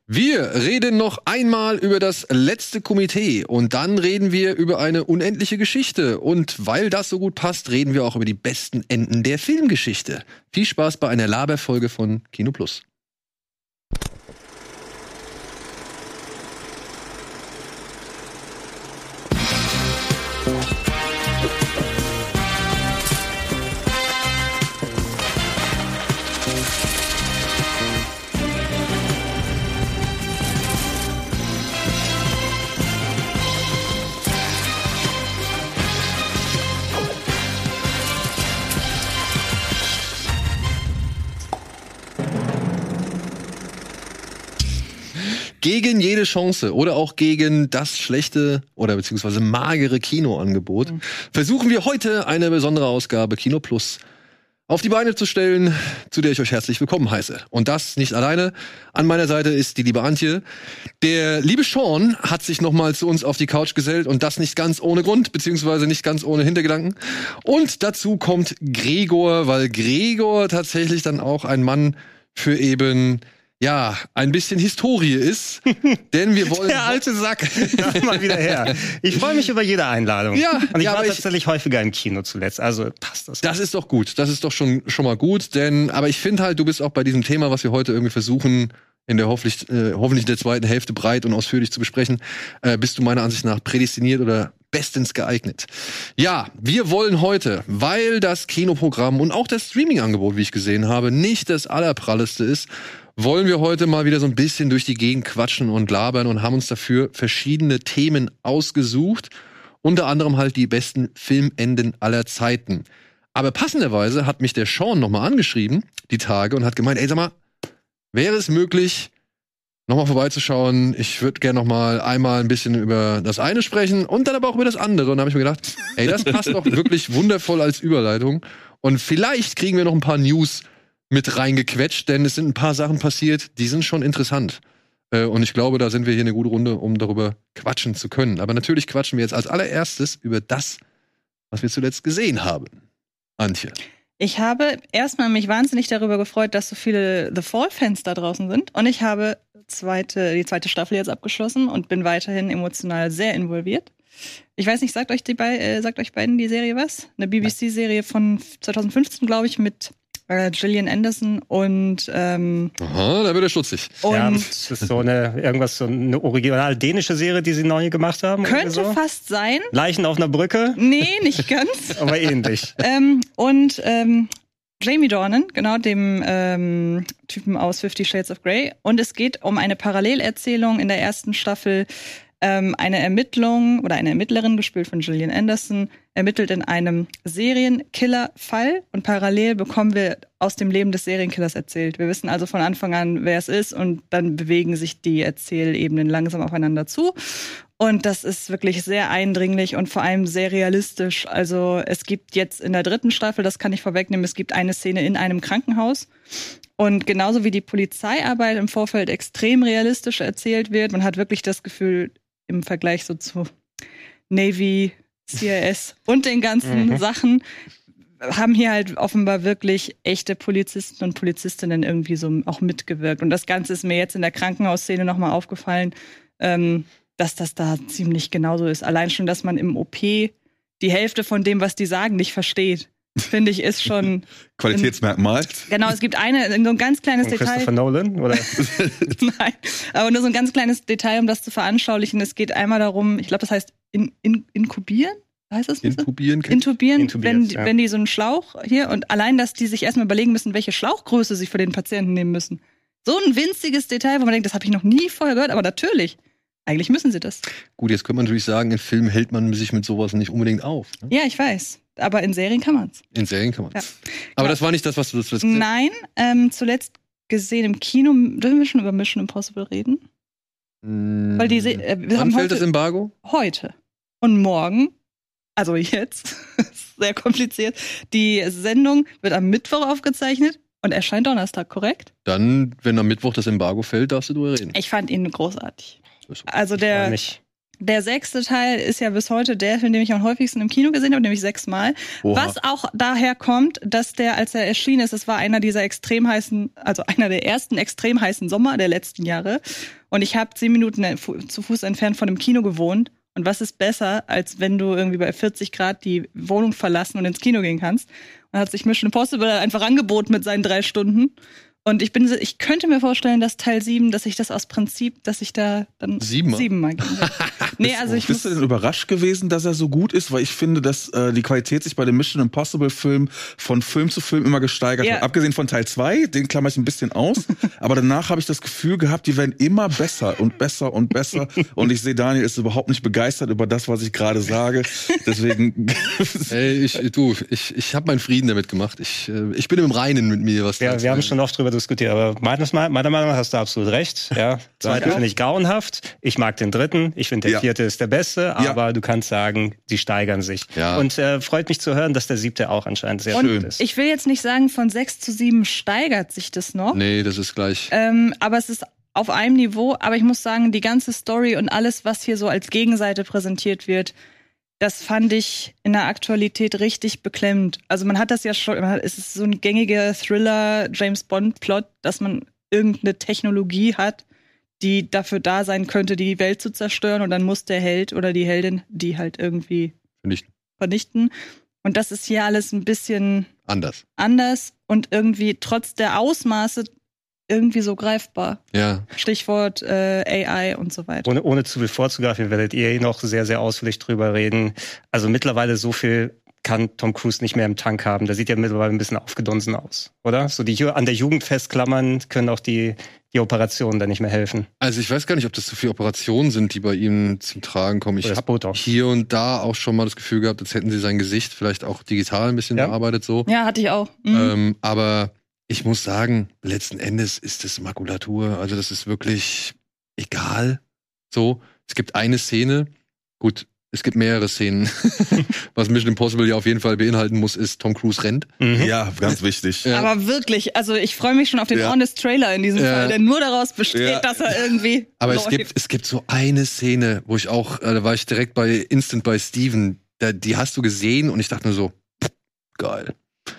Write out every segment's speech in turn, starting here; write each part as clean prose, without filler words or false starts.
Wir reden noch einmal über das letzte Komitee und dann reden wir über eine unendliche Geschichte. Und weil das so gut passt, reden wir auch über die besten Enden der Filmgeschichte. Viel Spaß bei einer Laberfolge von Kino Plus. Gegen jede Chance oder auch gegen das schlechte oder beziehungsweise magere Kinoangebot versuchen wir heute eine besondere Ausgabe Kino Plus auf die Beine zu stellen, zu der ich euch herzlich willkommen heiße. Und das nicht alleine. An meiner Seite ist die liebe Antje. Der liebe Sean hat sich nochmal zu uns auf die Couch gesellt und das nicht ganz ohne Grund, beziehungsweise nicht ganz ohne Hintergedanken. Und dazu kommt Gregor, weil Gregor tatsächlich dann auch ein Mann für eben ein bisschen Historie ist, denn wir wollen... Der alte Sack, mal wieder her. Ich freue mich über jede Einladung. Ja, und ich war tatsächlich häufiger im Kino zuletzt, also passt das. Das ist doch gut, das ist doch schon mal gut, aber ich finde halt, du bist auch bei diesem Thema, was wir heute irgendwie versuchen, in der hoffentlich in der zweiten Hälfte breit und ausführlich zu besprechen, bist du meiner Ansicht nach prädestiniert oder bestens geeignet. Ja, wir wollen heute, weil das Kinoprogramm und auch das Streaming-Angebot, wie ich gesehen habe, nicht das allerpralleste ist, wollen wir heute mal wieder so ein bisschen durch die Gegend quatschen und labern und haben uns dafür verschiedene Themen ausgesucht. Unter anderem halt die besten Filmenden aller Zeiten. Aber passenderweise hat mich der Sean nochmal angeschrieben, die Tage, und hat gemeint, ey, sag mal, wäre es möglich, nochmal vorbeizuschauen? Ich würde gerne nochmal einmal ein bisschen über das eine sprechen und dann aber auch über das andere. Und da habe ich mir gedacht, ey, das passt doch wirklich wundervoll als Überleitung. Und vielleicht kriegen wir noch ein paar News mit reingequetscht, denn es sind ein paar Sachen passiert, die sind schon interessant. Und ich glaube, da sind wir hier eine gute Runde, um darüber quatschen zu können. Aber natürlich quatschen wir jetzt als allererstes über das, was wir zuletzt gesehen haben. Antje. Ich habe erstmal mich wahnsinnig darüber gefreut, dass so viele The Fall-Fans da draußen sind. Und ich habe die zweite Staffel jetzt abgeschlossen und bin weiterhin emotional sehr involviert. Ich weiß nicht, sagt euch beiden die Serie was? Eine BBC-Serie von 2015, glaube ich, mit Gillian Anderson und Aha, da wird er stutzig. Ja, das ist so eine original dänische Serie, die sie neu gemacht haben. Könnte so. Fast sein. Leichen auf einer Brücke? Nee, nicht ganz. Aber ähnlich. Und Jamie Dornan, genau, dem Typen aus 50 Shades of Grey. Und es geht um eine Parallelerzählung in der ersten Staffel. Eine Ermittlung oder eine Ermittlerin, gespielt von Gillian Anderson, ermittelt in einem Serienkiller-Fall und parallel bekommen wir aus dem Leben des Serienkillers erzählt. Wir wissen also von Anfang an, wer es ist, und dann bewegen sich die Erzählebenen langsam aufeinander zu. Und das ist wirklich sehr eindringlich und vor allem sehr realistisch. Also es gibt jetzt in der dritten Staffel, das kann ich vorwegnehmen, es gibt eine Szene in einem Krankenhaus. Und genauso wie die Polizeiarbeit im Vorfeld extrem realistisch erzählt wird, man hat wirklich das Gefühl, im Vergleich so zu Navy, CIS und den ganzen Sachen, haben hier halt offenbar wirklich echte Polizisten und Polizistinnen irgendwie so auch mitgewirkt. Und das Ganze ist mir jetzt in der Krankenhausszene nochmal aufgefallen, dass das da ziemlich genauso ist. Allein schon, dass man im OP die Hälfte von dem, was die sagen, nicht versteht. Finde ich, ist schon Qualitätsmerkmal. Genau, es gibt so ein ganz kleines Detail. Christopher Nolan, oder? Nein, aber nur so ein ganz kleines Detail, um das zu veranschaulichen. Es geht einmal darum, ich glaube, das heißt inkubieren? Heißt das nicht so? Intubieren, wenn die so einen Schlauch hier, und allein, dass die sich erstmal überlegen müssen, welche Schlauchgröße sie für den Patienten nehmen müssen. So ein winziges Detail, wo man denkt, das habe ich noch nie vorher gehört, aber natürlich. Eigentlich müssen sie das. Gut, jetzt könnte man natürlich sagen, in Filmen hält man sich mit sowas nicht unbedingt auf. Ne? Ja, ich weiß. Aber in Serien kann man's. In Serien kann man's. Ja. Aber das war nicht das, was du zuletzt gesehen hast? Nein, zuletzt gesehen im Kino. Dürfen wir schon über Mission Impossible reden? Weil wann fällt das Embargo? Heute. Und morgen, also jetzt, sehr kompliziert, die Sendung wird am Mittwoch aufgezeichnet und erscheint Donnerstag, korrekt? Dann, wenn am Mittwoch das Embargo fällt, darfst du drüber reden. Ich fand ihn großartig. Also der Der 6. Teil ist ja bis heute der Film, den ich am häufigsten im Kino gesehen habe, nämlich 6-mal. Oha. Was auch daher kommt, dass der, als er erschienen ist, es war einer dieser extrem heißen, also einer der ersten extrem heißen Sommer der letzten Jahre. Und ich habe 10 Minuten zu Fuß entfernt von dem Kino gewohnt. Und was ist besser, als wenn du irgendwie bei 40 Grad die Wohnung verlassen und ins Kino gehen kannst? Und hat sich Mission Impossible einfach angeboten mit seinen 3 Stunden. Und ich könnte mir vorstellen, dass Teil 7, dass ich das aus Prinzip, dass ich da dann 7-mal gehen will. Nee, also Bist du denn überrascht gewesen, dass er so gut ist? Weil ich finde, dass die Qualität sich bei dem Mission Impossible Film von Film zu Film immer gesteigert hat. Abgesehen von Teil 2, den klammer ich ein bisschen aus. Aber danach habe ich das Gefühl gehabt, die werden immer besser und besser und besser. Und ich sehe, Daniel ist überhaupt nicht begeistert über das, was ich gerade sage. Deswegen. Ey, ich habe meinen Frieden damit gemacht. Ich bin im Reinen mit mir. Was wir haben schon oft drüber diskutiert, aber meiner Meinung nach hast du absolut recht. Ja, 2. finde ich grauenhaft. Ich mag den 3. Ich finde der 4. ist der beste, aber du kannst sagen, die steigern sich. Ja. Und freut mich zu hören, dass der 7. auch anscheinend sehr schön ist. Ich will jetzt nicht sagen, von 6 zu 7 steigert sich das noch. Nee, das ist gleich. Aber es ist auf einem Niveau. Aber ich muss sagen, die ganze Story und alles, was hier so als Gegenseite präsentiert wird, das fand ich in der Aktualität richtig beklemmend. Also man hat das ja schon, es ist so ein gängiger Thriller-James-Bond-Plot, dass man irgendeine Technologie hat, die dafür da sein könnte, die Welt zu zerstören, und dann muss der Held oder die Heldin die halt irgendwie vernichten. Und das ist hier alles ein bisschen anders und irgendwie trotz der Ausmaße irgendwie so greifbar. Ja. Stichwort AI und so weiter. Ohne zu viel vorzugreifen, werdet ihr noch sehr, sehr ausführlich drüber reden. Also mittlerweile so viel kann Tom Cruise nicht mehr im Tank haben. Der sieht ja mittlerweile ein bisschen aufgedunsen aus, oder? So die an der Jugend festklammern können auch die Operationen dann nicht mehr helfen. Also ich weiß gar nicht, ob das so viele Operationen sind, die bei ihm zum Tragen kommen. Ich habe hier und da auch schon mal das Gefühl gehabt, als hätten sie sein Gesicht vielleicht auch digital ein bisschen bearbeitet so. Ja, hatte ich auch. Aber ich muss sagen, letzten Endes ist das Makulatur. Also das ist wirklich egal. So, es gibt eine Szene. Gut, es gibt mehrere Szenen. Was Mission Impossible ja auf jeden Fall beinhalten muss, ist Tom Cruise rennt. Ja, ganz wichtig. Ja. Aber wirklich, also ich freue mich schon auf den Honest Trailer in diesem Fall, der nur daraus besteht, dass er irgendwie Aber es gibt so eine Szene, wo ich auch, da war ich direkt bei Instant bei Steven, die hast du gesehen und ich dachte nur so, geil.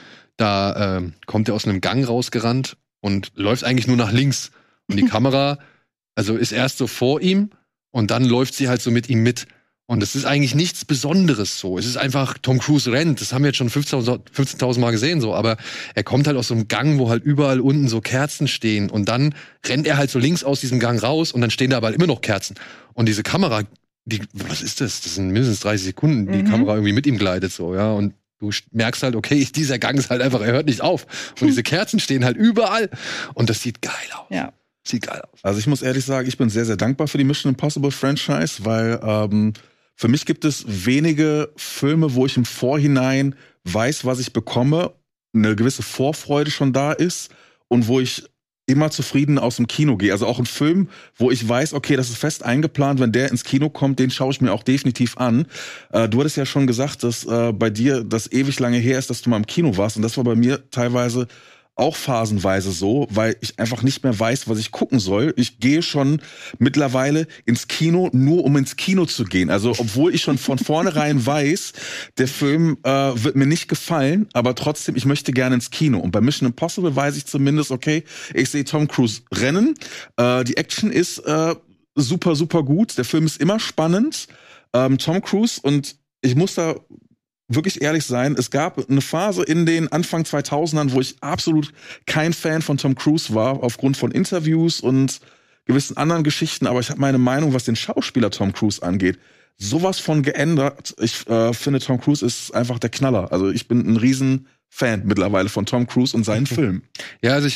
Da kommt er aus einem Gang rausgerannt und läuft eigentlich nur nach links. Und die Kamera, also ist erst so vor ihm und dann läuft sie halt so mit ihm mit. Und das ist eigentlich nichts Besonderes so. Es ist einfach, Tom Cruise rennt. Das haben wir jetzt schon 15.000 Mal gesehen so. Aber er kommt halt aus so einem Gang, wo halt überall unten so Kerzen stehen. Und dann rennt er halt so links aus diesem Gang raus und dann stehen da aber halt immer noch Kerzen. Und diese Kamera, was ist das? Das sind mindestens 30 Sekunden, die Kamera irgendwie mit ihm gleitet so, ja. Und du merkst halt, okay, dieser Gang ist halt einfach, er hört nicht auf. Und diese Kerzen stehen halt überall. Und das sieht geil aus. Ja. Sieht geil aus. Also ich muss ehrlich sagen, ich bin sehr, sehr dankbar für die Mission Impossible Franchise, weil für mich gibt es wenige Filme, wo ich im Vorhinein weiß, was ich bekomme, eine gewisse Vorfreude schon da ist und wo ich immer zufrieden aus dem Kino gehe. Also auch ein Film, wo ich weiß, okay, das ist fest eingeplant, wenn der ins Kino kommt, den schaue ich mir auch definitiv an. Du hattest ja schon gesagt, dass bei dir das ewig lange her ist, dass du mal im Kino warst. Und das war bei mir teilweise auch phasenweise so, weil ich einfach nicht mehr weiß, was ich gucken soll. Ich gehe schon mittlerweile ins Kino, nur um ins Kino zu gehen. Also obwohl ich schon von vornherein weiß, der Film wird mir nicht gefallen, aber trotzdem, ich möchte gerne ins Kino. Und bei Mission Impossible weiß ich zumindest, okay, ich sehe Tom Cruise rennen. Die Action ist super, super gut. Der Film ist immer spannend. Tom Cruise, und ich muss da wirklich ehrlich sein, es gab eine Phase in den Anfang 2000ern, wo ich absolut kein Fan von Tom Cruise war, aufgrund von Interviews und gewissen anderen Geschichten, aber ich habe meine Meinung, was den Schauspieler Tom Cruise angeht, sowas von geändert. Ich finde, Tom Cruise ist einfach der Knaller. Also ich bin ein riesen Fan mittlerweile von Tom Cruise und seinen Filmen. Ja, also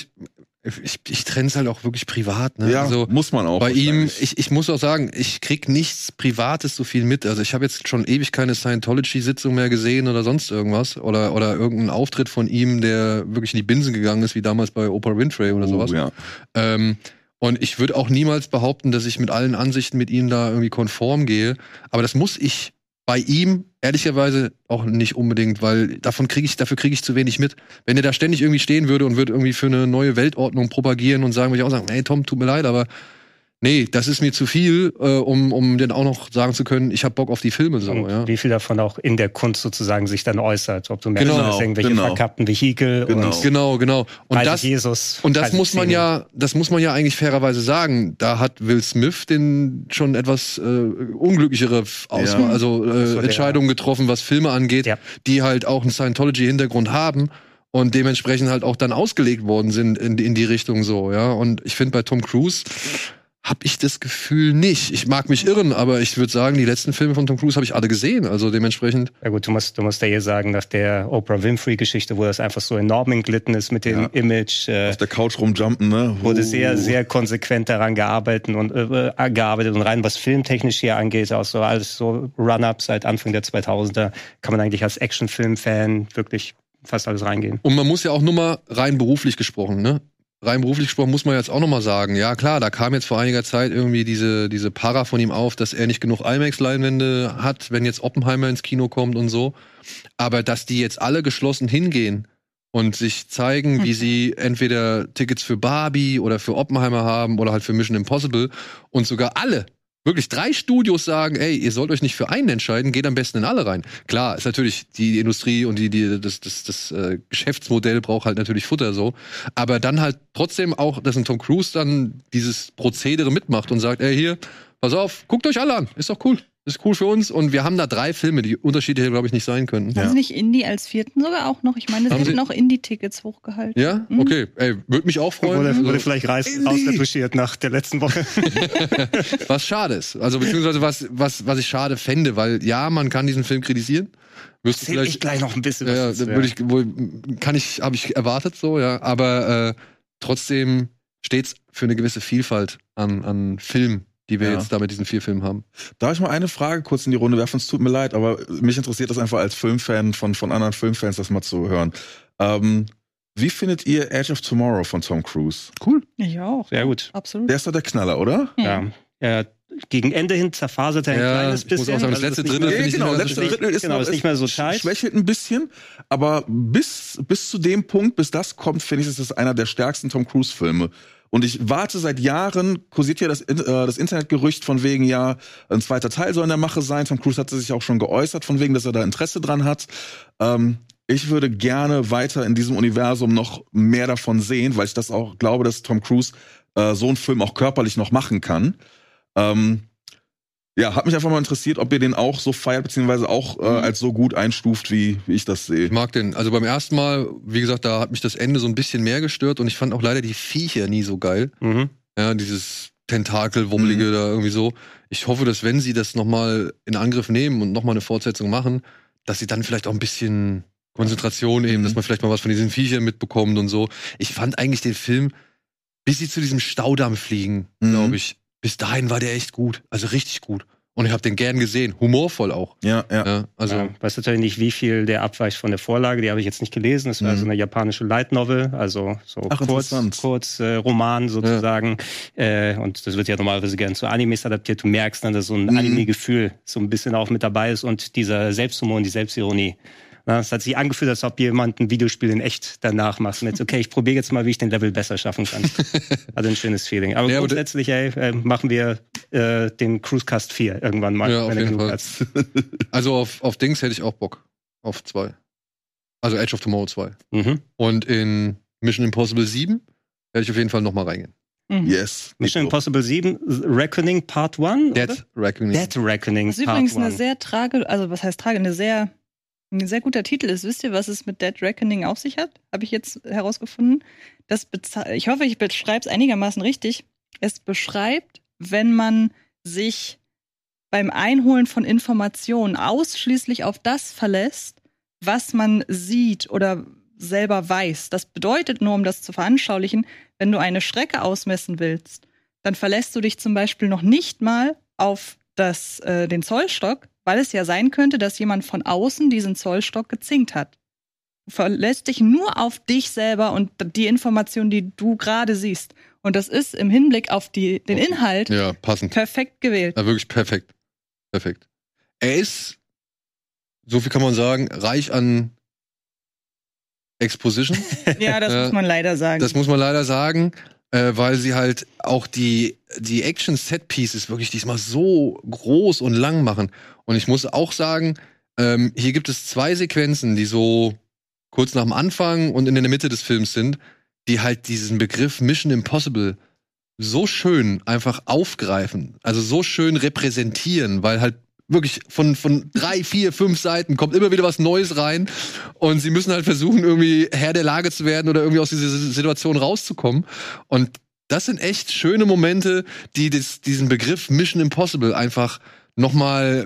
ich trenne es halt auch wirklich privat, ne? Ja, also muss man auch. Bei ihm, ich muss auch sagen, ich krieg nichts Privates so viel mit. Also ich habe jetzt schon ewig keine Scientology-Sitzung mehr gesehen oder sonst irgendwas. Oder irgendeinen Auftritt von ihm, der wirklich in die Binsen gegangen ist, wie damals bei Oprah Winfrey oder sowas. Ja. Und ich würde auch niemals behaupten, dass ich mit allen Ansichten mit ihm da irgendwie konform gehe. Aber das muss ich bei ihm ehrlicherweise auch nicht unbedingt, weil dafür kriege ich zu wenig mit. Wenn er da ständig irgendwie stehen würde und würde irgendwie für eine neue Weltordnung propagieren und würde ich auch sagen, hey Tom, tut mir leid, aber nee, das ist mir zu viel, um dann auch noch sagen zu können, ich habe Bock auf die Filme so, Und ja. wie viel davon auch in der Kunst sozusagen sich dann äußert. Ob du merkst, Genau, dass irgendwelche verkappten Vehikel und Genau. Und das, Jesus. und das muss man ja eigentlich fairerweise sagen. Da hat Will Smith den schon etwas unglücklichere Entscheidungen getroffen, was Filme angeht, die halt auch einen Scientology-Hintergrund haben und dementsprechend halt auch dann ausgelegt worden sind in die Richtung so, ja. Und ich finde, bei Tom Cruise habe ich das Gefühl nicht. Ich mag mich irren, aber ich würde sagen, die letzten Filme von Tom Cruise habe ich alle gesehen. Also dementsprechend. Ja gut, du musst ja hier sagen, nach der Oprah Winfrey-Geschichte, wo das einfach so enorm entglitten ist mit dem Image. Auf der Couch rumjumpen, ne? Wurde sehr, sehr konsequent daran gearbeitet und rein was filmtechnisch hier angeht, auch so alles so Run-Up seit Anfang der 2000er, kann man eigentlich als Actionfilm-Fan wirklich fast alles reingehen. Und man muss ja auch nur mal rein beruflich gesprochen, ne? Rein beruflich gesprochen muss man jetzt auch noch mal sagen, ja klar, da kam jetzt vor einiger Zeit irgendwie diese Para von ihm auf, dass er nicht genug IMAX-Leinwände hat, wenn jetzt Oppenheimer ins Kino kommt und so. Aber dass die jetzt alle geschlossen hingehen und sich zeigen, wie sie entweder Tickets für Barbie oder für Oppenheimer haben oder halt für Mission Impossible und sogar alle, wirklich 3 Studios sagen, ey, ihr sollt euch nicht für einen entscheiden, geht am besten in alle rein. Klar, ist natürlich die Industrie und das Geschäftsmodell braucht halt natürlich Futter so. Aber dann halt trotzdem auch, dass ein Tom Cruise dann dieses Prozedere mitmacht und sagt, ey, hier, pass auf, guckt euch alle an, ist doch cool. Ist cool für uns und wir haben da 3 Filme, die Unterschiede hier, glaube ich, nicht sein könnten. Haben Sie nicht Indie als 4. sogar auch noch? Ich meine, Sie hätten noch Indie-Tickets hochgehalten. Ja? Okay. Ey, würde mich auch freuen. Wurde vielleicht rausretuschiert nach der letzten Woche. Was schade ist. Also beziehungsweise was ich schade fände, weil ja, man kann diesen Film kritisieren. Wirst du vielleicht ich gleich noch ein bisschen was habe ich erwartet so, ja, aber trotzdem steht's für eine gewisse Vielfalt an Filmen, die wir jetzt da mit diesen 4 Filmen haben. Darf ich mal eine Frage kurz in die Runde werfen? Es tut mir leid, aber mich interessiert das einfach als Filmfan von anderen Filmfans, das mal zu hören. Wie findet ihr Edge of Tomorrow von Tom Cruise? Cool. Ich auch. Sehr gut. Absolut. Der ist doch der Knaller, oder? Ja. Gegen Ende hin zerfasert er ein kleines bisschen. Ich muss auch sagen, das letzte Drittel finde ich letzte Drittel ist nicht mehr so tight. Schwächelt ein bisschen, aber bis zu dem Punkt, bis das kommt, finde ich, ist das einer der stärksten Tom Cruise-Filme. Und ich warte seit Jahren, kursiert ja das Internetgerücht von wegen, ja, ein zweiter Teil soll in der Mache sein. Tom Cruise hatte sich auch schon geäußert, von wegen, dass er da Interesse dran hat. Ich würde gerne weiter in diesem Universum noch mehr davon sehen, weil ich das auch glaube, dass Tom Cruise so einen Film auch körperlich noch machen kann. Hat mich einfach mal interessiert, ob ihr den auch so feiert, beziehungsweise auch als so gut einstuft, wie ich das sehe. Ich mag den. Also beim ersten Mal, wie gesagt, da hat mich das Ende so ein bisschen mehr gestört und ich fand auch leider die Viecher nie so geil. Ja, dieses Tentakel-Wummelige da irgendwie so. Ich hoffe, dass wenn sie das nochmal in Angriff nehmen und nochmal eine Fortsetzung machen, dass sie dann vielleicht auch ein bisschen Konzentration eben, dass man vielleicht mal was von diesen Viechern mitbekommt und so. Ich fand eigentlich den Film, bis sie zu diesem Staudamm fliegen, glaube ich, bis dahin war der echt gut. Also richtig gut. Und ich habe den gern gesehen. Humorvoll auch. Ja. Weiß natürlich nicht, wie viel der abweicht von der Vorlage. Die habe ich jetzt nicht gelesen. Das war so eine japanische Light Novel. Also so kurz Roman sozusagen. Und das wird ja normalerweise gern zu Animes adaptiert. Du merkst dann, dass so ein Anime-Gefühl so ein bisschen auch mit dabei ist. Und dieser Selbsthumor und die Selbstironie. Es hat sich angefühlt, als ob jemand ein Videospiel in echt danach macht. Mit, okay, ich probiere jetzt mal, wie ich den Level besser schaffen kann. Also ein schönes Feeling. Aber grundsätzlich, machen wir den Cruisecast 4 irgendwann mal. Ja, auf jeden Fall. Also auf Dings hätte ich auch Bock. Auf 2. Also Edge of Tomorrow 2. Und in Mission Impossible 7 werde ich auf jeden Fall nochmal reingehen. Yes. Mission Impossible 7, Reckoning Part 1? Dead Reckoning. Dead Reckoning Das ist übrigens eine sehr ein sehr guter Titel ist. Wisst ihr, was es mit Dead Reckoning auf sich hat? Habe ich jetzt herausgefunden. Ich hoffe, ich beschreibe es einigermaßen richtig. Es beschreibt, wenn man sich beim Einholen von Informationen ausschließlich auf das verlässt, was man sieht oder selber weiß. Das bedeutet nur, um das zu veranschaulichen, wenn du eine Strecke ausmessen willst, dann verlässt du dich zum Beispiel noch nicht mal auf den Zollstock, weil es ja sein könnte, dass jemand von außen diesen Zollstock gezinkt hat. Du verlässt dich nur auf dich selber und die Information, die du gerade siehst. Und das ist im Hinblick auf den Inhalt passend. Perfekt gewählt. Ja, wirklich perfekt. Perfekt. Er ist, so viel kann man sagen, reich an Exposition. Ja, das muss man leider sagen. Das muss man leider sagen. weil sie halt auch die Action-Set-Pieces wirklich diesmal so groß und lang machen. Und ich muss auch sagen, hier gibt es 2 Sequenzen, die so kurz nach dem Anfang und in der Mitte des Films sind, die halt diesen Begriff Mission Impossible so schön einfach aufgreifen, also so schön repräsentieren, weil halt wirklich von 3, 4, 5 Seiten kommt immer wieder was Neues rein und sie müssen halt versuchen, irgendwie Herr der Lage zu werden oder irgendwie aus dieser Situation rauszukommen. Und das sind echt schöne Momente, die diesen Begriff Mission Impossible einfach nochmal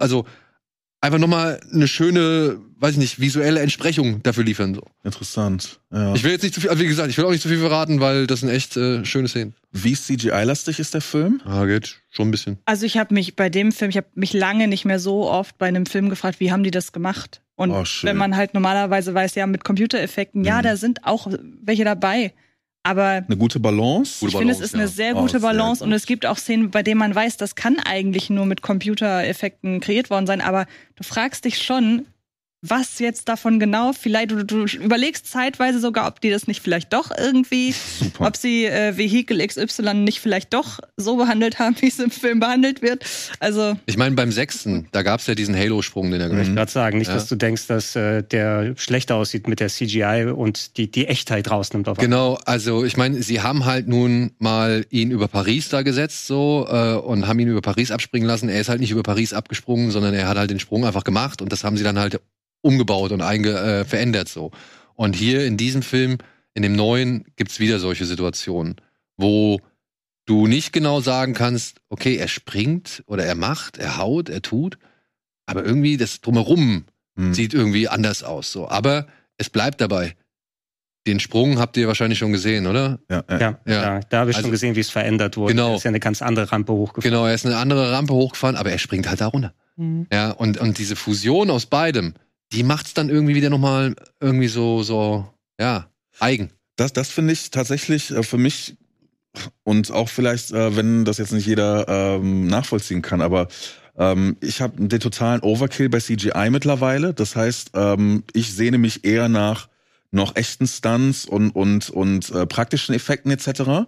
einfach nochmal eine schöne, weiß ich nicht, visuelle Entsprechung dafür liefern. So. Interessant. Ja. Ich will jetzt nicht zu viel, wie gesagt, ich will auch nicht zu viel verraten, weil das sind echt schöne Szenen. Wie CGI-lastig ist der Film? Geht schon ein bisschen. Also ich habe mich lange nicht mehr so oft bei einem Film gefragt, wie haben die das gemacht? Und wenn man halt normalerweise weiß, ja, mit Computereffekten, ja, da sind auch welche dabei. Aber eine gute Balance? Ich finde, es ist eine sehr gute Balance. Sehr gut. Und es gibt auch Szenen, bei denen man weiß, das kann eigentlich nur mit Computereffekten kreiert worden sein. Aber du fragst dich schon, was jetzt davon genau, vielleicht, du überlegst zeitweise sogar, ob die das nicht vielleicht doch irgendwie, super. Ob sie Vehikel XY nicht vielleicht doch so behandelt haben, wie es im Film behandelt wird. Also ich meine, beim 6., da gab es ja diesen Halo-Sprung, den er gemacht hat. Ich gerade sagen, nicht, dass du denkst, dass der schlechter aussieht mit der CGI und die Echtheit rausnimmt. Genau, also ich meine, sie haben halt nun mal ihn über Paris da gesetzt so und haben ihn über Paris abspringen lassen. Er ist halt nicht über Paris abgesprungen, sondern er hat halt den Sprung einfach gemacht und das haben sie dann halt umgebaut und verändert so. Und hier in diesem Film, in dem neuen, gibt's wieder solche Situationen, wo du nicht genau sagen kannst, okay, er springt oder er macht, er haut, er tut, aber irgendwie das Drumherum sieht irgendwie anders aus. So. Aber es bleibt dabei. Den Sprung habt ihr wahrscheinlich schon gesehen, oder? Ja, da habe ich schon gesehen, wie es verändert wurde. Genau. Er ist ja eine ganz andere Rampe hochgefahren. Genau, er ist eine andere Rampe hochgefahren, aber er springt halt da runter. Ja, und diese Fusion aus beidem, die macht's dann irgendwie wieder nochmal irgendwie so, eigen. Das finde ich tatsächlich für mich und auch vielleicht, wenn das jetzt nicht jeder nachvollziehen kann, aber ich habe den totalen Overkill bei CGI mittlerweile. Das heißt, ich sehne mich eher nach noch echten Stunts und praktischen Effekten etc.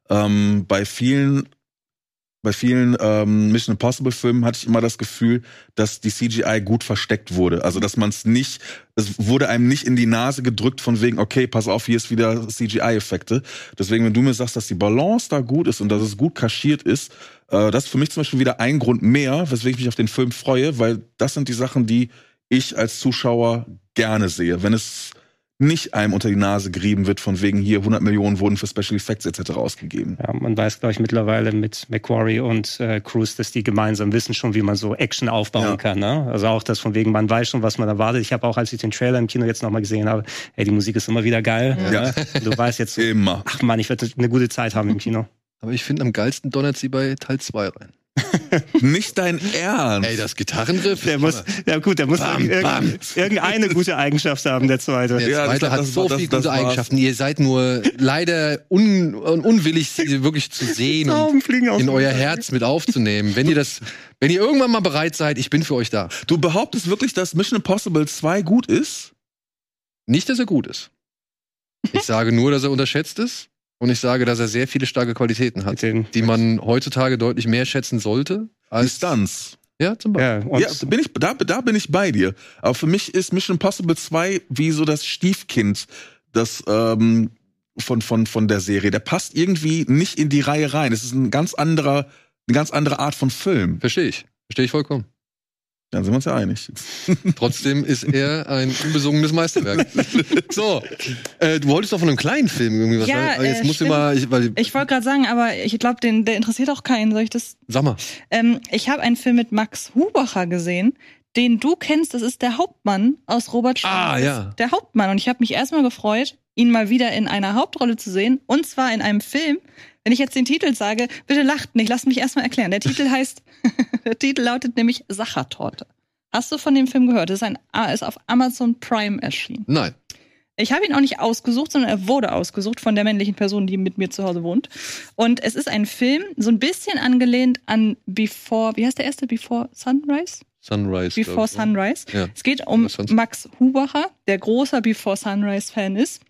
Bei vielen Mission Impossible Filmen hatte ich immer das Gefühl, dass die CGI gut versteckt wurde. Also, dass man es wurde einem nicht in die Nase gedrückt von wegen, okay, pass auf, hier ist wieder CGI-Effekte. Deswegen, wenn du mir sagst, dass die Balance da gut ist und dass es gut kaschiert ist, das ist für mich zum Beispiel wieder ein Grund mehr, weswegen ich mich auf den Film freue, weil das sind die Sachen, die ich als Zuschauer gerne sehe. Wenn es nicht einem unter die Nase gerieben wird, von wegen hier 100 Millionen wurden für Special Effects etc. ausgegeben. Ja, man weiß, glaube ich, mittlerweile mit Macquarie und Cruise, dass die gemeinsam wissen schon, wie man so Action aufbauen kann. Ne? Also auch das von wegen, man weiß schon, was man erwartet. Ich habe auch, als ich den Trailer im Kino jetzt nochmal gesehen habe, die Musik ist immer wieder geil. Ja. Ne? Du weißt jetzt, immer. Ach man, ich werde eine gute Zeit haben im Kino. Aber ich finde, am geilsten donnert sie bei Teil 2 rein. Nicht dein Ernst. Ey, das Gitarrenriff. Der muss irgendeine gute Eigenschaft haben, der zweite. Der zweite hat so viele gute Eigenschaften. Ihr seid nur leider unwillig, sie wirklich zu sehen und in euer Herz mit aufzunehmen. Wenn ihr irgendwann mal bereit seid, ich bin für euch da. Du behauptest wirklich, dass Mission Impossible 2 gut ist? Nicht, dass er gut ist. Ich sage nur, dass er unterschätzt ist. Und ich sage, dass er sehr viele starke Qualitäten hat, die man heutzutage deutlich mehr schätzen sollte. Als Stunts. Ja, zum Beispiel. Da bin ich bei dir. Aber für mich ist Mission Impossible 2 wie so das Stiefkind von der Serie. Der passt irgendwie nicht in die Reihe rein. Es ist eine ganz andere Art von Film. Verstehe ich vollkommen. Dann sind wir uns ja einig. Trotzdem ist er ein unbesungenes Meisterwerk. So, du wolltest doch von einem kleinen Film irgendwie was sagen. Jetzt musst du mal, ich wollte gerade sagen, aber ich glaube, der interessiert auch keinen. Soll ich das? Sag mal. Ich habe einen Film mit Max Hubacher gesehen, den du kennst. Das ist der Hauptmann aus Robert Schwimmer. Ah, ja. Der Hauptmann. Und ich habe mich erstmal gefreut, ihn mal wieder in einer Hauptrolle zu sehen. Und zwar in einem Film. Wenn ich jetzt den Titel sage, bitte lacht nicht, lasst mich erstmal erklären. Der Titel lautet nämlich Sachertorte. Hast du von dem Film gehört? Ist auf Amazon Prime erschienen. Nein. Ich habe ihn auch nicht ausgesucht, sondern er wurde ausgesucht von der männlichen Person, die mit mir zu Hause wohnt. Und es ist ein Film, so ein bisschen angelehnt an wie heißt der erste? Before Sunrise? Before Sunrise. Ja. Es geht um Max Hubacher, der großer Before Sunrise-Fan ist.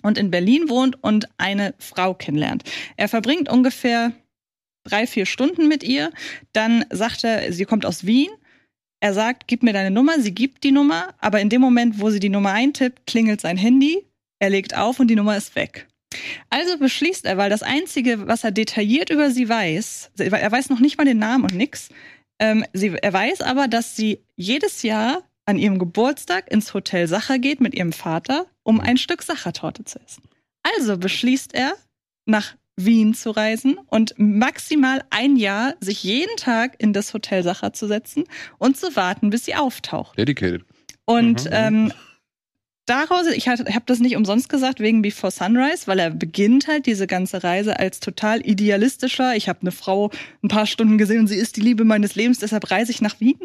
und in Berlin wohnt und eine Frau kennenlernt. Er verbringt ungefähr 3-4 Stunden mit ihr. Dann sagt er, sie kommt aus Wien. Er sagt, gib mir deine Nummer. Sie gibt die Nummer. Aber in dem Moment, wo sie die Nummer eintippt, klingelt sein Handy. Er legt auf und die Nummer ist weg. Also beschließt er, weil das Einzige, was er detailliert über sie weiß, er weiß noch nicht mal den Namen und nix. Er weiß aber, dass sie jedes Jahr an ihrem Geburtstag ins Hotel Sacher geht mit ihrem Vater, um ein Stück Sachertorte zu essen. Also beschließt er, nach Wien zu reisen und maximal ein Jahr sich jeden Tag in das Hotel Sacher zu setzen und zu warten, bis sie auftaucht. Dedicated. Und daraus, ich habe das nicht umsonst gesagt, wegen Before Sunrise, weil er beginnt halt diese ganze Reise als total idealistischer, ich habe eine Frau ein paar Stunden gesehen und sie ist die Liebe meines Lebens, deshalb reise ich nach Wien.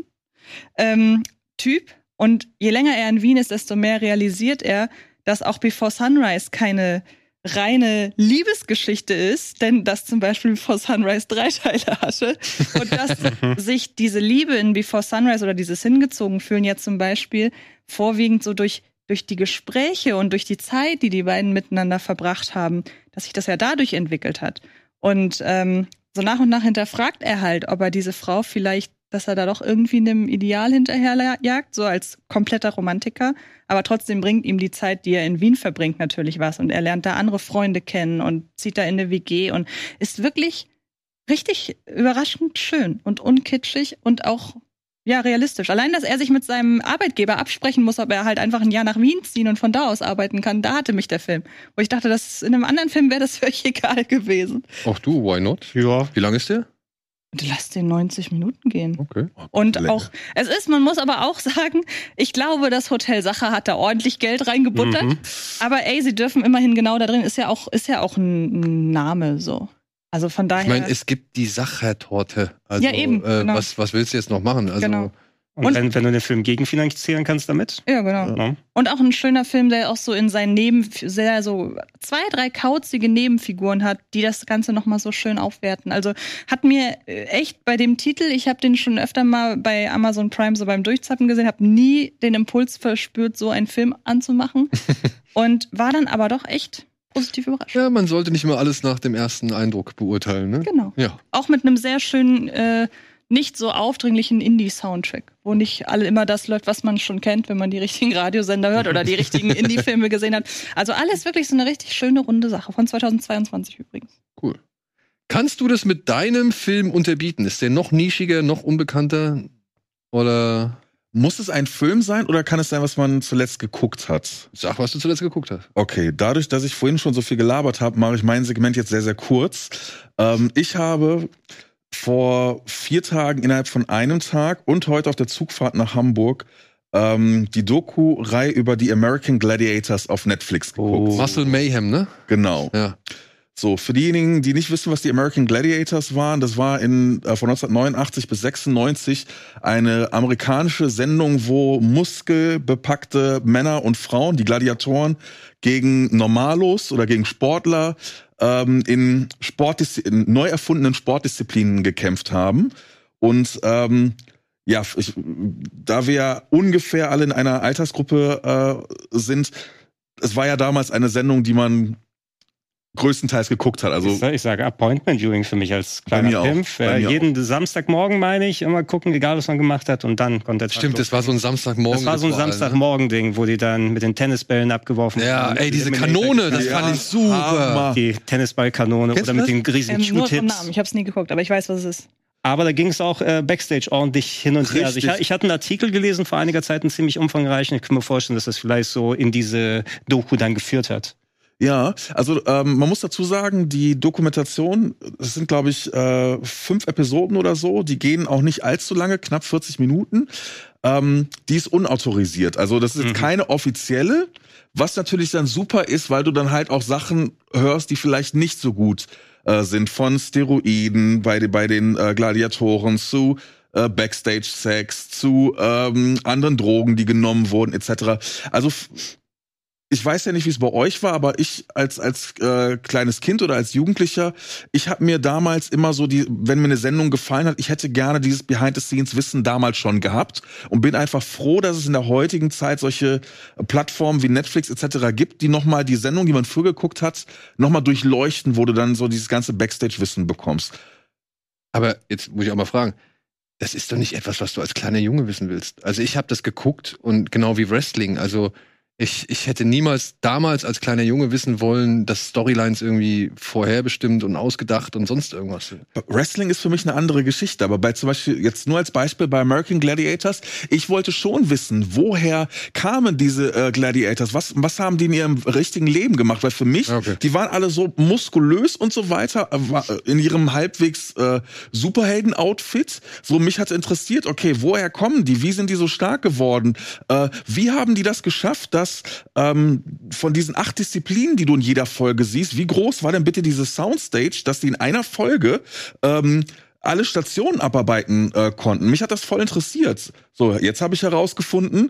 Typ. Und je länger er in Wien ist, desto mehr realisiert er, dass auch Before Sunrise keine reine Liebesgeschichte ist, denn dass zum Beispiel Before Sunrise 3 Teile hatte und dass sich diese Liebe in Before Sunrise oder dieses hingezogen fühlen ja zum Beispiel vorwiegend so durch die Gespräche und durch die Zeit, die beiden miteinander verbracht haben, dass sich das ja dadurch entwickelt hat. Und so nach und nach hinterfragt er halt, ob er diese Frau vielleicht, dass er da doch irgendwie einem Ideal hinterherjagt, so als kompletter Romantiker. Aber trotzdem bringt ihm die Zeit, die er in Wien verbringt, natürlich was. Und er lernt da andere Freunde kennen und zieht da in eine WG und ist wirklich richtig überraschend schön und unkitschig und auch realistisch. Allein, dass er sich mit seinem Arbeitgeber absprechen muss, ob er halt einfach ein Jahr nach Wien ziehen und von da aus arbeiten kann, da hatte mich der Film. Wo ich dachte, in einem anderen Film wäre das völlig egal gewesen. Ach du, why not? Ja. Wie lang ist der? Lass den 90 Minuten gehen. Okay. Und auch, man muss aber auch sagen, ich glaube, das Hotel Sacher hat da ordentlich Geld reingebuttert. Aber sie dürfen immerhin genau da drin, ist ja auch ein Name so. Also von daher. Ich meine, es gibt die Sachertorte. Also, ja, eben. Genau. Was willst du jetzt noch machen? Also, genau. Und wenn du den Film gegenfinanzieren kannst damit? Ja, genau. Ja. Und auch ein schöner Film, der auch so in seinen sehr so 2-3 kauzige Nebenfiguren hat, die das Ganze nochmal so schön aufwerten. Also hat mir echt bei dem Titel, ich habe den schon öfter mal bei Amazon Prime so beim Durchzappen gesehen, habe nie den Impuls verspürt, so einen Film anzumachen. Und war dann aber doch echt positiv überrascht. Ja, man sollte nicht immer alles nach dem ersten Eindruck beurteilen, ne? Genau. Ja. Auch mit einem sehr schönen nicht so aufdringlichen Indie-Soundtrack, wo nicht alle immer das läuft, was man schon kennt, wenn man die richtigen Radiosender hört oder die richtigen Indie-Filme gesehen hat. Also alles wirklich so eine richtig schöne, runde Sache. Von 2022 übrigens. Cool. Kannst du das mit deinem Film unterbieten? Ist der noch nischiger, noch unbekannter? Oder muss es ein Film sein oder kann es sein, was man zuletzt geguckt hat? Sag, was du zuletzt geguckt hast. Okay, dadurch, dass ich vorhin schon so viel gelabert habe, mache ich mein Segment jetzt sehr, sehr kurz. Ich habe vor 4 Tagen innerhalb von einem Tag und heute auf der Zugfahrt nach Hamburg die Doku-Reihe über die American Gladiators auf Netflix geguckt. Muscle Mayhem, ne? Genau. Ja. So, für diejenigen, die nicht wissen, was die American Gladiators waren, das war von 1989 bis 96 eine amerikanische Sendung, wo muskelbepackte Männer und Frauen, die Gladiatoren, gegen Normalos oder gegen Sportler in neu erfundenen Sportdisziplinen gekämpft haben. Und da wir ja ungefähr alle in einer Altersgruppe sind, es war ja damals eine Sendung, die man größtenteils geguckt hat. Also ich sage Appointment Viewing für mich als kleiner Pimpf. Jeden Samstagmorgen, meine ich, immer gucken, egal was man gemacht hat, und dann kommt der Tag. Stimmt, das war so ein Samstagmorgen. Das war so ein Samstagmorgen-Ding, wo die dann mit den Tennisbällen abgeworfen haben. Ja, ey, diese Kanone, das fand ich super. Die Tennisballkanone oder mit den riesigen Q-Tips. Ich hab's nie geguckt, aber ich weiß, was es ist. Aber da ging es auch Backstage ordentlich hin und her. Also ich hatte einen Artikel gelesen vor einiger Zeit, einen ziemlich umfangreichen. Ich kann mir vorstellen, dass das vielleicht so in diese Doku dann geführt hat. Ja, also man muss dazu sagen, die Dokumentation, das sind glaube ich 5 Episoden oder so, die gehen auch nicht allzu lange, knapp 40 Minuten. Die ist unautorisiert, also das ist jetzt keine offizielle, was natürlich dann super ist, weil du dann halt auch Sachen hörst, die vielleicht nicht so gut sind, von Steroiden bei den Gladiatoren zu Backstage-Sex, zu anderen Drogen, die genommen wurden etc. Also ich weiß ja nicht, wie es bei euch war, aber ich als kleines Kind oder als Jugendlicher, ich habe mir damals immer so wenn mir eine Sendung gefallen hat, ich hätte gerne dieses Behind-the-Scenes-Wissen damals schon gehabt und bin einfach froh, dass es in der heutigen Zeit solche Plattformen wie Netflix etc. gibt, die nochmal die Sendung, die man früher geguckt hat, nochmal durchleuchten, wo du dann so dieses ganze Backstage-Wissen bekommst. Aber jetzt muss ich auch mal fragen, das ist doch nicht etwas, was du als kleiner Junge wissen willst. Also ich habe das geguckt und genau wie Wrestling, also ich hätte niemals damals als kleiner Junge wissen wollen, dass Storylines irgendwie vorherbestimmt und ausgedacht und sonst irgendwas sind. Wrestling ist für mich eine andere Geschichte, aber bei zum Beispiel, jetzt nur als Beispiel bei American Gladiators, ich wollte schon wissen, woher kamen diese Gladiators, was haben die in ihrem richtigen Leben gemacht, weil für mich, die waren alle so muskulös und so weiter, in ihrem halbwegs Superhelden-Outfit, so mich hat interessiert, okay, woher kommen die, wie sind die so stark geworden, wie haben die das geschafft, dass von diesen 8 Disziplinen, die du in jeder Folge siehst, wie groß war denn bitte diese Soundstage, dass die in einer Folge alle Stationen abarbeiten konnten. Mich hat das voll interessiert. So, jetzt habe ich herausgefunden,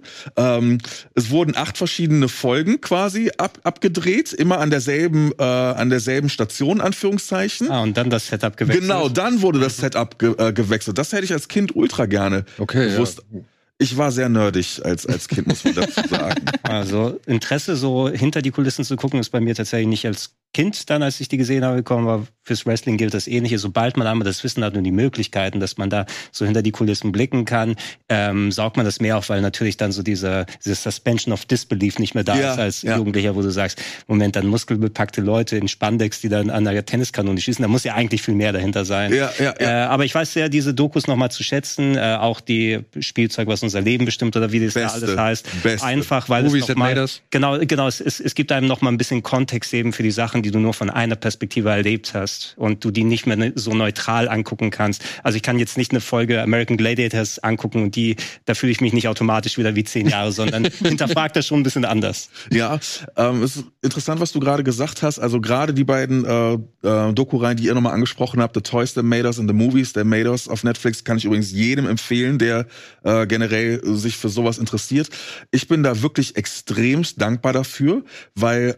es wurden 8 verschiedene Folgen quasi abgedreht, immer an derselben Station, Anführungszeichen. Und dann das Setup gewechselt. Genau, dann wurde das Setup gewechselt. Das hätte ich als Kind ultra gerne gewusst. Ja. Ich war sehr nerdig als Kind, muss man dazu sagen. Also Interesse, so hinter die Kulissen zu gucken, ist bei mir tatsächlich nicht als Kind dann, als ich die gesehen habe, gekommen, aber fürs Wrestling gilt das Ähnliche. Sobald man einmal das Wissen hat und die Möglichkeiten, dass man da so hinter die Kulissen blicken kann, saugt man das mehr auf, weil natürlich dann so diese Suspension of Disbelief nicht mehr da ist als Jugendlicher, wo du sagst, Moment, dann muskelbepackte Leute in Spandex, die dann an der Tenniskanone schießen, da muss ja eigentlich viel mehr dahinter sein. Aber ich weiß sehr, diese Dokus nochmal zu schätzen, auch die Spielzeug, was unser Leben bestimmt oder wie das da alles heißt. Einfach, weil Movies es nochmal, genau, es gibt einem noch mal ein bisschen Kontext eben für die Sachen, die du nur von einer Perspektive erlebt hast und du die nicht mehr so neutral angucken kannst. Also ich kann jetzt nicht eine Folge American Gladiators angucken und da fühle ich mich nicht automatisch wieder wie 10 Jahre, sondern hinterfragt das schon ein bisschen anders. Ja, es ist interessant, was du gerade gesagt hast. Also gerade die beiden Doku-Reihen, die ihr nochmal angesprochen habt, The Toys That Made Us and The Movies That Made Us auf Netflix, kann ich übrigens jedem empfehlen, der generell sich für sowas interessiert. Ich bin da wirklich extremst dankbar dafür, weil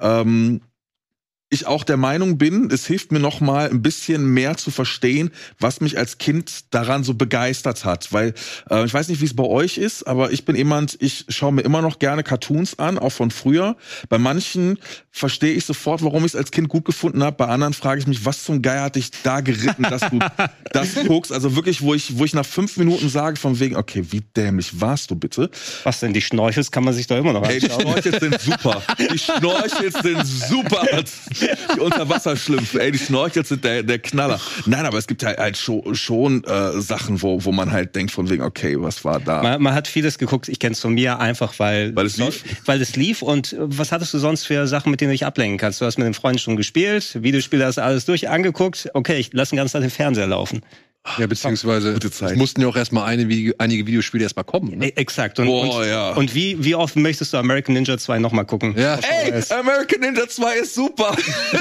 ich auch der Meinung bin, es hilft mir noch mal ein bisschen mehr zu verstehen, was mich als Kind daran so begeistert hat. Weil ich weiß nicht, wie es bei euch ist, aber ich bin ich schaue mir immer noch gerne Cartoons an, auch von früher. Bei manchen verstehe ich sofort, warum ich es als Kind gut gefunden habe. Bei anderen frage ich mich, was zum Geier hat dich da geritten, dass du das guckst. Also wirklich, wo ich nach 5 Minuten sage, von wegen, okay, wie dämlich warst du bitte? Was denn, die Schnorchels kann man sich doch immer noch anschauen. Ey, die Schnorchels sind super. Die Schnorchels sind super. Die Unterwasserschlümpfe, ey, die Schnorchels sind der Knaller. Nein, aber es gibt halt schon Sachen, wo man halt denkt von wegen, okay, was war da? Man hat vieles geguckt, ich kenn's von mir, einfach weil es lief? Weil es lief. Und was hattest du sonst für Sachen, mit denen du dich ablenken kannst? Du hast mit den Freunden schon gespielt, Videospiele hast du alles angeguckt. Okay, ich lasse den ganzen Tag den Fernseher laufen. Ja, beziehungsweise es mussten ja auch erstmal einige Videospiele erstmal kommen. Ne? Exakt. Und wie oft möchtest du American Ninja 2 nochmal gucken? Ja. Ey, American Ninja 2 ist super.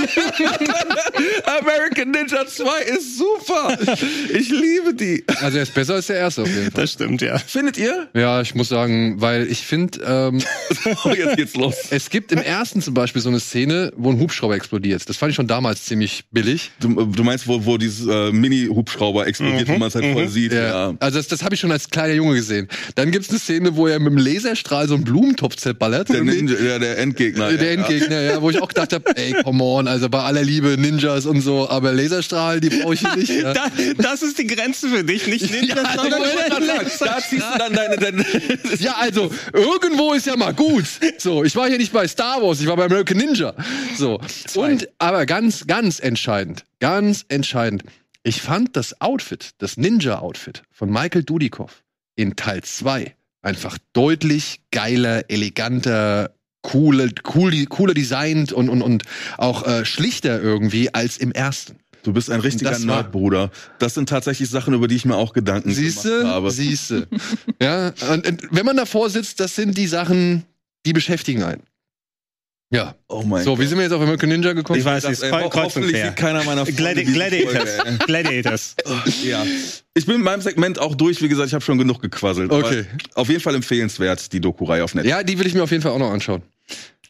American Ninja 2 ist super. Ich liebe die. Also er ist besser als der erste auf jeden Fall. Das stimmt, ja. Findet ihr? Ja, ich muss sagen, weil ich finde, jetzt geht's los. Es gibt im ersten zum Beispiel so eine Szene, wo ein Hubschrauber explodiert. Das fand ich schon damals ziemlich billig. Du meinst, wo dieses Mini-Hubschrauber explodiert, wo man es halt voll sieht. Ja. Also das habe ich schon als kleiner Junge gesehen. Dann gibt's eine Szene, wo er mit dem Laserstrahl so einen Blumentopf zerballert. Der Endgegner. Der Endgegner, ja, wo ich auch gedacht habe, ey, come on, also bei aller Liebe Ninjas und so, aber Laserstrahl, die brauche ich hier nicht. Ja. Das ist die Grenze für dich, nicht Ninjas, sondern da ziehst du dann deine Ja, also irgendwo ist ja mal gut. So, ich war hier nicht bei Star Wars, ich war bei American Ninja. So. Und aber ganz entscheidend, ich fand das Outfit, das Ninja-Outfit von Michael Dudikoff in Teil 2 einfach deutlich geiler, eleganter, cooler designt und auch schlichter irgendwie als im ersten. Du bist ein richtiger Nerd, Bruder. Das sind tatsächlich Sachen, über die ich mir auch Gedanken gemacht habe. Siehste. Ja, und wenn man davor sitzt, das sind die Sachen, die beschäftigen einen. Ja. Oh mein Gott. So, wie sind wir jetzt auf American Ninja gekommen? Ich weiß nicht, hoffentlich sieht keiner meiner Freunde Gladiators. Ja. Ich bin in meinem Segment auch durch, wie gesagt, ich habe schon genug gequasselt. Okay. Auf jeden Fall empfehlenswert, die Doku-Reihe auf Netflix. Ja, die will ich mir auf jeden Fall auch noch anschauen.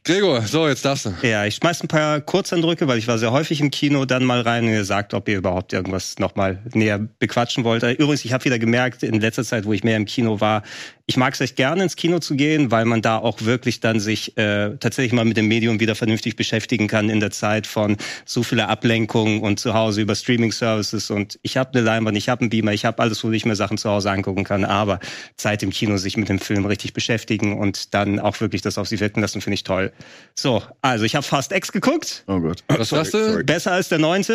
Gregor, so, jetzt darfst du. Ja, ich schmeiß ein paar Kurzeindrücke, weil ich war sehr häufig im Kino, dann mal rein und ihr sagt, ob ihr überhaupt irgendwas nochmal näher bequatschen wollt. Übrigens, ich habe wieder gemerkt, in letzter Zeit, wo ich mehr im Kino war, ich mag es echt gerne, ins Kino zu gehen, weil man da auch wirklich dann sich tatsächlich mal mit dem Medium wieder vernünftig beschäftigen kann in der Zeit von so vieler Ablenkungen und zu Hause über Streaming-Services. Und ich habe eine Leinwand, ich habe einen Beamer, ich habe alles, wo ich mir Sachen zu Hause angucken kann. Aber Zeit im Kino, sich mit dem Film richtig beschäftigen und dann auch wirklich das auf sie wirken lassen, finde ich toll. So, also ich habe Fast X geguckt. Oh Gott. Was hast du? Besser als der 9.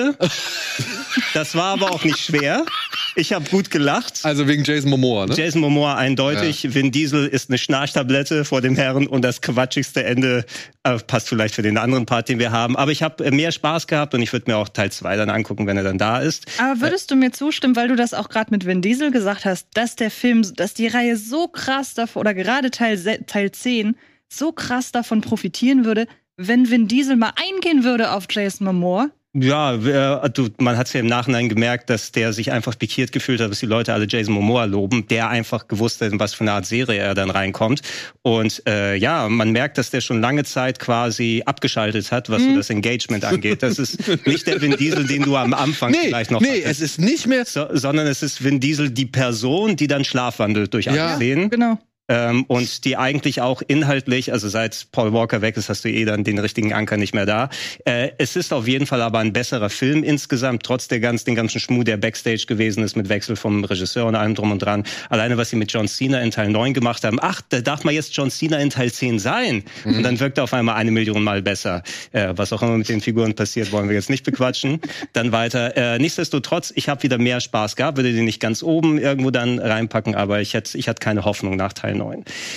Das war aber auch nicht schwer. Ich habe gut gelacht. Also wegen Jason Momoa, ne? Jason Momoa eindeutig. Ja. Vin Diesel ist eine Schnarchtablette vor dem Herrn und das quatschigste Ende passt vielleicht für den anderen Part, den wir haben. Aber ich habe mehr Spaß gehabt und ich würde mir auch Teil 2 dann angucken, wenn er dann da ist. Aber würdest du mir zustimmen, weil du das auch gerade mit Vin Diesel gesagt hast, dass der Film, dass die Reihe so krass davon, oder gerade Teil 10 so krass davon profitieren würde, wenn Vin Diesel mal eingehen würde auf Jason Momoa? Ja, man hat es ja im Nachhinein gemerkt, dass der sich einfach pikiert gefühlt hat, dass die Leute alle Jason Momoa loben, der einfach gewusst hat, in was für eine Art Serie er dann reinkommt. Und ja, man merkt, dass der schon lange Zeit quasi abgeschaltet hat, was so das Engagement angeht. Das ist nicht der Vin Diesel, den du am Anfang vielleicht noch hattest. Es ist nicht mehr... sondern es ist Vin Diesel, die Person, die dann schlafwandelt durch alle Szenen. Genau. Und die eigentlich auch inhaltlich, also seit Paul Walker weg ist, hast du dann den richtigen Anker nicht mehr da. Es ist auf jeden Fall aber ein besserer Film insgesamt, trotz den ganzen Schmuh, der Backstage gewesen ist, mit Wechsel vom Regisseur und allem drum und dran. Alleine, was sie mit John Cena in Teil 9 gemacht haben. Ach, da darf man jetzt John Cena in Teil 10 sein. Und dann wirkt er auf einmal 1 Million Mal besser. Was auch immer mit den Figuren passiert, wollen wir jetzt nicht bequatschen. Dann weiter. Nichtsdestotrotz, ich habe wieder mehr Spaß gehabt, würde den nicht ganz oben irgendwo dann reinpacken, aber ich hatte keine Hoffnung nach Teil 9.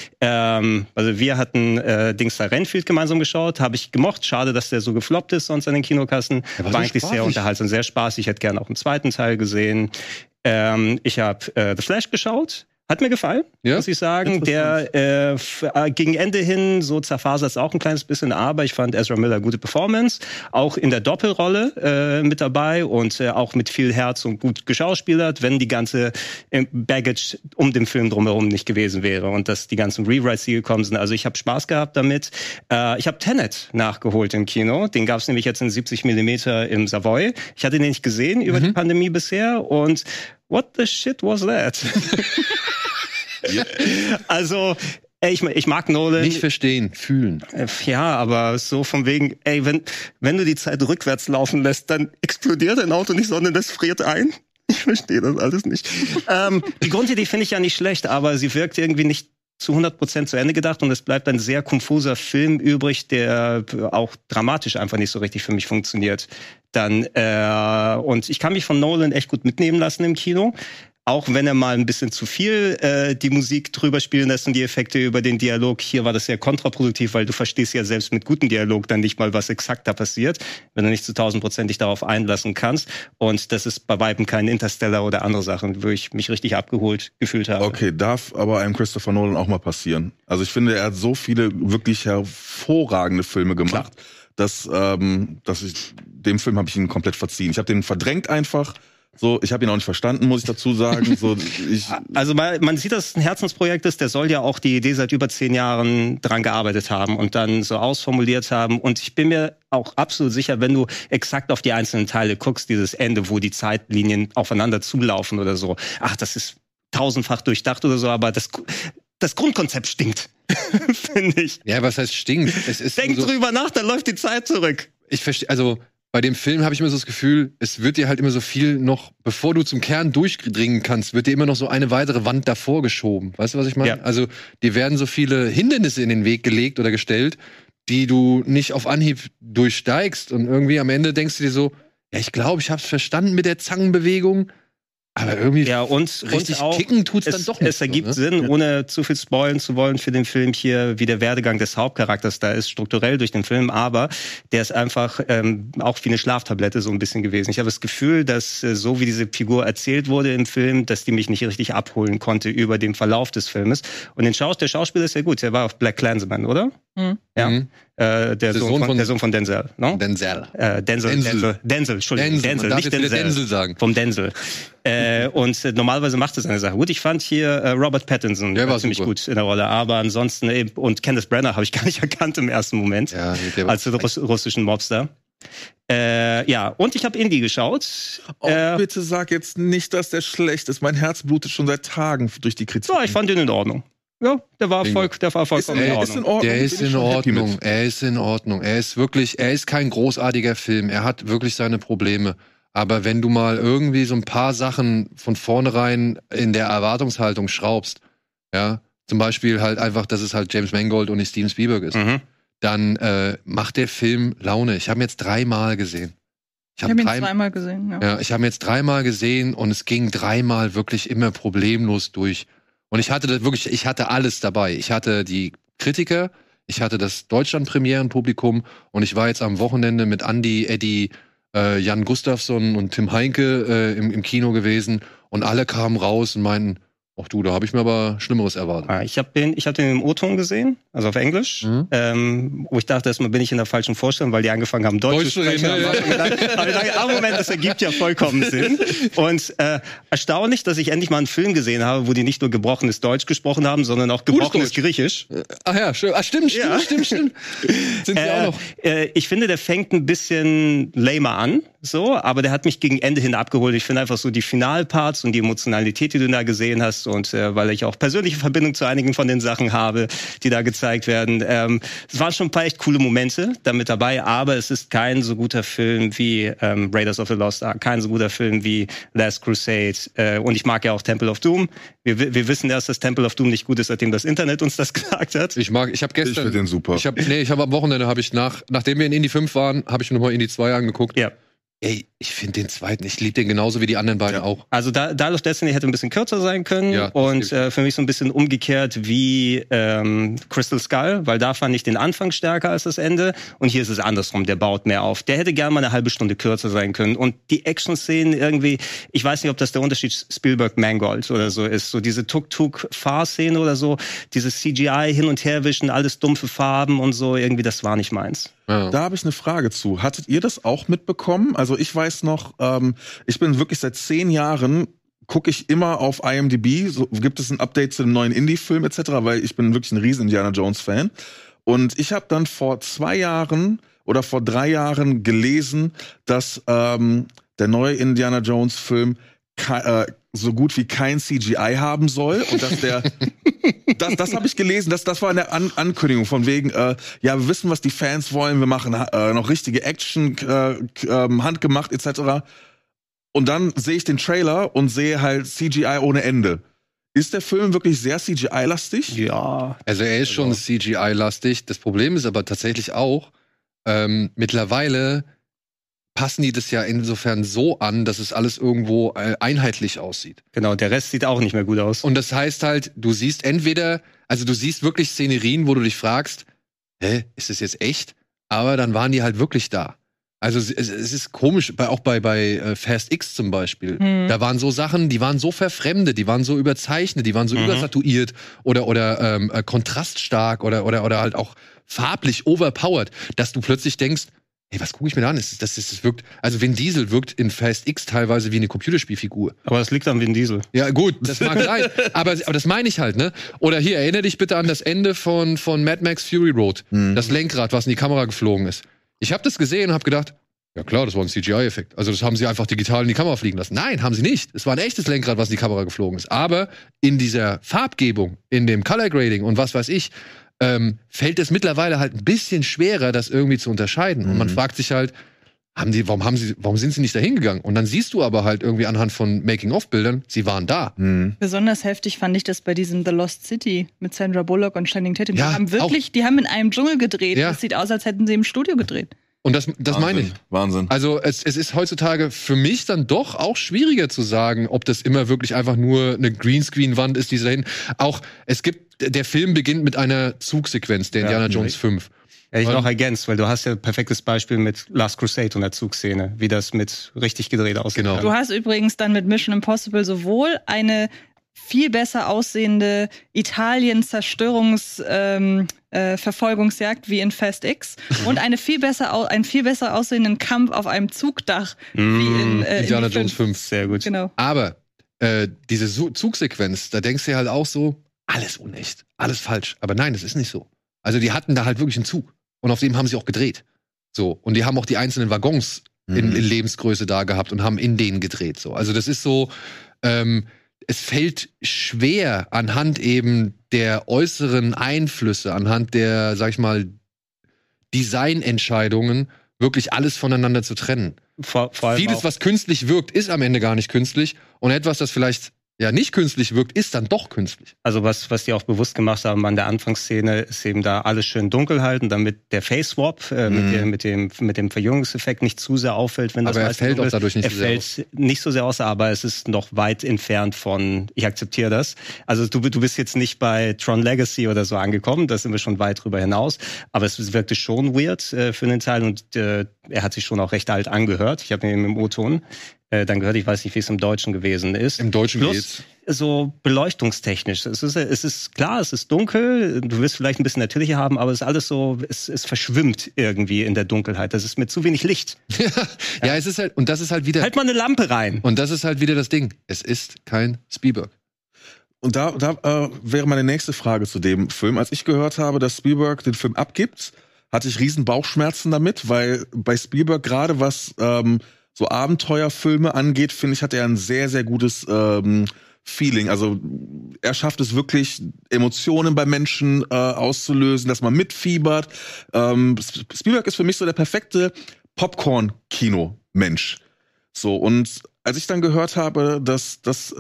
Also wir hatten Renfield gemeinsam geschaut, habe ich gemocht. Schade, dass der so gefloppt ist sonst an den Kinokassen. War so eigentlich sehr unterhaltsam, sehr spaßig. Ich hätte gerne auch einen zweiten Teil gesehen. Ich habe The Flash geschaut. Hat mir gefallen, muss ich sagen. Der gegen Ende hin so zerfasert es auch ein kleines bisschen, aber ich fand Ezra Miller gute Performance. Auch in der Doppelrolle mit dabei und auch mit viel Herz und gut geschauspielert, wenn die ganze Baggage um den Film drumherum nicht gewesen wäre und dass die ganzen Rewrites, die gekommen sind. Also ich habe Spaß gehabt damit. Ich habe Tenet nachgeholt im Kino. Den gab es nämlich jetzt in 70 mm im Savoy. Ich hatte den nicht gesehen über die Pandemie bisher und what the shit was that? Also, ich mag Nolan. Nicht verstehen, fühlen. Ja, aber so von wegen, wenn du die Zeit rückwärts laufen lässt, dann explodiert dein Auto nicht, sondern das friert ein. Ich verstehe das alles nicht. Die Grundidee finde ich ja nicht schlecht, aber sie wirkt irgendwie nicht zu 100% zu Ende gedacht und es bleibt ein sehr konfuser Film übrig, der auch dramatisch einfach nicht so richtig für mich funktioniert. Und ich kann mich von Nolan echt gut mitnehmen lassen im Kino. Auch wenn er mal ein bisschen zu viel die Musik drüber spielen lässt und die Effekte über den Dialog. Hier war das sehr kontraproduktiv, weil du verstehst ja selbst mit gutem Dialog dann nicht mal, was exakt da passiert, wenn du nicht zu 1000% dich darauf einlassen kannst. Und das ist bei Weitem kein Interstellar oder andere Sachen, wo ich mich richtig abgeholt gefühlt habe. Okay, darf aber einem Christopher Nolan auch mal passieren. Also ich finde, er hat so viele wirklich hervorragende Filme gemacht, dass dem Film habe ich ihn komplett verziehen. Ich habe den verdrängt einfach. So, ich habe ihn auch nicht verstanden, muss ich dazu sagen. Also man sieht, dass es ein Herzensprojekt ist. Der soll ja auch die Idee seit über 10 Jahren dran gearbeitet haben und dann so ausformuliert haben. Und ich bin mir auch absolut sicher, wenn du exakt auf die einzelnen Teile guckst, dieses Ende, wo die Zeitlinien aufeinander zulaufen oder so. Ach, das ist 1000-fach durchdacht oder so, aber das Grundkonzept stinkt, finde ich. Ja, was heißt stinkt? Denk drüber nach, dann läuft die Zeit zurück. Ich verstehe, also bei dem Film habe ich immer so das Gefühl, es wird dir halt immer so viel noch, bevor du zum Kern durchdringen kannst, wird dir immer noch so eine weitere Wand davor geschoben. Weißt du, was ich meine? Ja. Also dir werden so viele Hindernisse in den Weg gelegt oder gestellt, die du nicht auf Anhieb durchsteigst. Und irgendwie am Ende denkst du dir so, ja, ich glaube, ich habe es verstanden mit der Zangenbewegung. Aber irgendwie richtig auch, kicken tut's dann doch nicht. Es ergibt Sinn, ohne zu viel spoilen zu wollen für den Film hier, wie der Werdegang des Hauptcharakters da ist, strukturell durch den Film, aber der ist einfach auch wie eine Schlaftablette so ein bisschen gewesen. Ich habe das Gefühl, dass so wie diese Figur erzählt wurde im Film, dass die mich nicht richtig abholen konnte über den Verlauf des Filmes. Und der Schauspieler ist ja gut, der war auf Black Klansman, oder? Ja. Der Sohn von Denzel. No? Denzel. Denzel, Entschuldigung. Denzel, nicht Denzel sagen. Vom Denzel. Und normalerweise macht es eine Sache. Gut, ich fand hier Robert Pattinson war ziemlich gut in der Rolle, aber ansonsten und Kenneth Branagh habe ich gar nicht erkannt im ersten Moment als russischen Mobster. Und ich habe Indie geschaut. Bitte sag jetzt nicht, dass der schlecht ist. Mein Herz blutet schon seit Tagen durch die Kritik. Ja, ich fand ihn in Ordnung. Ja, der war vollkommen in Ordnung. Der ist in Ordnung. Er ist in Ordnung. Er ist kein großartiger Film. Er hat wirklich seine Probleme. Aber wenn du mal irgendwie so ein paar Sachen von vornherein in der Erwartungshaltung schraubst, ja, zum Beispiel halt einfach, dass es halt James Mangold und nicht Steven Spielberg ist, dann macht der Film Laune. Ich habe ihn jetzt 3-mal gesehen. Ich habe ihn 2-mal gesehen, ja. Ja, ich habe ihn jetzt 3-mal gesehen und es ging 3-mal wirklich immer problemlos durch. Und ich hatte alles dabei. Ich hatte die Kritiker, ich hatte das Deutschland-Premieren-Publikum und ich war jetzt am Wochenende mit Andi, Eddie, Jan Gustafsson und Tim Heinke im Kino gewesen und alle kamen raus und meinten, ach du, da habe ich mir aber Schlimmeres erwartet. Ich hab den im O-Ton gesehen, also auf Englisch, wo ich dachte, erstmal bin ich in der falschen Vorstellung, weil die angefangen haben, Deutsch zu sprechen. Aber Moment, das ergibt ja vollkommen Sinn. Und erstaunlich, dass ich endlich mal einen Film gesehen habe, wo die nicht nur gebrochenes Deutsch gesprochen haben, sondern auch gebrochenes Griechisch. Ach ja, stimmt. Sind sie auch noch. Ich finde, der fängt ein bisschen lamer an, so, aber der hat mich gegen Ende hin abgeholt. Ich finde einfach so die Finalparts und die Emotionalität, die du da gesehen hast, und weil ich auch persönliche Verbindung zu einigen von den Sachen habe, die da gezeigt werden. Es waren schon ein paar echt coole Momente damit dabei, aber es ist kein so guter Film wie Raiders of the Lost Ark, kein so guter Film wie Last Crusade. Und ich mag ja auch Temple of Doom. Wir wissen erst, dass Temple of Doom nicht gut ist, seitdem das Internet uns das gesagt hat. Ich habe gestern... Ich finde den super. Ich habe am Wochenende, nachdem wir in Indie 5 waren, habe ich mir nochmal Indie 2 angeguckt. Ja. Ey, ich finde den zweiten, ich liebe den genauso wie die anderen beiden auch. Also Dial of Destiny hätte ein bisschen kürzer sein können, ja, und für mich so ein bisschen umgekehrt wie Crystal Skull, weil da fand ich den Anfang stärker als das Ende, und hier ist es andersrum, der baut mehr auf. Der hätte gerne mal eine halbe Stunde kürzer sein können, und die Action-Szenen irgendwie, ich weiß nicht, ob das der Unterschied Spielberg-Mangold oder so ist, so diese Tuk-Tuk-Fahrszene oder so, dieses CGI hin und her wischen, alles dumpfe Farben und so, irgendwie, das war nicht meins. Ja. Da habe ich eine Frage zu. Hattet ihr das auch mitbekommen? Also ich weiß noch, ich bin wirklich seit 10 Jahren, gucke ich immer auf IMDb, so gibt es ein Update zu dem neuen Indie-Film etc., weil ich bin wirklich ein riesen Indiana Jones-Fan. Und ich habe dann vor 2 Jahren oder vor 3 Jahren gelesen, dass der neue Indiana Jones-Film so gut wie kein CGI haben soll, und dass der das habe ich gelesen, das war eine Ankündigung von wegen, ja, wir wissen, was die Fans wollen, wir machen noch richtige Action, handgemacht etc. Und dann sehe ich den Trailer und sehe halt CGI ohne Ende. Ist der Film wirklich sehr CGI-lastig? Ja. Also er ist schon CGI-lastig. Das Problem ist aber tatsächlich auch, mittlerweile passen die das ja insofern so an, dass es alles irgendwo einheitlich aussieht. Genau, der Rest sieht auch nicht mehr gut aus. Und das heißt halt, du siehst wirklich Szenerien, wo du dich fragst, ist das jetzt echt? Aber dann waren die halt wirklich da. Also es ist komisch, auch bei Fast X zum Beispiel. Da waren so Sachen, die waren so verfremdet, die waren so überzeichnet, die waren so übersatuiert oder kontraststark oder halt auch farblich overpowered, dass du plötzlich denkst, hey, was gucke ich mir da an? Das wirkt, also Vin Diesel wirkt in Fast X teilweise wie eine Computerspielfigur. Aber das liegt an Vin Diesel. Ja, gut, das mag sein. Aber das meine ich halt, ne? Oder hier, erinnere dich bitte an das Ende von Mad Max Fury Road. Das Lenkrad, was in die Kamera geflogen ist. Ich habe das gesehen und habe gedacht, ja klar, das war ein CGI-Effekt. Also das haben sie einfach digital in die Kamera fliegen lassen. Nein, haben sie nicht. Es war ein echtes Lenkrad, was in die Kamera geflogen ist. Aber in dieser Farbgebung, in dem Color Grading und was weiß ich, fällt es mittlerweile halt ein bisschen schwerer, das irgendwie zu unterscheiden. Und man fragt sich halt, warum sind sie nicht da hingegangen? Und dann siehst du aber halt irgendwie anhand von Making-of-Bildern, sie waren da. Besonders heftig fand ich das bei diesem The Lost City mit Sandra Bullock und Channing Tatum. Ja, die haben in einem Dschungel gedreht. Ja. Das sieht aus, als hätten sie im Studio gedreht. Und das meine ich. Wahnsinn. Also es ist heutzutage für mich dann doch auch schwieriger zu sagen, ob das immer wirklich einfach nur eine Greenscreen-Wand ist, die dahin. Auch der Film beginnt mit einer Zugsequenz, der Indiana Jones 5. Ja, ich noch ergänzt, weil du hast ja ein perfektes Beispiel mit Last Crusade und der Zugszene, wie das mit richtig gedreht aussieht. Genau. Du hast übrigens dann mit Mission Impossible sowohl eine viel besser aussehende Italien-Zerstörungs-Verfolgungsjagd wie in Fast X und einen viel besser aussehenden Kampf auf einem Zugdach wie in Indiana Jones 5. Sehr gut. Genau. Aber diese Zugsequenz, da denkst du ja halt auch so, alles unecht, alles falsch. Aber nein, das ist nicht so. Also die hatten da halt wirklich einen Zug. Und auf dem haben sie auch gedreht. So. Und die haben auch die einzelnen Waggons in Lebensgröße da gehabt und haben in denen gedreht. So. Also das ist so, es fällt schwer anhand eben der äußeren Einflüsse, anhand der, sag ich mal, Designentscheidungen, wirklich alles voneinander zu trennen. Vor allem Vieles, was künstlich wirkt, ist am Ende gar nicht künstlich. Und etwas, das vielleicht ja nicht künstlich wirkt, ist dann doch künstlich. Also was die auch bewusst gemacht haben an der Anfangsszene, ist eben da alles schön dunkel halten, damit der Face Swap mit dem Verjüngungseffekt nicht zu sehr auffällt, wenn das aber er meiste fällt dunkel auch dadurch nicht er so sehr fällt nicht so sehr aus, aber es ist noch weit entfernt von, ich akzeptiere das. Also du bist jetzt nicht bei Tron Legacy oder so angekommen, da sind wir schon weit drüber hinaus, aber es wirkte schon weird für den Teil und er hat sich schon auch recht alt angehört. Ich habe ihn im O-Ton dann gehört, ich weiß nicht, wie es im Deutschen gewesen ist. Im Deutschen Plus, geht's. so beleuchtungstechnisch. Es ist klar, es ist dunkel, du wirst vielleicht ein bisschen natürlicher haben, aber es ist alles so, es verschwimmt irgendwie in der Dunkelheit. Das ist mit zu wenig Licht. Ja, es ist halt, und das ist halt wieder. Halt mal eine Lampe rein. Und das ist halt wieder das Ding. Es ist kein Spielberg. Und da wäre meine nächste Frage zu dem Film. Als ich gehört habe, dass Spielberg den Film abgibt, hatte ich riesen Bauchschmerzen damit, weil bei Spielberg gerade was so Abenteuerfilme angeht, finde ich, hat er ein sehr, sehr gutes Feeling. Also er schafft es wirklich, Emotionen bei Menschen auszulösen, dass man mitfiebert. Spielberg ist für mich so der perfekte Popcorn-Kino-Mensch. So, und als ich dann gehört habe, dass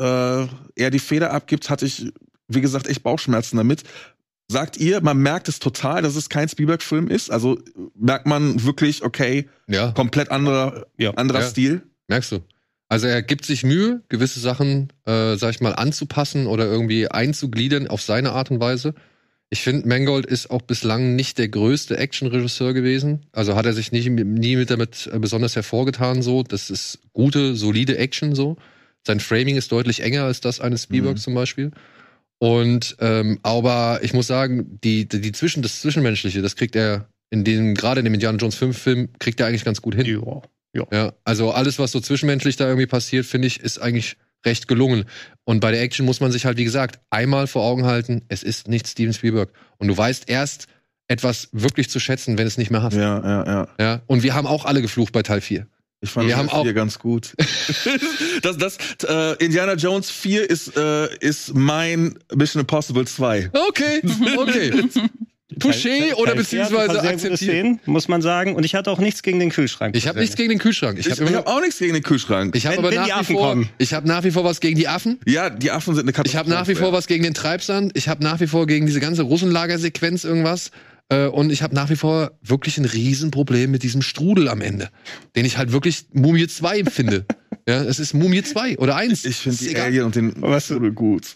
er die Feder abgibt, hatte ich, wie gesagt, echt Bauchschmerzen damit. Sagt ihr, man merkt es total, dass es kein Spielberg-Film ist? Also merkt man wirklich, okay, Ja. komplett anderer Stil? Merkst du? Also er gibt sich Mühe, gewisse Sachen, sag ich mal, anzupassen oder irgendwie einzugliedern auf seine Art und Weise. Ich finde, Mangold ist auch bislang nicht der größte Actionregisseur gewesen. Also hat er sich nie damit besonders hervorgetan so. Das ist gute, solide Action so. Sein Framing ist deutlich enger als das eines Spielberg zum Beispiel. Und aber ich muss sagen, das Zwischenmenschliche, das kriegt er gerade in dem Indiana Jones 5 Film, kriegt er eigentlich ganz gut hin. Ja, also alles, was so zwischenmenschlich da irgendwie passiert, finde ich, ist eigentlich recht gelungen. Und bei der Action muss man sich halt, wie gesagt, einmal vor Augen halten, es ist nicht Steven Spielberg. Und du weißt erst etwas wirklich zu schätzen, wenn es nicht mehr hast. Ja. Und wir haben auch alle geflucht bei Teil 4. Ich fand Wir haben auch 4 ganz gut. Indiana Jones 4 ist mein Mission Impossible 2. Okay. Touché oder beziehungsweise akzeptieren, muss man sagen. Und ich hatte auch nichts gegen den Kühlschrank. Ich habe nichts gegen den Kühlschrank. Ich habe auch nichts gegen den Kühlschrank. Ich habe aber nach wie vor was gegen die Affen. Ja, die Affen sind eine Katastrophe. Ich habe nach wie vor was gegen den Treibsand. Ich habe nach wie vor gegen diese ganze Russenlagersequenz irgendwas. Und ich habe nach wie vor wirklich ein Riesenproblem mit diesem Strudel am Ende, den ich halt wirklich Mumie 2 finde. Ja, es ist Mumie 2 oder 1. Ich finde die Alien und den Strudel gut.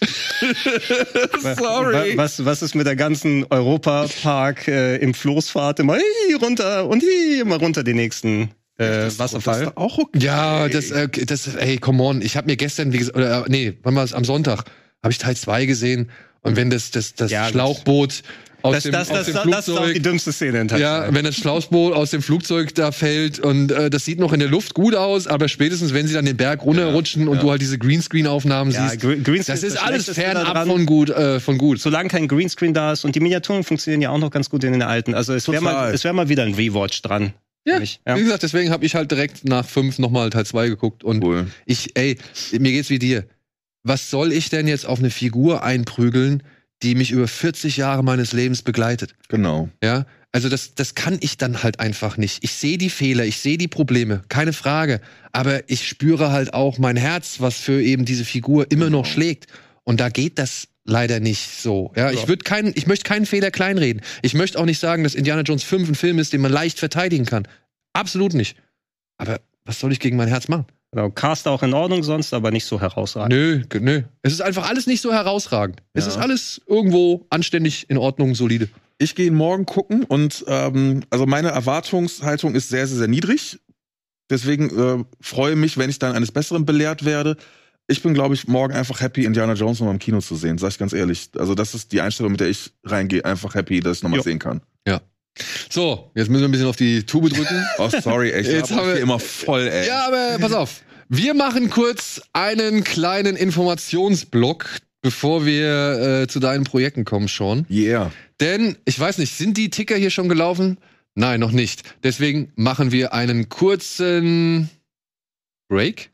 Sorry. Was ist mit der ganzen Europapark im Floßfahrt immer runter und immer runter die nächsten Wasserfall? Das auch okay. Ja, ey, come on. Ich habe mir gestern, wann war es? Am Sonntag, habe ich Teil 2 gesehen. Und wenn das Schlauchboot aus dem Flugzeug, das ist auch die dümmste Szene in Teil 2. Ja, wenn das Schlauchboot aus dem Flugzeug da fällt und das sieht noch in der Luft gut aus, aber spätestens, wenn sie dann den Berg runterrutschen und du halt diese Greenscreen-Aufnahmen siehst, das ist alles fernab von gut. Solange kein Greenscreen da ist und die Miniaturen funktionieren ja auch noch ganz gut in den alten. Also es wäre mal wieder ein Rewatch dran. Ja, wie gesagt, deswegen habe ich halt direkt nach 5 nochmal Teil 2 geguckt und mir geht's wie dir. Was soll ich denn jetzt auf eine Figur einprügeln, die mich über 40 Jahre meines Lebens begleitet? Genau. Ja, also das kann ich dann halt einfach nicht. Ich sehe die Fehler, ich sehe die Probleme, keine Frage. Aber ich spüre halt auch mein Herz, was für eben diese Figur immer noch schlägt. Und da geht das leider nicht so. Ja, ich möchte keinen Fehler kleinreden. Ich möchte auch nicht sagen, dass Indiana Jones 5 ein Film ist, den man leicht verteidigen kann. Absolut nicht. Aber was soll ich gegen mein Herz machen? Genau, Cast auch in Ordnung sonst, aber nicht so herausragend. Nö. Es ist einfach alles nicht so herausragend. Es ist alles irgendwo anständig, in Ordnung, solide. Ich gehe morgen gucken und also meine Erwartungshaltung ist sehr, sehr, sehr niedrig. Deswegen freue mich, wenn ich dann eines Besseren belehrt werde. Ich bin, glaube ich, morgen einfach happy, Indiana Jones nochmal im Kino zu sehen, sag ich ganz ehrlich. Also das ist die Einstellung, mit der ich reingehe, einfach happy, dass ich nochmal sehen kann. Ja. So, jetzt müssen wir ein bisschen auf die Tube drücken. Oh, sorry, ey, Jetzt haben wir hier immer voll, ey. Ja, aber pass auf. Wir machen kurz einen kleinen Informationsblock, bevor wir zu deinen Projekten kommen, Sean. Yeah. Denn, ich weiß nicht, sind die Ticker hier schon gelaufen? Nein, noch nicht. Deswegen machen wir einen kurzen Break.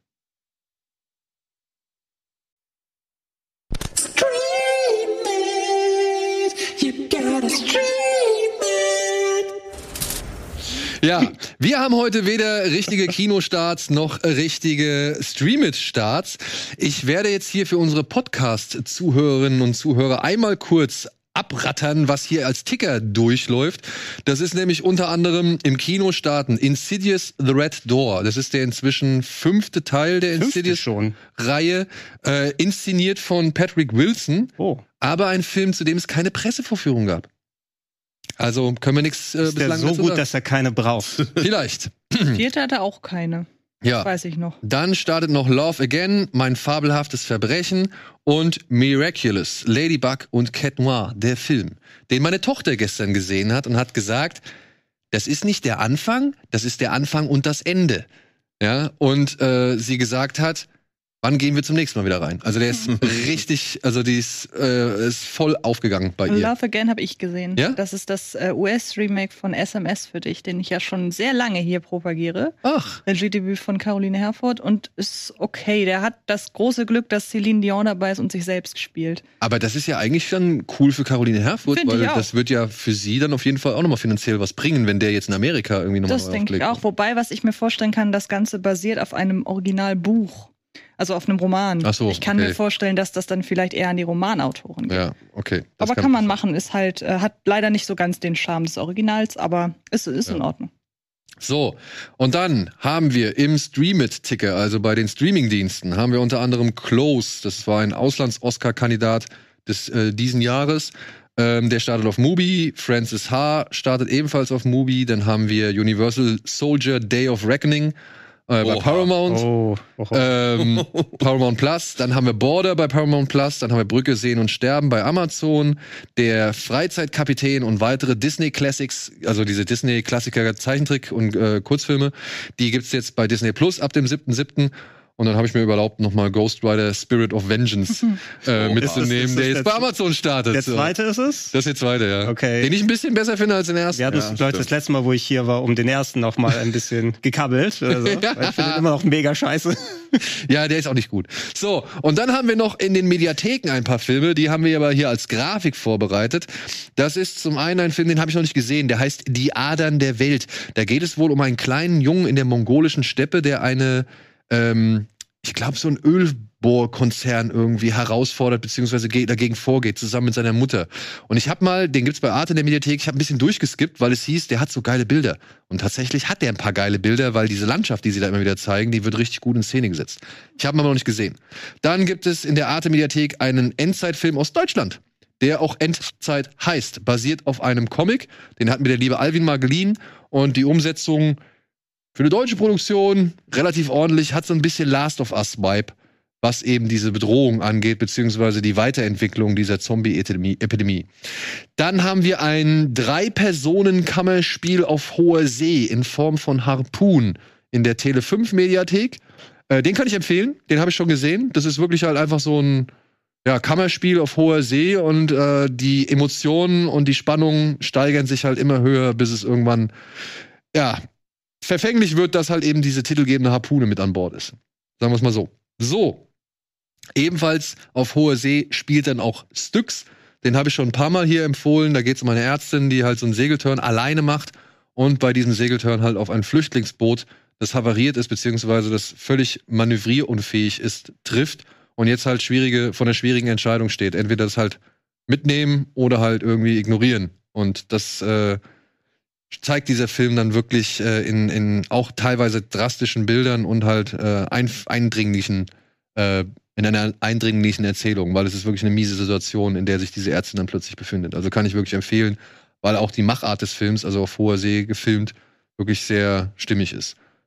Ja, wir haben heute weder richtige Kinostarts noch richtige Stream-It-Starts. Ich werde jetzt hier für unsere Podcast-Zuhörerinnen und Zuhörer einmal kurz abrattern, was hier als Ticker durchläuft. Das ist nämlich unter anderem im Kino starten Insidious The Red Door. Das ist der inzwischen 5. Teil der Insidious-Reihe, inszeniert von Patrick Wilson, aber ein Film, zu dem es keine Pressevorführung gab. Also können wir nichts bislang dazu sagen. Ist der so gut, dass er keine braucht? Vielleicht. 4. hat er auch keine. Ja. Das weiß ich noch. Dann startet noch Love Again, Mein fabelhaftes Verbrechen und Miraculous, Ladybug und Cat Noir, der Film, den meine Tochter gestern gesehen hat und hat gesagt, das ist nicht der Anfang, das ist der Anfang und das Ende. Ja, und sie gesagt hat, wann gehen wir zum nächsten Mal wieder rein? Also der ist richtig, also die ist voll aufgegangen bei ihr. Love Again habe ich gesehen. Ja? Das ist das US-Remake von SMS für dich, den ich ja schon sehr lange hier propagiere. Ach. Regiedebüt von Caroline Herfurth und ist okay. Der hat das große Glück, dass Celine Dion dabei ist und sich selbst spielt. Aber das ist ja eigentlich dann cool für Caroline Herfurth, Find weil ich auch. das wird ja für sie dann auf jeden Fall auch nochmal finanziell was bringen, wenn der jetzt in Amerika irgendwie nochmal Das denke ich auch. Wobei, was ich mir vorstellen kann, das Ganze basiert auf einem Originalbuch. Also auf einem Roman. Ach so, ich kann mir vorstellen, dass das dann vielleicht eher an die Romanautoren geht. Ja, okay. Aber kann man machen, ist halt, hat leider nicht so ganz den Charme des Originals, aber ist in Ordnung. So, und dann haben wir im Stream-It-Ticker, also bei den Streaming-Diensten, haben wir unter anderem Close, das war ein Auslands-Oscar-Kandidat des diesen Jahres. Der startet auf Mubi, Francis H. startet ebenfalls auf Mubi, dann haben wir Universal Soldier Day of Reckoning, bei Paramount, Paramount Plus, dann haben wir Border bei Paramount Plus, dann haben wir Brücke sehen und sterben bei Amazon, der Freizeitkapitän und weitere Disney Classics, also diese Disney Klassiker Zeichentrick und Kurzfilme, die gibt's jetzt bei Disney Plus ab dem 7.7. Und dann habe ich mir überlaubt, nochmal Ghost Rider Spirit of Vengeance mitzunehmen, der jetzt bei Amazon startet. Der zweite ist es? Das ist der zweite, ja. Okay. Den ich ein bisschen besser finde als den ersten. Wir hatten uns, glaube ich, das letzte Mal, wo ich hier war, um den ersten noch mal ein bisschen gekabbelt. Also, ich finde den immer noch mega scheiße. Ja, der ist auch nicht gut. So, und dann haben wir noch in den Mediatheken ein paar Filme, die haben wir aber hier als Grafik vorbereitet. Das ist zum einen ein Film, den habe ich noch nicht gesehen, der heißt Die Adern der Welt. Da geht es wohl um einen kleinen Jungen in der mongolischen Steppe, der eine ich glaube, so ein Ölbohrkonzern irgendwie herausfordert, beziehungsweise dagegen vorgeht, zusammen mit seiner Mutter. Und ich habe mal, den gibt's bei Arte in der Mediathek, ich habe ein bisschen durchgeskippt, weil es hieß, der hat so geile Bilder. Und tatsächlich hat der ein paar geile Bilder, weil diese Landschaft, die sie da immer wieder zeigen, die wird richtig gut in Szene gesetzt. Ich habe ihn aber noch nicht gesehen. Dann gibt es in der Arte Mediathek einen Endzeitfilm aus Deutschland, der auch Endzeit heißt, basiert auf einem Comic. Den hat mir der liebe Alvin mal geliehen. Und die Umsetzung für eine deutsche Produktion relativ ordentlich, hat so ein bisschen Last of Us-Vibe, was eben diese Bedrohung angeht, beziehungsweise die Weiterentwicklung dieser Zombie-Epidemie. Dann haben wir ein 3-Personen-Kammerspiel auf hoher See in Form von Harpoon in der Tele5-Mediathek. Den kann ich empfehlen, den habe ich schon gesehen. Das ist wirklich halt einfach so ein Kammerspiel auf hoher See und die Emotionen und die Spannungen steigern sich halt immer höher, bis es irgendwann, verfänglich wird, dass halt eben diese titelgebende Harpune mit an Bord ist. Sagen wir es mal so. So. Ebenfalls auf hoher See spielt dann auch Styx. Den habe ich schon ein paar Mal hier empfohlen. Da geht es um eine Ärztin, die halt so einen Segeltörn alleine macht und bei diesem Segeltörn halt auf ein Flüchtlingsboot, das havariert ist, beziehungsweise das völlig manövrierunfähig ist, trifft und jetzt halt vor einer schwierigen Entscheidung steht. Entweder das halt mitnehmen oder halt irgendwie ignorieren. Und das zeigt dieser Film dann wirklich in auch teilweise drastischen Bildern und halt in einer eindringlichen Erzählung, weil es ist wirklich eine miese Situation, in der sich diese Ärztin dann plötzlich befindet. Also kann ich wirklich empfehlen, weil auch die Machart des Films, also auf hoher See gefilmt, wirklich sehr stimmig ist.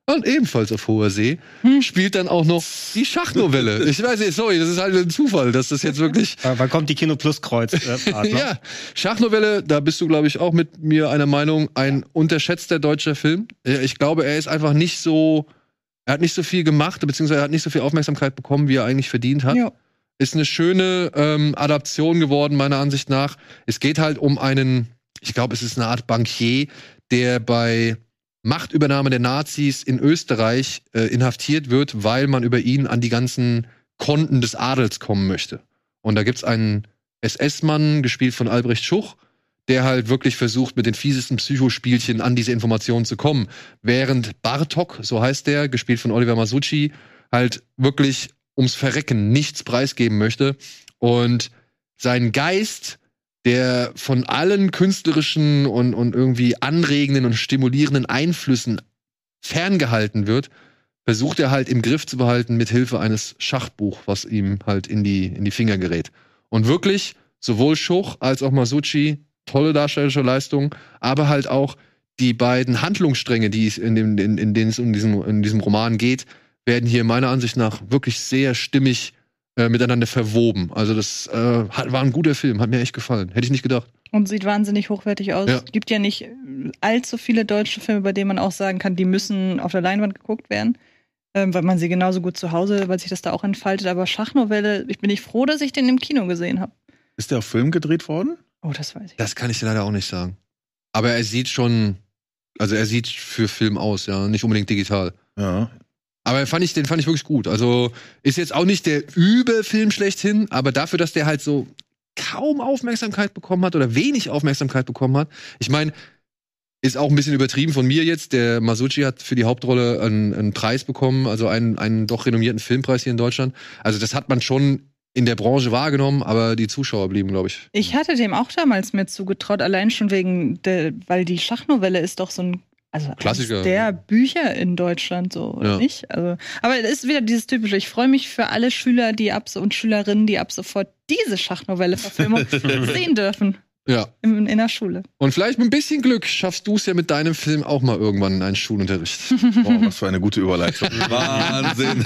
Und ebenfalls auf hoher See spielt dann auch noch die Schachnovelle. Ich weiß nicht, sorry, das ist halt ein Zufall, dass das jetzt wirklich... Wann kommt die Kino Plus Kreuz? Ja, Schachnovelle, da bist du, glaube ich, auch mit mir einer Meinung, ein unterschätzter deutscher Film. Ich glaube, er ist einfach nicht so... Er hat nicht so viel gemacht, beziehungsweise er hat nicht so viel Aufmerksamkeit bekommen, wie er eigentlich verdient hat. Ja. Ist eine schöne Adaption geworden, meiner Ansicht nach. Es geht halt um einen, ich glaube, es ist eine Art Bankier, der bei Machtübernahme der Nazis in Österreich inhaftiert wird, weil man über ihn an die ganzen Konten des Adels kommen möchte. Und da gibt's einen SS-Mann, gespielt von Albrecht Schuch, der halt wirklich versucht, mit den fiesesten Psychospielchen an diese Informationen zu kommen. Während Bartok, so heißt der, gespielt von Oliver Masucci, halt wirklich ums Verrecken nichts preisgeben möchte. Und sein Geist, der von allen künstlerischen und irgendwie anregenden und stimulierenden Einflüssen ferngehalten wird, versucht er halt im Griff zu behalten mit Hilfe eines Schachbuchs, was ihm halt in die Finger gerät. Und wirklich, sowohl Schuch als auch Masucci, tolle darstellerische Leistung, aber halt auch die beiden Handlungsstränge, die es in denen es in diesem Roman geht, werden hier meiner Ansicht nach wirklich sehr stimmig miteinander verwoben. Also das war ein guter Film, hat mir echt gefallen. Hätte ich nicht gedacht. Und sieht wahnsinnig hochwertig aus. Ja. Es gibt ja nicht allzu viele deutsche Filme, bei denen man auch sagen kann, die müssen auf der Leinwand geguckt werden, weil man sie genauso gut zu Hause, weil sich das da auch entfaltet. Aber Schachnovelle, ich bin nicht froh, dass ich den im Kino gesehen habe. Ist der auf Film gedreht worden? Oh, das weiß ich. Das kann ich dir leider auch nicht sagen. Aber er sieht schon, also er sieht für Film aus, ja, nicht unbedingt digital. Ja. Aber den fand ich wirklich gut. Also ist jetzt auch nicht der Überfilm schlechthin, aber dafür, dass der halt so kaum Aufmerksamkeit bekommen hat oder wenig Aufmerksamkeit bekommen hat. Ich meine, ist auch ein bisschen übertrieben von mir jetzt. Der Masucci hat für die Hauptrolle einen Preis bekommen, also einen doch renommierten Filmpreis hier in Deutschland. Also das hat man schon in der Branche wahrgenommen, aber die Zuschauer blieben, glaube ich. Ich hatte dem auch damals mir zugetraut, allein schon weil die Schachnovelle ist doch so ein Klassiker. Der Bücher in Deutschland, so, oder nicht? Also, aber es ist wieder dieses typische, ich freue mich für alle Schüler, und Schülerinnen, die ab sofort diese Schachnovelle-Verfilmung sehen dürfen. Ja. In der Schule. Und vielleicht mit ein bisschen Glück schaffst du es ja mit deinem Film auch mal irgendwann in einen Schulunterricht. Oh, was für eine gute Überleitung. Wahnsinn.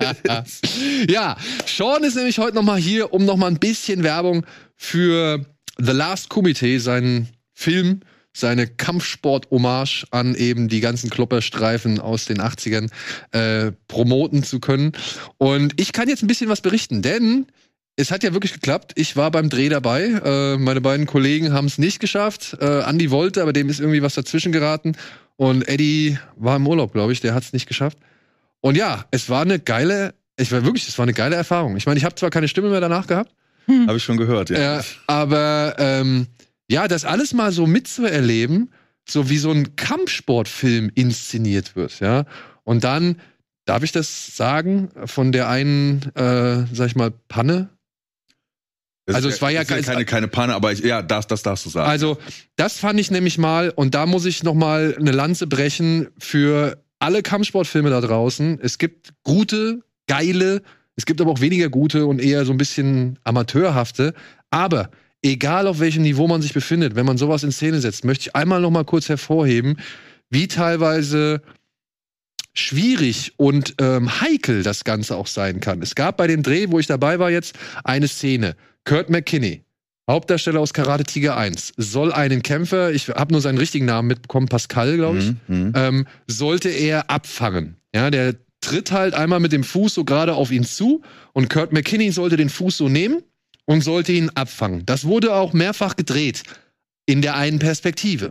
Ja, Sean ist nämlich heute noch mal hier, um noch mal ein bisschen Werbung für The Last Committee, seinen Film, seine Kampfsport-Hommage an eben die ganzen Klopperstreifen aus den 80ern promoten zu können. Und ich kann jetzt ein bisschen was berichten, denn es hat ja wirklich geklappt. Ich war beim Dreh dabei. Meine beiden Kollegen haben es nicht geschafft. Andi wollte, aber dem ist irgendwie was dazwischen geraten. Und Eddie war im Urlaub, glaube ich. Der hat es nicht geschafft. Und ja, es war eine geile Erfahrung. Ich meine, ich habe zwar keine Stimme mehr danach gehabt. Habe ich schon gehört, ja. Aber ja, das alles mal so mitzuerleben, so wie so ein Kampfsportfilm inszeniert wird, ja. Und dann, darf ich das sagen, von der einen, sag ich mal, Panne? Also es war ja keine Panne, aber das darfst du sagen. Also das fand ich nämlich mal, und da muss ich noch mal eine Lanze brechen für alle Kampfsportfilme da draußen. Es gibt gute, geile, es gibt aber auch weniger gute und eher so ein bisschen amateurhafte. Aber egal auf welchem Niveau man sich befindet, wenn man sowas in Szene setzt, möchte ich einmal noch mal kurz hervorheben, wie teilweise schwierig und heikel das Ganze auch sein kann. Es gab bei dem Dreh, wo ich dabei war jetzt, eine Szene. Kurt McKinney, Hauptdarsteller aus Karate Tiger 1, soll einen Kämpfer, ich habe nur seinen richtigen Namen mitbekommen, Pascal, glaube ich, sollte er abfangen. Ja, der tritt halt einmal mit dem Fuß so gerade auf ihn zu und Kurt McKinney sollte den Fuß so nehmen und sollte ihn abfangen. Das wurde auch mehrfach gedreht in der einen Perspektive.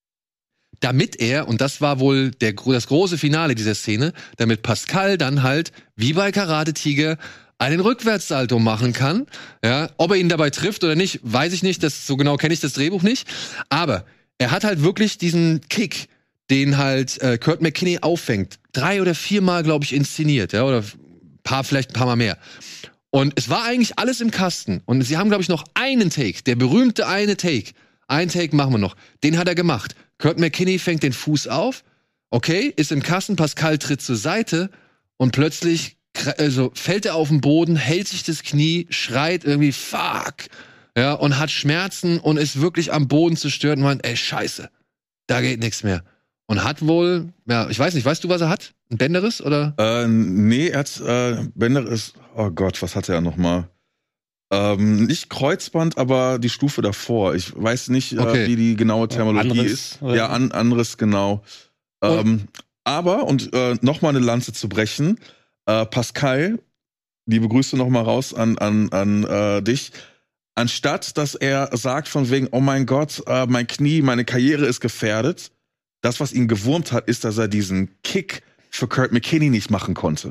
Damit er, und das war wohl das große Finale dieser Szene, damit Pascal dann halt, wie bei Karate Tiger, einen Rückwärtssalto machen kann. Ja, ob er ihn dabei trifft oder nicht, weiß ich nicht. So genau kenne ich das Drehbuch nicht. Aber er hat halt wirklich diesen Kick, den halt Kurt McKinney auffängt. 3 oder 4 Mal, glaube ich, inszeniert. Ja, oder vielleicht ein paar Mal mehr. Und es war eigentlich alles im Kasten. Und sie haben, glaube ich, noch einen Take. Der berühmte eine Take. Einen Take machen wir noch. Den hat er gemacht. Kurt McKinney fängt den Fuß auf. Okay, ist im Kasten. Pascal tritt zur Seite. Und plötzlich fällt er auf den Boden, hält sich das Knie, schreit irgendwie fuck, ja, und hat Schmerzen und ist wirklich am Boden zerstört und meint, ey, scheiße, da geht nichts mehr. Und hat wohl, ja, ich weiß nicht, weißt du, was er hat? Ein Bänderriss, oder? Nee, er hat Bänderriss. Oh Gott, was hatte er nochmal? Nicht Kreuzband, aber die Stufe davor. Ich weiß nicht, wie die genaue Terminologie ist. Oder? Ja, Anriss, genau. Aber nochmal eine Lanze zu brechen, Pascal, liebe Grüße nochmal raus an dich. Anstatt, dass er sagt von wegen, oh mein Gott, mein Knie, meine Karriere ist gefährdet, das, was ihn gewurmt hat, ist, dass er diesen Kick für Kurt McKinney nicht machen konnte.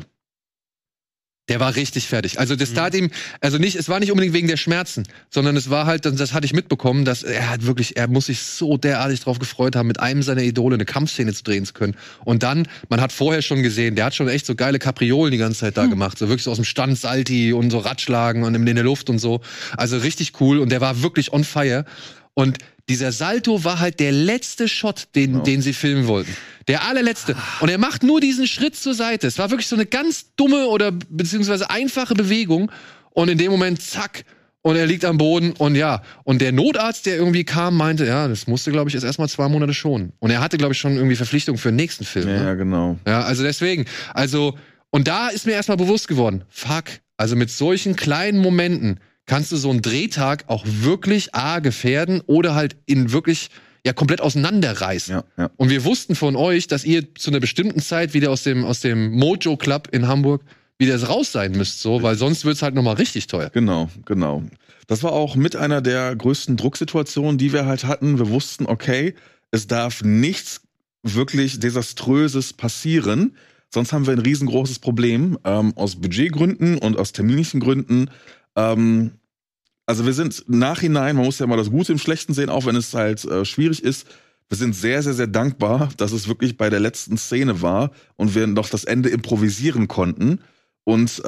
Der war richtig fertig. Also das tat ihm, es war nicht unbedingt wegen der Schmerzen, sondern es war halt, das hatte ich mitbekommen, dass er muss sich so derartig drauf gefreut haben, mit einem seiner Idole eine Kampfszene zu drehen zu können. Und dann, man hat vorher schon gesehen, der hat schon echt so geile Kapriolen die ganze Zeit da gemacht, so wirklich so aus dem Stand Salti und so Ratschlagen und in der Luft und so. Also richtig cool und der war wirklich on fire. Und dieser Salto war halt der letzte Shot, den sie filmen wollten. Der allerletzte. Und er macht nur diesen Schritt zur Seite. Es war wirklich so eine ganz dumme oder beziehungsweise einfache Bewegung. Und in dem Moment, zack, und er liegt am Boden. Und ja, und der Notarzt, der irgendwie kam, meinte, ja, das musste, glaube ich, erst mal 2 Monate schonen. Und er hatte, glaube ich, schon irgendwie Verpflichtungen für den nächsten Film. Ja, ne? Genau. Ja, also deswegen. Und da ist mir erstmal bewusst geworden, fuck, also mit solchen kleinen Momenten kannst du so einen Drehtag auch wirklich gefährden oder halt in wirklich komplett auseinanderreißen. Ja. Und wir wussten von euch, dass ihr zu einer bestimmten Zeit wieder aus dem Mojo Club in Hamburg wieder raus sein müsst, so, weil sonst wird's halt nochmal richtig teuer. Genau. Das war auch mit einer der größten Drucksituationen, die wir halt hatten. Wir wussten, okay, es darf nichts wirklich Desaströses passieren, sonst haben wir ein riesengroßes Problem, aus Budgetgründen und aus terminlichen Gründen. Also wir sind nachhinein, man muss ja mal das Gute im Schlechten sehen, auch wenn es halt schwierig ist. Wir sind sehr, sehr, sehr dankbar, dass es wirklich bei der letzten Szene war und wir noch das Ende improvisieren konnten. Und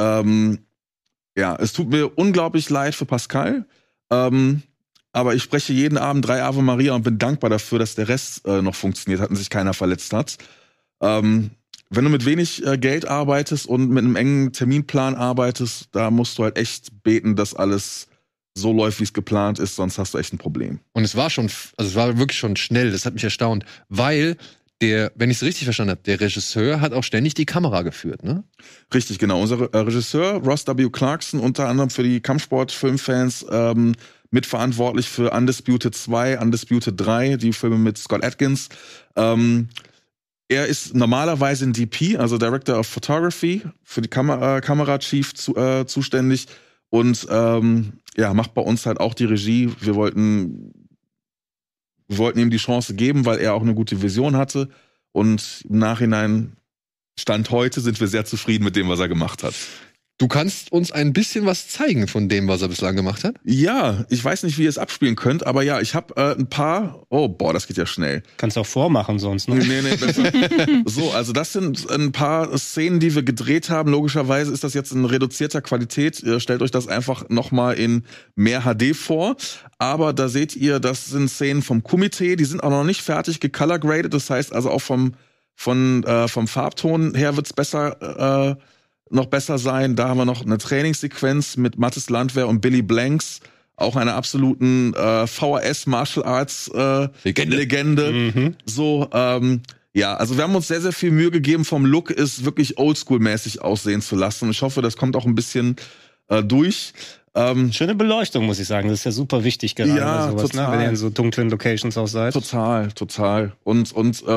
es tut mir unglaublich leid für Pascal. Aber ich spreche jeden Abend 3 Ave Maria und bin dankbar dafür, dass der Rest noch funktioniert hat und sich keiner verletzt hat. Wenn du mit wenig Geld arbeitest und mit einem engen Terminplan arbeitest, da musst du halt echt beten, dass alles so läuft, wie es geplant ist, sonst hast du echt ein Problem. Und es war wirklich schon schnell, das hat mich erstaunt, weil wenn ich es richtig verstanden habe, der Regisseur hat auch ständig die Kamera geführt, ne? Richtig, genau. Unser Regisseur, Ross W. Clarkson, unter anderem für die Kampfsport-Filmfans, mitverantwortlich für Undisputed 2, Undisputed 3, die Filme mit Scott Adkins. Er ist normalerweise ein DP, also Director of Photography, für die Kamerachief zuständig und macht bei uns halt auch die Regie. Wir wollten ihm die Chance geben, weil er auch eine gute Vision hatte und im Nachhinein, Stand heute, sind wir sehr zufrieden mit dem, was er gemacht hat. Du kannst uns ein bisschen was zeigen von dem, was er bislang gemacht hat? Ja, ich weiß nicht, wie ihr es abspielen könnt, aber ja, ich habe ein paar... Oh, boah, das geht ja schnell. Kannst auch vormachen sonst, ne? Nee, besser. So, also das sind ein paar Szenen, die wir gedreht haben. Logischerweise ist das jetzt in reduzierter Qualität. Ihr stellt euch das einfach nochmal in mehr HD vor. Aber da seht ihr, das sind Szenen vom Komitee. Die sind auch noch nicht fertig gecolor-graded. Das heißt also auch vom Farbton her wird's noch besser sein. Da haben wir noch eine Trainingssequenz mit Mathis Landwehr und Billy Blanks, auch einer absoluten VHS Martial Arts Legende. Mhm. So, also wir haben uns sehr, sehr viel Mühe gegeben, vom Look ist wirklich oldschool-mäßig aussehen zu lassen. Ich hoffe, das kommt auch ein bisschen durch. Schöne Beleuchtung, muss ich sagen. Das ist ja super wichtig gerade. Ja, sowas, total. ne? Wenn ihr in so dunklen Locations auch seid. Total. Und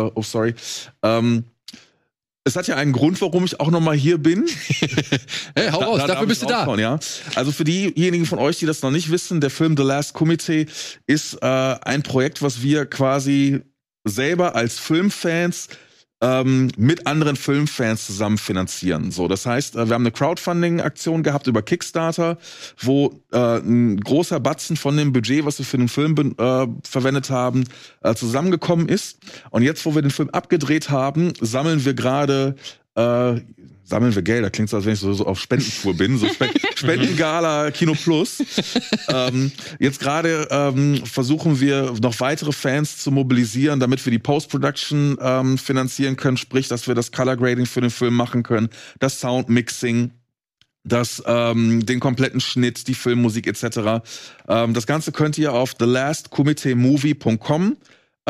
es hat ja einen Grund, warum ich auch nochmal hier bin. Hey, hau raus, dafür bist du da. Ja. Also für diejenigen von euch, die das noch nicht wissen, der Film The Last Committee ist ein Projekt, was wir quasi selber als Filmfans mit anderen Filmfans zusammen finanzieren. So, das heißt, wir haben eine Crowdfunding-Aktion gehabt über Kickstarter, wo ein großer Batzen von dem Budget, was wir für den Film verwendet haben, zusammengekommen ist. Und jetzt, wo wir den Film abgedreht haben, sammeln wir Geld. Das klingt so, als wenn ich so auf Spendentour bin. So Spendengala Kino Plus. Jetzt gerade versuchen wir noch weitere Fans zu mobilisieren, damit wir die Post-Production finanzieren können. Sprich, dass wir das Color Grading für den Film machen können, das Soundmixing, den kompletten Schnitt, die Filmmusik etc. Das Ganze könnt ihr auf thelastcommitteemovie.com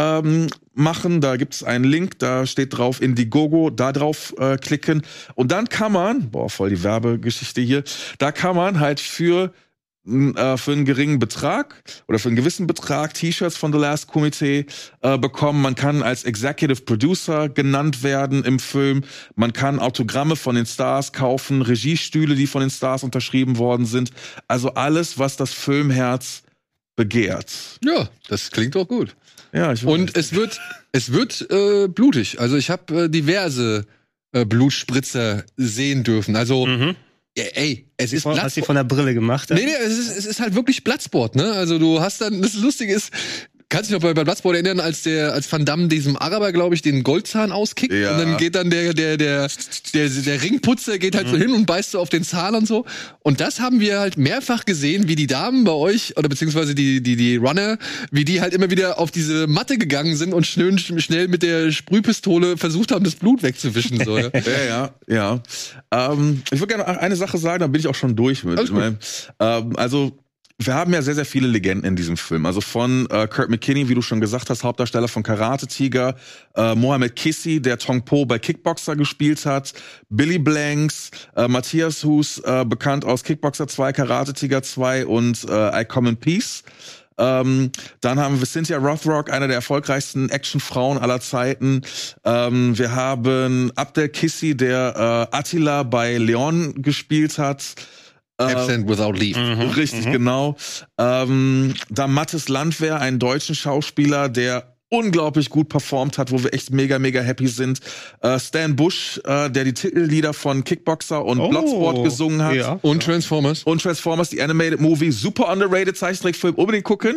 machen. Da gibt es einen Link, da steht drauf Indiegogo, da drauf klicken. Und dann kann man, voll die Werbegeschichte hier, da kann man halt für einen geringen Betrag oder für einen gewissen Betrag T-Shirts von The Last Committee bekommen. Man kann als Executive Producer genannt werden im Film. Man kann Autogramme von den Stars kaufen, Regiestühle, die von den Stars unterschrieben worden sind. Also alles, was das Filmherz begehrt. Ja, das klingt doch gut. Ja, ich weiß. Und es wird blutig. Also ich habe diverse Blutspritzer sehen dürfen. Also ey, es ist Hast du von der Brille gemacht? Nee, es ist halt wirklich Bloodsport, ne? Also du hast dann, das Lustige ist, kannst dich noch bei Bloodsport erinnern, als Van Damme diesem Araber, glaube ich, den Goldzahn auskickt und dann geht dann der Ringputzer geht halt so hin und beißt so auf den Zahn und so. Und das haben wir halt mehrfach gesehen, wie die Damen bei euch oder beziehungsweise die Runner, wie die halt immer wieder auf diese Matte gegangen sind und schnell mit der Sprühpistole versucht haben, das Blut wegzuwischen. So, ja. Ja. Ich würde gerne eine Sache sagen, dann bin ich auch schon durch mit. Also wir haben ja sehr, sehr viele Legenden in diesem Film. Also von Kurt McKinney, wie du schon gesagt hast, Hauptdarsteller von Karate Tiger, Mohamed Kissi, der Tong Po bei Kickboxer gespielt hat, Billy Blanks, Matthias Hus, bekannt aus Kickboxer 2, Karate Tiger 2 und I Come in Peace. Dann haben wir Cynthia Rothrock, einer der erfolgreichsten Actionfrauen aller Zeiten. Wir haben Abdel Kissi, der Attila bei Leon gespielt hat. Absent without leave. Richtig, genau. Dann Mathis Landwehr, einen deutschen Schauspieler, der unglaublich gut performt hat, wo wir echt mega, mega happy sind. Stan Bush, der die Titellieder von Kickboxer und Bloodsport gesungen hat. Ja. Und Transformers. Die Animated Movie. Super underrated Zeichentrickfilm, unbedingt gucken.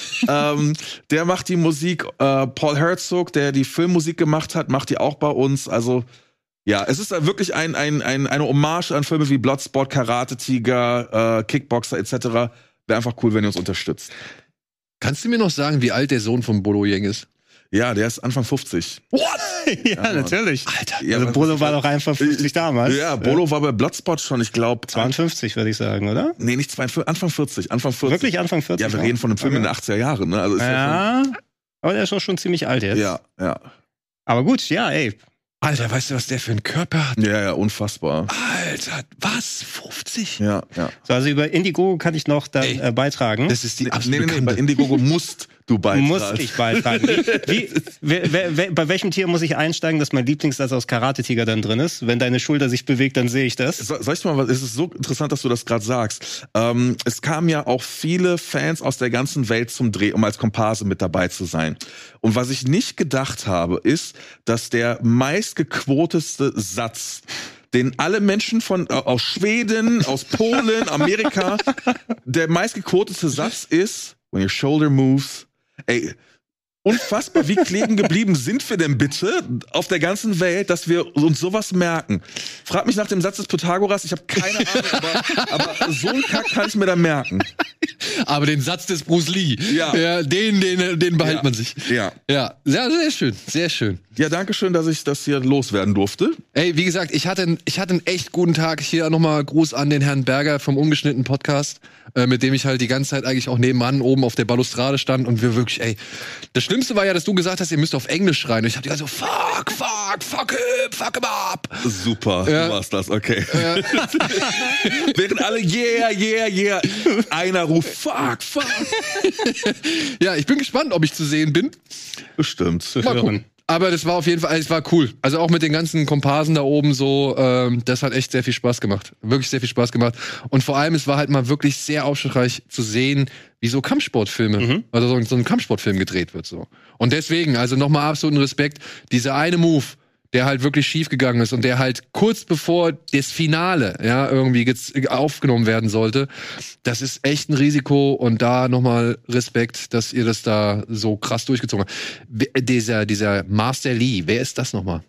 Der macht die Musik. Paul Herzog, der die Filmmusik gemacht hat, macht die auch bei uns. Also ja, es ist wirklich eine Hommage an Filme wie Bloodsport, Karate Tiger, Kickboxer etc. Wäre einfach cool, wenn ihr uns unterstützt. Kannst du mir noch sagen, wie alt der Sohn von Bolo Yeung ist? Ja, der ist Anfang 50. What? Ja, natürlich. Alter. Ja, also Bolo war doch einfach 50 damals. Ja, Bolo war bei Bloodsport schon, ich glaube 52, würde ich sagen, oder? Nee, nicht 52, Anfang 40. Wirklich Anfang 40? Ja, wir reden von einem Film in den 80er Jahren, ne? Also ist ja aber der ist doch schon ziemlich alt jetzt. Ja. Aber gut, ja, ey. Alter, weißt du, was der für einen Körper hat? Ja, unfassbar. Alter, was? 50? Ja. So, also über Indiegogo kann ich noch dann beitragen. Das ist die absolute Nee, bei Indiegogo musst du beitragen. Muss ich beitragen. Bei welchem Tier muss ich einsteigen, dass mein Lieblingssatz aus Karate Tiger dann drin ist? Wenn deine Schulter sich bewegt, dann sehe ich das. Sag ich mal was, es ist so interessant, dass du das gerade sagst. Es kamen ja auch viele Fans aus der ganzen Welt zum Dreh, um als Komparse mit dabei zu sein. Und was ich nicht gedacht habe, ist, dass der meistgequoteste Satz, den alle Menschen aus Schweden, aus Polen, Amerika, der meistgequotete Satz ist, when your shoulder moves. Ey, unfassbar, wie kleben geblieben sind wir denn bitte auf der ganzen Welt, dass wir uns sowas merken? Frag mich nach dem Satz des Pythagoras, ich habe keine Ahnung, aber so einen Kack kann ich mir da merken. Aber den Satz des Bruce Lee, den behält man sich. Ja, sehr schön, sehr schön. Ja, danke schön, dass ich das hier loswerden durfte. Ey, wie gesagt, ich hatte einen echt guten Tag. Hier nochmal Gruß an den Herrn Berger vom Ungeschnitten Podcast, mit dem ich halt die ganze Zeit eigentlich auch nebenan oben auf der Balustrade stand und wir wirklich, ey, das Schlimmste war ja, dass du gesagt hast, ihr müsst auf Englisch schreien. Und ich hab die ganze so, fuck him up. Super, du warst das, okay. Während alle, yeah, einer ruft, fuck. Ja, ich bin gespannt, ob ich zu sehen bin. Bestimmt. Zu hören. Aber das war auf jeden Fall, es war cool. Also auch mit den ganzen Komparsen da oben so, das hat echt sehr viel Spaß gemacht. Wirklich sehr viel Spaß gemacht. Und vor allem, es war halt mal wirklich sehr aufschlussreich zu sehen, wie so Kampfsportfilme, also so ein Kampfsportfilm gedreht wird so. Und deswegen, also nochmal absoluten Respekt, dieser eine Move, der halt wirklich schief gegangen ist und der halt kurz bevor das Finale irgendwie aufgenommen werden sollte. Das ist echt ein Risiko und da nochmal Respekt, dass ihr das da so krass durchgezogen habt. Dieser Master Lee, wer ist das nochmal?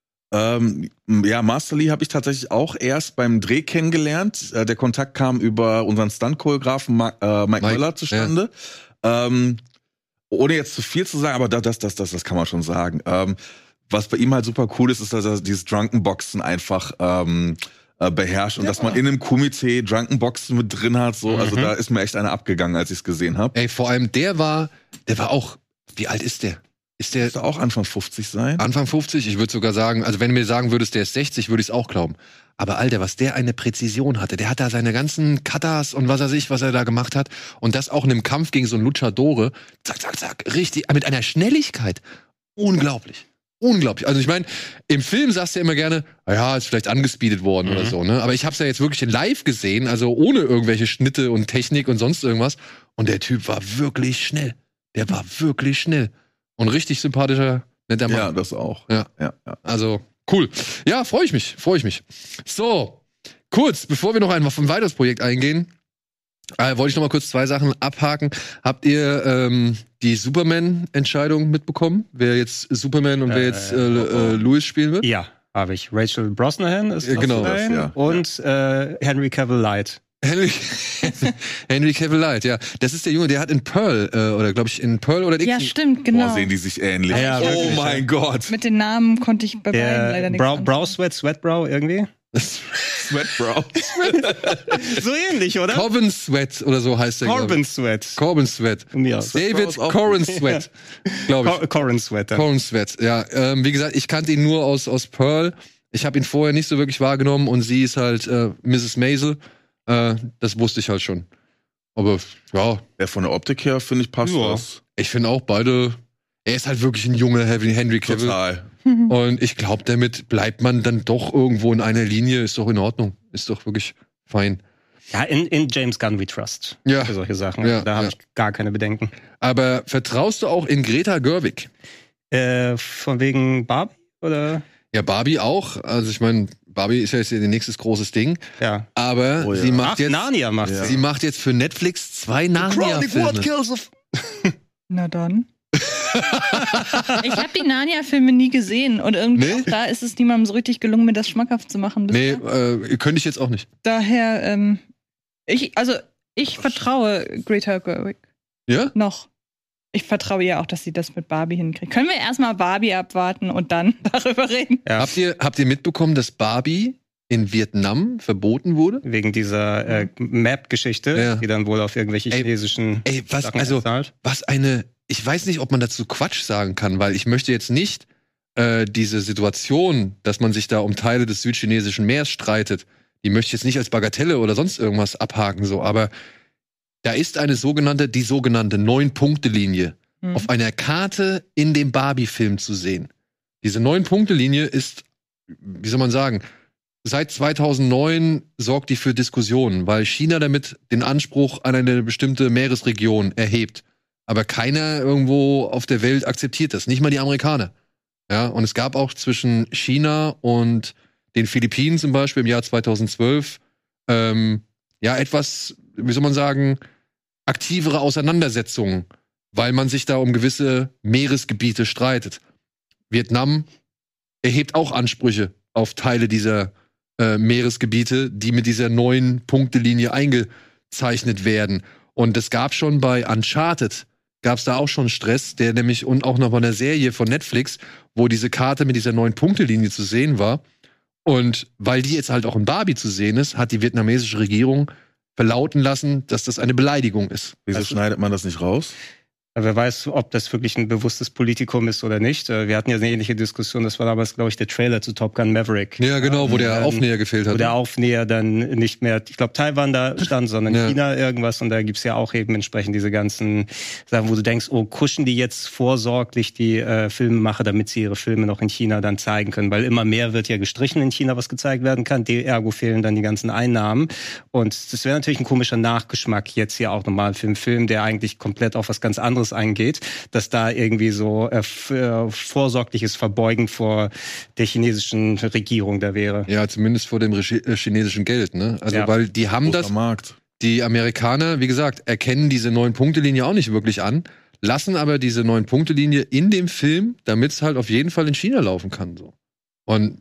Master Lee habe ich tatsächlich auch erst beim Dreh kennengelernt. Der Kontakt kam über unseren Stunt-Choreografen Mike Möller zustande. Ja. Ohne jetzt zu viel zu sagen, aber das kann man schon sagen. Was bei ihm halt super cool ist, dass er dieses Drunken-Boxen einfach beherrscht und dass man in einem Komitee Drunken-Boxen mit drin hat. So. Also da ist mir echt einer abgegangen, als ich es gesehen habe. Ey, vor allem der war auch, wie alt ist der? ist der Müsste auch Anfang 50 sein. Anfang 50? Ich würde sogar sagen, also wenn du mir sagen würdest, der ist 60, würde ich es auch glauben. Aber Alter, was der eine Präzision hatte. Der hat da seine ganzen Katas und was er da gemacht hat. Und das auch in einem Kampf gegen so einen Luchadore. Zack, zack, zack. Richtig, mit einer Schnelligkeit. Unglaublich. Unglaublich. Also ich meine, im Film sagst du ja immer gerne, ja, ist vielleicht angespeedet worden oder so, ne? Aber ich hab's ja jetzt wirklich in live gesehen, also ohne irgendwelche Schnitte und Technik und sonst irgendwas. Und der Typ war wirklich schnell. Der war wirklich schnell. Und richtig sympathischer, netter Mann. Ja, das auch. Ja. Also, cool. Ja, freue ich mich. So, kurz, bevor wir noch auf ein weiteres Projekt eingehen, wollte ich noch mal kurz 2 Sachen abhaken. Habt ihr die Superman-Entscheidung mitbekommen? Wer jetzt Superman und wer jetzt Louis spielen wird? Ja, habe ich. Rachel Brosnahan ist genau das, ja. Und Henry Cavill Light. Henry Cavill Light, ja. Das ist der Junge, der hat in Pearl, oder glaube ich in Pearl oder Ja, stimmt, genau. Boah, sehen die sich ähnlich. Ja, oh wirklich, mein Gott. Mit den Namen konnte ich bei beiden leider nichts Brow Sweat, Sweatbrow irgendwie. Sweatbrow. So ähnlich, oder? Corbin Sweat oder so heißt der. Corbin Sweat. Corbin Sweat. Von mir aus. David Corbin Sweat, glaube ich. Corbin Sweat. Corbin Sweat, ja. Wie gesagt, ich kannte ihn nur aus Pearl. Ich habe ihn vorher nicht so wirklich wahrgenommen und sie ist halt Mrs. Maisel. Das wusste ich halt schon. Aber ja. Ja, von der Optik her, finde ich, passt das. Ich finde auch beide. Er ist halt wirklich ein junger Henry Cavill. Total. Und ich glaube, damit bleibt man dann doch irgendwo in einer Linie. Ist doch in Ordnung. Ist doch wirklich fein. Ja, in James Gunn we trust. Ja. Für solche Sachen. Ja, Da habe ich gar keine Bedenken. Aber vertraust du auch in Greta Gerwig? Von wegen Barbie? Oder? Ja, Barbie auch. Also ich meine, Barbie ist ja jetzt ihr nächstes großes Ding. Ja. Aber sie macht jetzt Narnia macht sie. Sie macht jetzt für Netflix 2 Narnia-Filme. Na dann. Ich habe die Narnia-Filme nie gesehen und irgendwie auch da ist es niemandem so richtig gelungen, mir das schmackhaft zu machen. Nee, könnte ich jetzt auch nicht. Daher, ich vertraue Greta Gerwig. Ja? Noch. Ich vertraue ihr auch, dass sie das mit Barbie hinkriegt. Können wir erstmal Barbie abwarten und dann darüber reden? Ja. Habt ihr mitbekommen, dass Barbie in Vietnam verboten wurde? Wegen dieser Map-Geschichte, die dann wohl auf irgendwelche chinesischen was eine, ich weiß nicht, ob man dazu Quatsch sagen kann, weil ich möchte jetzt nicht diese Situation, dass man sich da um Teile des südchinesischen Meers streitet, die möchte ich jetzt nicht als Bagatelle oder sonst irgendwas abhaken, so, aber da ist die sogenannte 9-Punkte-Linie auf einer Karte in dem Barbie-Film zu sehen. Diese 9-Punkte-Linie ist, wie soll man sagen, seit 2009 sorgt die für Diskussionen, weil China damit den Anspruch an eine bestimmte Meeresregion erhebt. Aber keiner irgendwo auf der Welt akzeptiert das, nicht mal die Amerikaner. Ja, und es gab auch zwischen China und den Philippinen zum Beispiel im Jahr 2012 etwas, wie soll man sagen, aktivere Auseinandersetzungen, weil man sich da um gewisse Meeresgebiete streitet. Vietnam erhebt auch Ansprüche auf Teile dieser Meeresgebiete, die mit dieser 9-Punkte-Linie eingezeichnet werden. Und es gab schon bei Uncharted, gab es da auch schon Stress, der nämlich, und auch noch bei einer Serie von Netflix, wo diese Karte mit dieser 9-Punkte-Linie zu sehen war. Und weil die jetzt halt auch in Barbie zu sehen ist, hat die vietnamesische Regierung verlauten lassen, dass das eine Beleidigung ist. Wieso schneidet man das nicht raus? Wer weiß, ob das wirklich ein bewusstes Politikum ist oder nicht. Wir hatten ja eine ähnliche Diskussion, das war damals, glaube ich, der Trailer zu Top Gun Maverick. Ja, genau, wo der Aufnäher gefehlt hat. Wo der Aufnäher dann nicht mehr, ich glaube, Taiwan da stand, sondern China irgendwas. Und da gibt's ja auch eben entsprechend diese ganzen Sachen, wo du denkst, oh, kuschen die jetzt vorsorglich die Filmemacher, damit sie ihre Filme noch in China dann zeigen können. Weil immer mehr wird ja gestrichen in China, was gezeigt werden kann. Ergo fehlen dann die ganzen Einnahmen. Und das wäre natürlich ein komischer Nachgeschmack jetzt hier auch nochmal für einen Film, der eigentlich komplett auf was ganz anderes eingeht, dass da irgendwie so vorsorgliches Verbeugen vor der chinesischen Regierung da wäre. Ja, zumindest vor dem chinesischen Geld, ne? Also, weil die haben das, Markt. Die Amerikaner, wie gesagt, erkennen diese 9-Punkte-Linie auch nicht wirklich an, lassen aber diese 9-Punkte-Linie in dem Film, damit es halt auf jeden Fall in China laufen kann, so. Und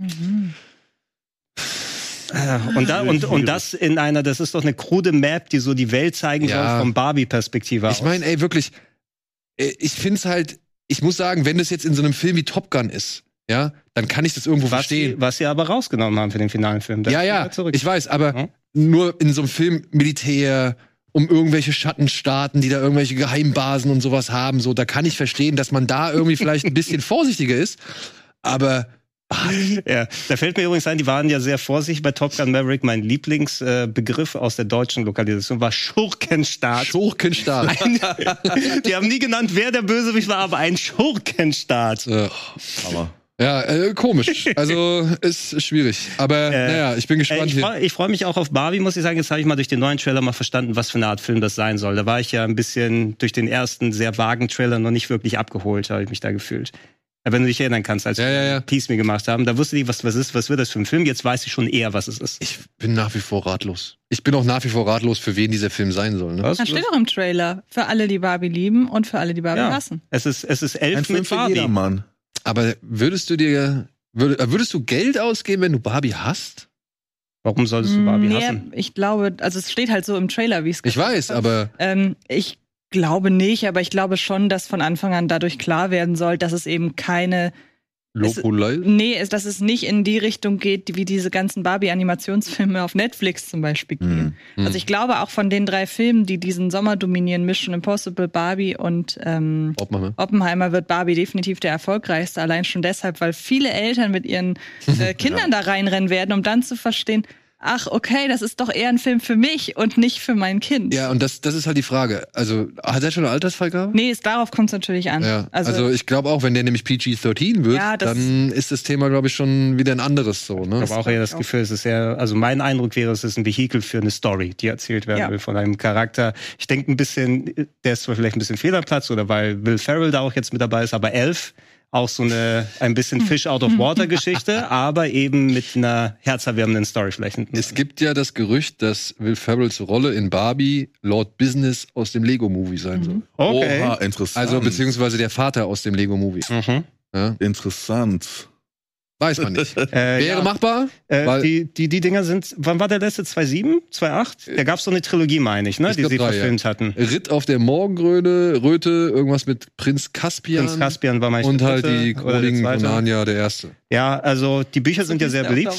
Und das in einer, das ist doch eine krude Map, die so die Welt zeigen soll vom Barbie-Perspektive aus. Ich meine, ey, wirklich, ich find's halt, ich muss sagen, wenn das jetzt in so einem Film wie Top Gun ist, ja, dann kann ich das irgendwo verstehen. Was sie aber rausgenommen haben für den finalen Film. Ja, ich weiß, aber nur in so einem Film Militär um irgendwelche Schattenstaaten, die da irgendwelche Geheimbasen und sowas haben. So, da kann ich verstehen, dass man da irgendwie vielleicht ein bisschen vorsichtiger ist. Aber ja, da fällt mir übrigens ein, die waren ja sehr vorsichtig bei Top Gun Maverick. Mein Lieblingsbegriff aus der deutschen Lokalisation war Schurkenstaat. Schurkenstaat. Die haben nie genannt, wer der Bösewicht war, aber ein Schurkenstaat. Aber Ja, komisch. Also ist schwierig. Aber naja, ich bin gespannt. Ich freu mich auch auf Barbie, muss ich sagen. Jetzt habe ich mal durch den neuen Trailer mal verstanden, was für eine Art Film das sein soll. Da war ich ja ein bisschen durch den ersten sehr vagen Trailer noch nicht wirklich abgeholt, habe ich mich da gefühlt. Aber wenn du dich erinnern kannst, als wir Peace Me gemacht haben, da wusste ich, was wird das für ein Film. Jetzt weiß ich schon eher, was es ist. Ich bin nach wie vor ratlos. Ich bin auch nach wie vor ratlos, für wen dieser Film sein soll. Ne? Das steht doch im Trailer. Für alle, die Barbie lieben und für alle, die Barbie hassen. Es ist 11 ein Film mit für Barbie. jedermann. Aber würdest du Geld ausgeben, wenn du Barbie hast? Warum solltest du Barbie hassen? Ich glaube, also es steht halt so im Trailer, wie es Ich weiß, aber ich glaube nicht, aber ich glaube schon, dass von Anfang an dadurch klar werden soll, dass es eben keine dass es nicht in die Richtung geht, wie diese ganzen Barbie-Animationsfilme auf Netflix zum Beispiel gehen. Also ich glaube auch von den 3 Filmen, die diesen Sommer dominieren, Mission Impossible, Barbie und Oppenheimer, wird Barbie definitiv der erfolgreichste. Allein schon deshalb, weil viele Eltern mit ihren Kindern da reinrennen werden, um dann zu verstehen, ach, okay, das ist doch eher ein Film für mich und nicht für mein Kind. Ja, und das ist halt die Frage. Also, hat er schon eine Altersfreigabe? Nee, darauf kommt es natürlich an. Ja. Also ich glaube auch, wenn der nämlich PG-13 wird, dann ist das Thema, glaube ich, schon wieder ein anderes so. Ne? Ich habe auch eher das Gefühl, es ist eher, also mein Eindruck wäre, es ist ein Vehikel für eine Story, die erzählt werden will von einem Charakter. Ich denke ein bisschen, der ist zwar vielleicht ein bisschen fehl am Platz oder weil Will Ferrell da auch jetzt mit dabei ist, aber Elf auch so ein bisschen Fish-out-of-water-Geschichte, aber eben mit einer herzerwärmenden Story vielleicht. Es gibt ja das Gerücht, dass Will Ferrells Rolle in Barbie Lord Business aus dem Lego-Movie sein soll. Okay. Oha, interessant. Also beziehungsweise der Vater aus dem Lego-Movie. Ja? Interessant. Weiß man nicht. Wäre machbar? Die Dinger sind, wann war der letzte? 2007? 2008? Da gab's so eine Trilogie, meine ich, ne? Die sie verfilmt hatten. Ritt auf der Morgenröte, irgendwas mit Prinz Caspian. Prinz Caspian war und halt die Chroniken von Narnia, der erste. Ja, also die Bücher sind ja sehr beliebt.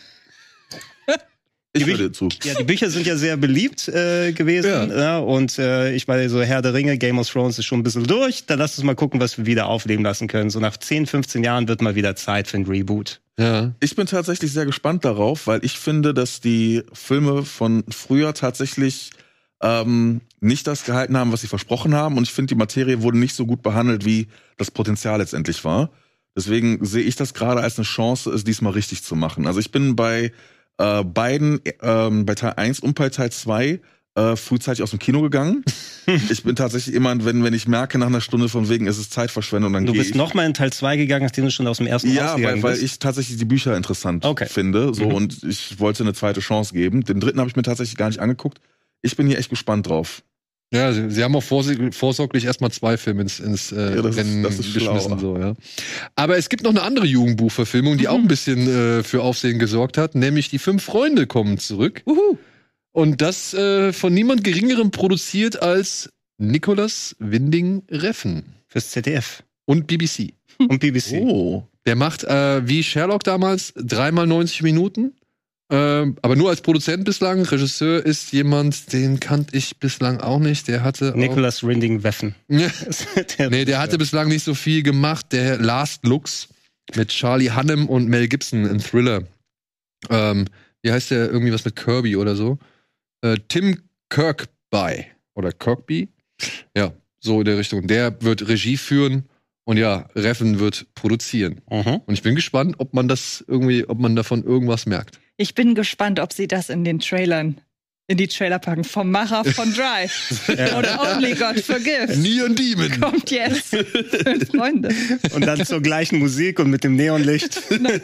Ich höre zu. Ja, die Bücher sind ja sehr beliebt gewesen. Ja. Und ich meine, so Herr der Ringe, Game of Thrones ist schon ein bisschen durch. Dann lass uns mal gucken, was wir wieder aufleben lassen können. So nach 10, 15 Jahren wird mal wieder Zeit für ein Reboot. Ja. Ich bin tatsächlich sehr gespannt darauf, weil ich finde, dass die Filme von früher tatsächlich nicht das gehalten haben, was sie versprochen haben. Und ich finde, die Materie wurde nicht so gut behandelt, wie das Potenzial letztendlich war. Deswegen sehe ich das gerade als eine Chance, es diesmal richtig zu machen. Also ich bin bei beiden, bei Teil 1 und bei Teil 2 frühzeitig aus dem Kino gegangen. Ich bin tatsächlich immer, wenn ich merke nach einer Stunde von wegen, es ist Zeitverschwendung, dann gehe ich. Du bist nochmal in Teil 2 gegangen, nachdem du schon aus dem ersten rausgegangen bist? Ja, weil ich tatsächlich die Bücher interessant finde. So, und ich wollte eine zweite Chance geben. Den dritten habe ich mir tatsächlich gar nicht angeguckt. Ich bin hier echt gespannt drauf. Ja, sie haben auch vorsorglich erstmal 2 Filme ins Rennen geschmissen. So, ja. Aber es gibt noch eine andere Jugendbuchverfilmung, die auch ein bisschen für Aufsehen gesorgt hat, nämlich die 5 Freunde kommen zurück. Und das von niemand Geringerem produziert als Nicolas Winding Refn. Fürs ZDF. Und BBC. Und BBC. Oh. Der macht wie Sherlock damals 3x 90 Minuten. Aber nur als Produzent bislang. Regisseur ist jemand, den kannte ich bislang auch nicht. Der hatte Nicolas Winding Refn. Der hatte bislang nicht so viel gemacht. Der Last Looks mit Charlie Hunnam und Mel Gibson, ein Thriller. Wie heißt der? Irgendwie was mit Kirby oder so. Tim Kirkby. Oder Kirkby? Ja, so in der Richtung. Der wird Regie führen. Und ja, Refn wird produzieren. Und ich bin gespannt, ob man davon irgendwas merkt. Ich bin gespannt, ob sie das in die Trailer packen. Vom Macher von Drive. Oder Only God Forgives. Neon Demon. Kommt jetzt. 5 Freunde. Und dann zur gleichen Musik und mit dem Neonlicht.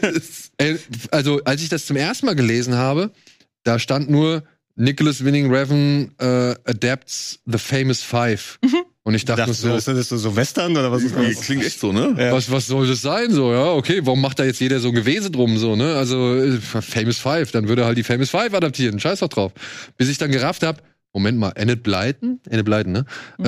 Also, als ich das zum ersten Mal gelesen habe, da stand nur Nicolas Winding Refn adapts The Famous Five. Und ich dachte so, ist das so Western oder was ist das? Klingt echt so, ne? Ja. Was soll das sein? So, ja, okay, warum macht da jetzt jeder so ein Gewese drum, so, ne? Also, Famous Five, dann würde er halt die Famous Five adaptieren. Scheiß doch drauf. Bis ich dann gerafft habe, Moment mal, Enid Blyton, ne?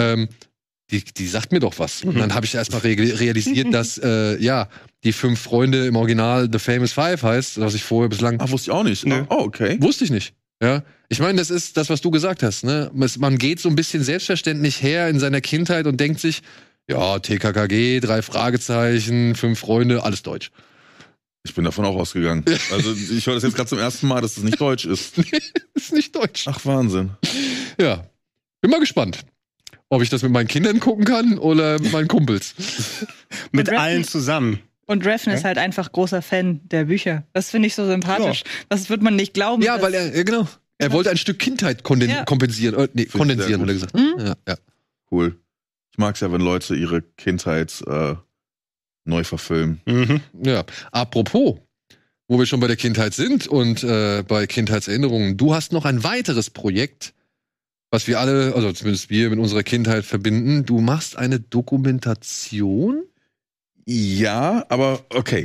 Die sagt mir doch was. Und dann habe ich erstmal realisiert, dass, die 5 Freunde im Original The Famous Five heißt, was ich vorher bislang. Wusste ich auch nicht. Nö. Oh, okay. Wusste ich nicht. Ja, ich meine, das ist das, was du gesagt hast, ne? Man geht so ein bisschen selbstverständlich her in seiner Kindheit und denkt sich, ja, TKKG, 3 Fragezeichen, 5 Freunde, alles deutsch. Ich bin davon auch ausgegangen. Also ich höre das jetzt gerade zum ersten Mal, dass es nicht deutsch ist. Ist nicht deutsch. Ach, Wahnsinn. Ja, bin mal gespannt, ob ich das mit meinen Kindern gucken kann oder mit meinen Kumpels. Mit allen zusammen. Und Refn ist halt einfach großer Fan der Bücher. Das finde ich so sympathisch. Ja. Das wird man nicht glauben. Ja, weil genau. Er wollte ein Stück Kindheit kompensieren. Kondensieren, hat er gesagt. Ja. Cool. Ich mag es ja, wenn Leute ihre Kindheit neu verfilmen. Mhm. Ja. Apropos, wo wir schon bei der Kindheit sind und bei Kindheitserinnerungen. Du hast noch ein weiteres Projekt, was wir alle, also zumindest wir mit unserer Kindheit verbinden. Du machst eine Dokumentation? Ja, aber okay.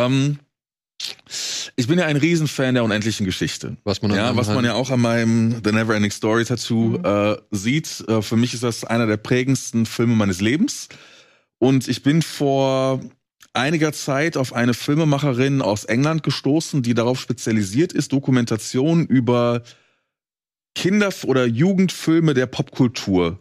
Ich bin ja ein Riesenfan der unendlichen Geschichte. Was man ja auch an meinem The Neverending Story Tattoo sieht. Für mich ist das einer der prägendsten Filme meines Lebens. Und ich bin vor einiger Zeit auf eine Filmemacherin aus England gestoßen, die darauf spezialisiert ist, Dokumentation über Kinder- oder Jugendfilme der Popkultur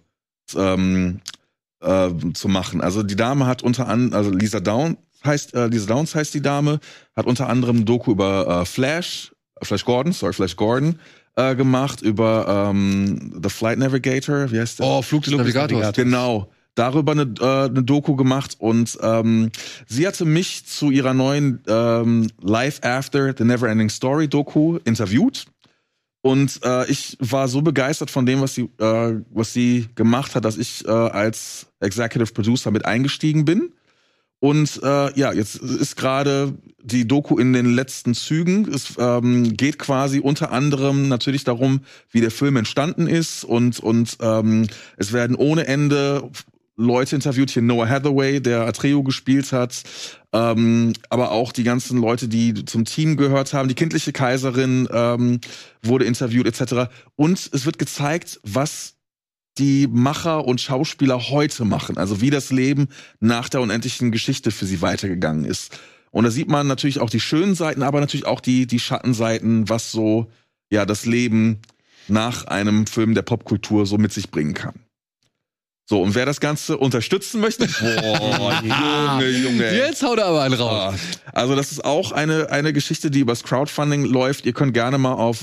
zu machen. Also die Dame hat unter anderem, also Lisa Downs heißt die Dame, hat unter anderem ein Doku über Flash Gordon gemacht, über The Flight Navigator, wie heißt der? Oh, Flug des Navigators. Genau. Darüber eine Doku gemacht und sie hatte mich zu ihrer neuen Life After the Neverending Story Doku interviewt. Und ich war so begeistert von dem, was sie gemacht hat, dass ich als Executive Producer mit eingestiegen bin. Und jetzt ist gerade die Doku in den letzten Zügen. Es geht quasi unter anderem natürlich darum, wie der Film entstanden ist. Und es werden ohne Ende Leute interviewt, hier Noah Hathaway, der Atreo gespielt hat, aber auch die ganzen Leute, die zum Team gehört haben. Die kindliche Kaiserin wurde interviewt etc. Und es wird gezeigt, was die Macher und Schauspieler heute machen, also wie das Leben nach der unendlichen Geschichte für sie weitergegangen ist. Und da sieht man natürlich auch die schönen Seiten, aber natürlich auch die Schattenseiten, was so das Leben nach einem Film der Popkultur so mit sich bringen kann. So, und wer das Ganze unterstützen möchte, Junge. Jetzt haut er aber einen raus. Also das ist auch eine Geschichte, die übers Crowdfunding läuft. Ihr könnt gerne mal auf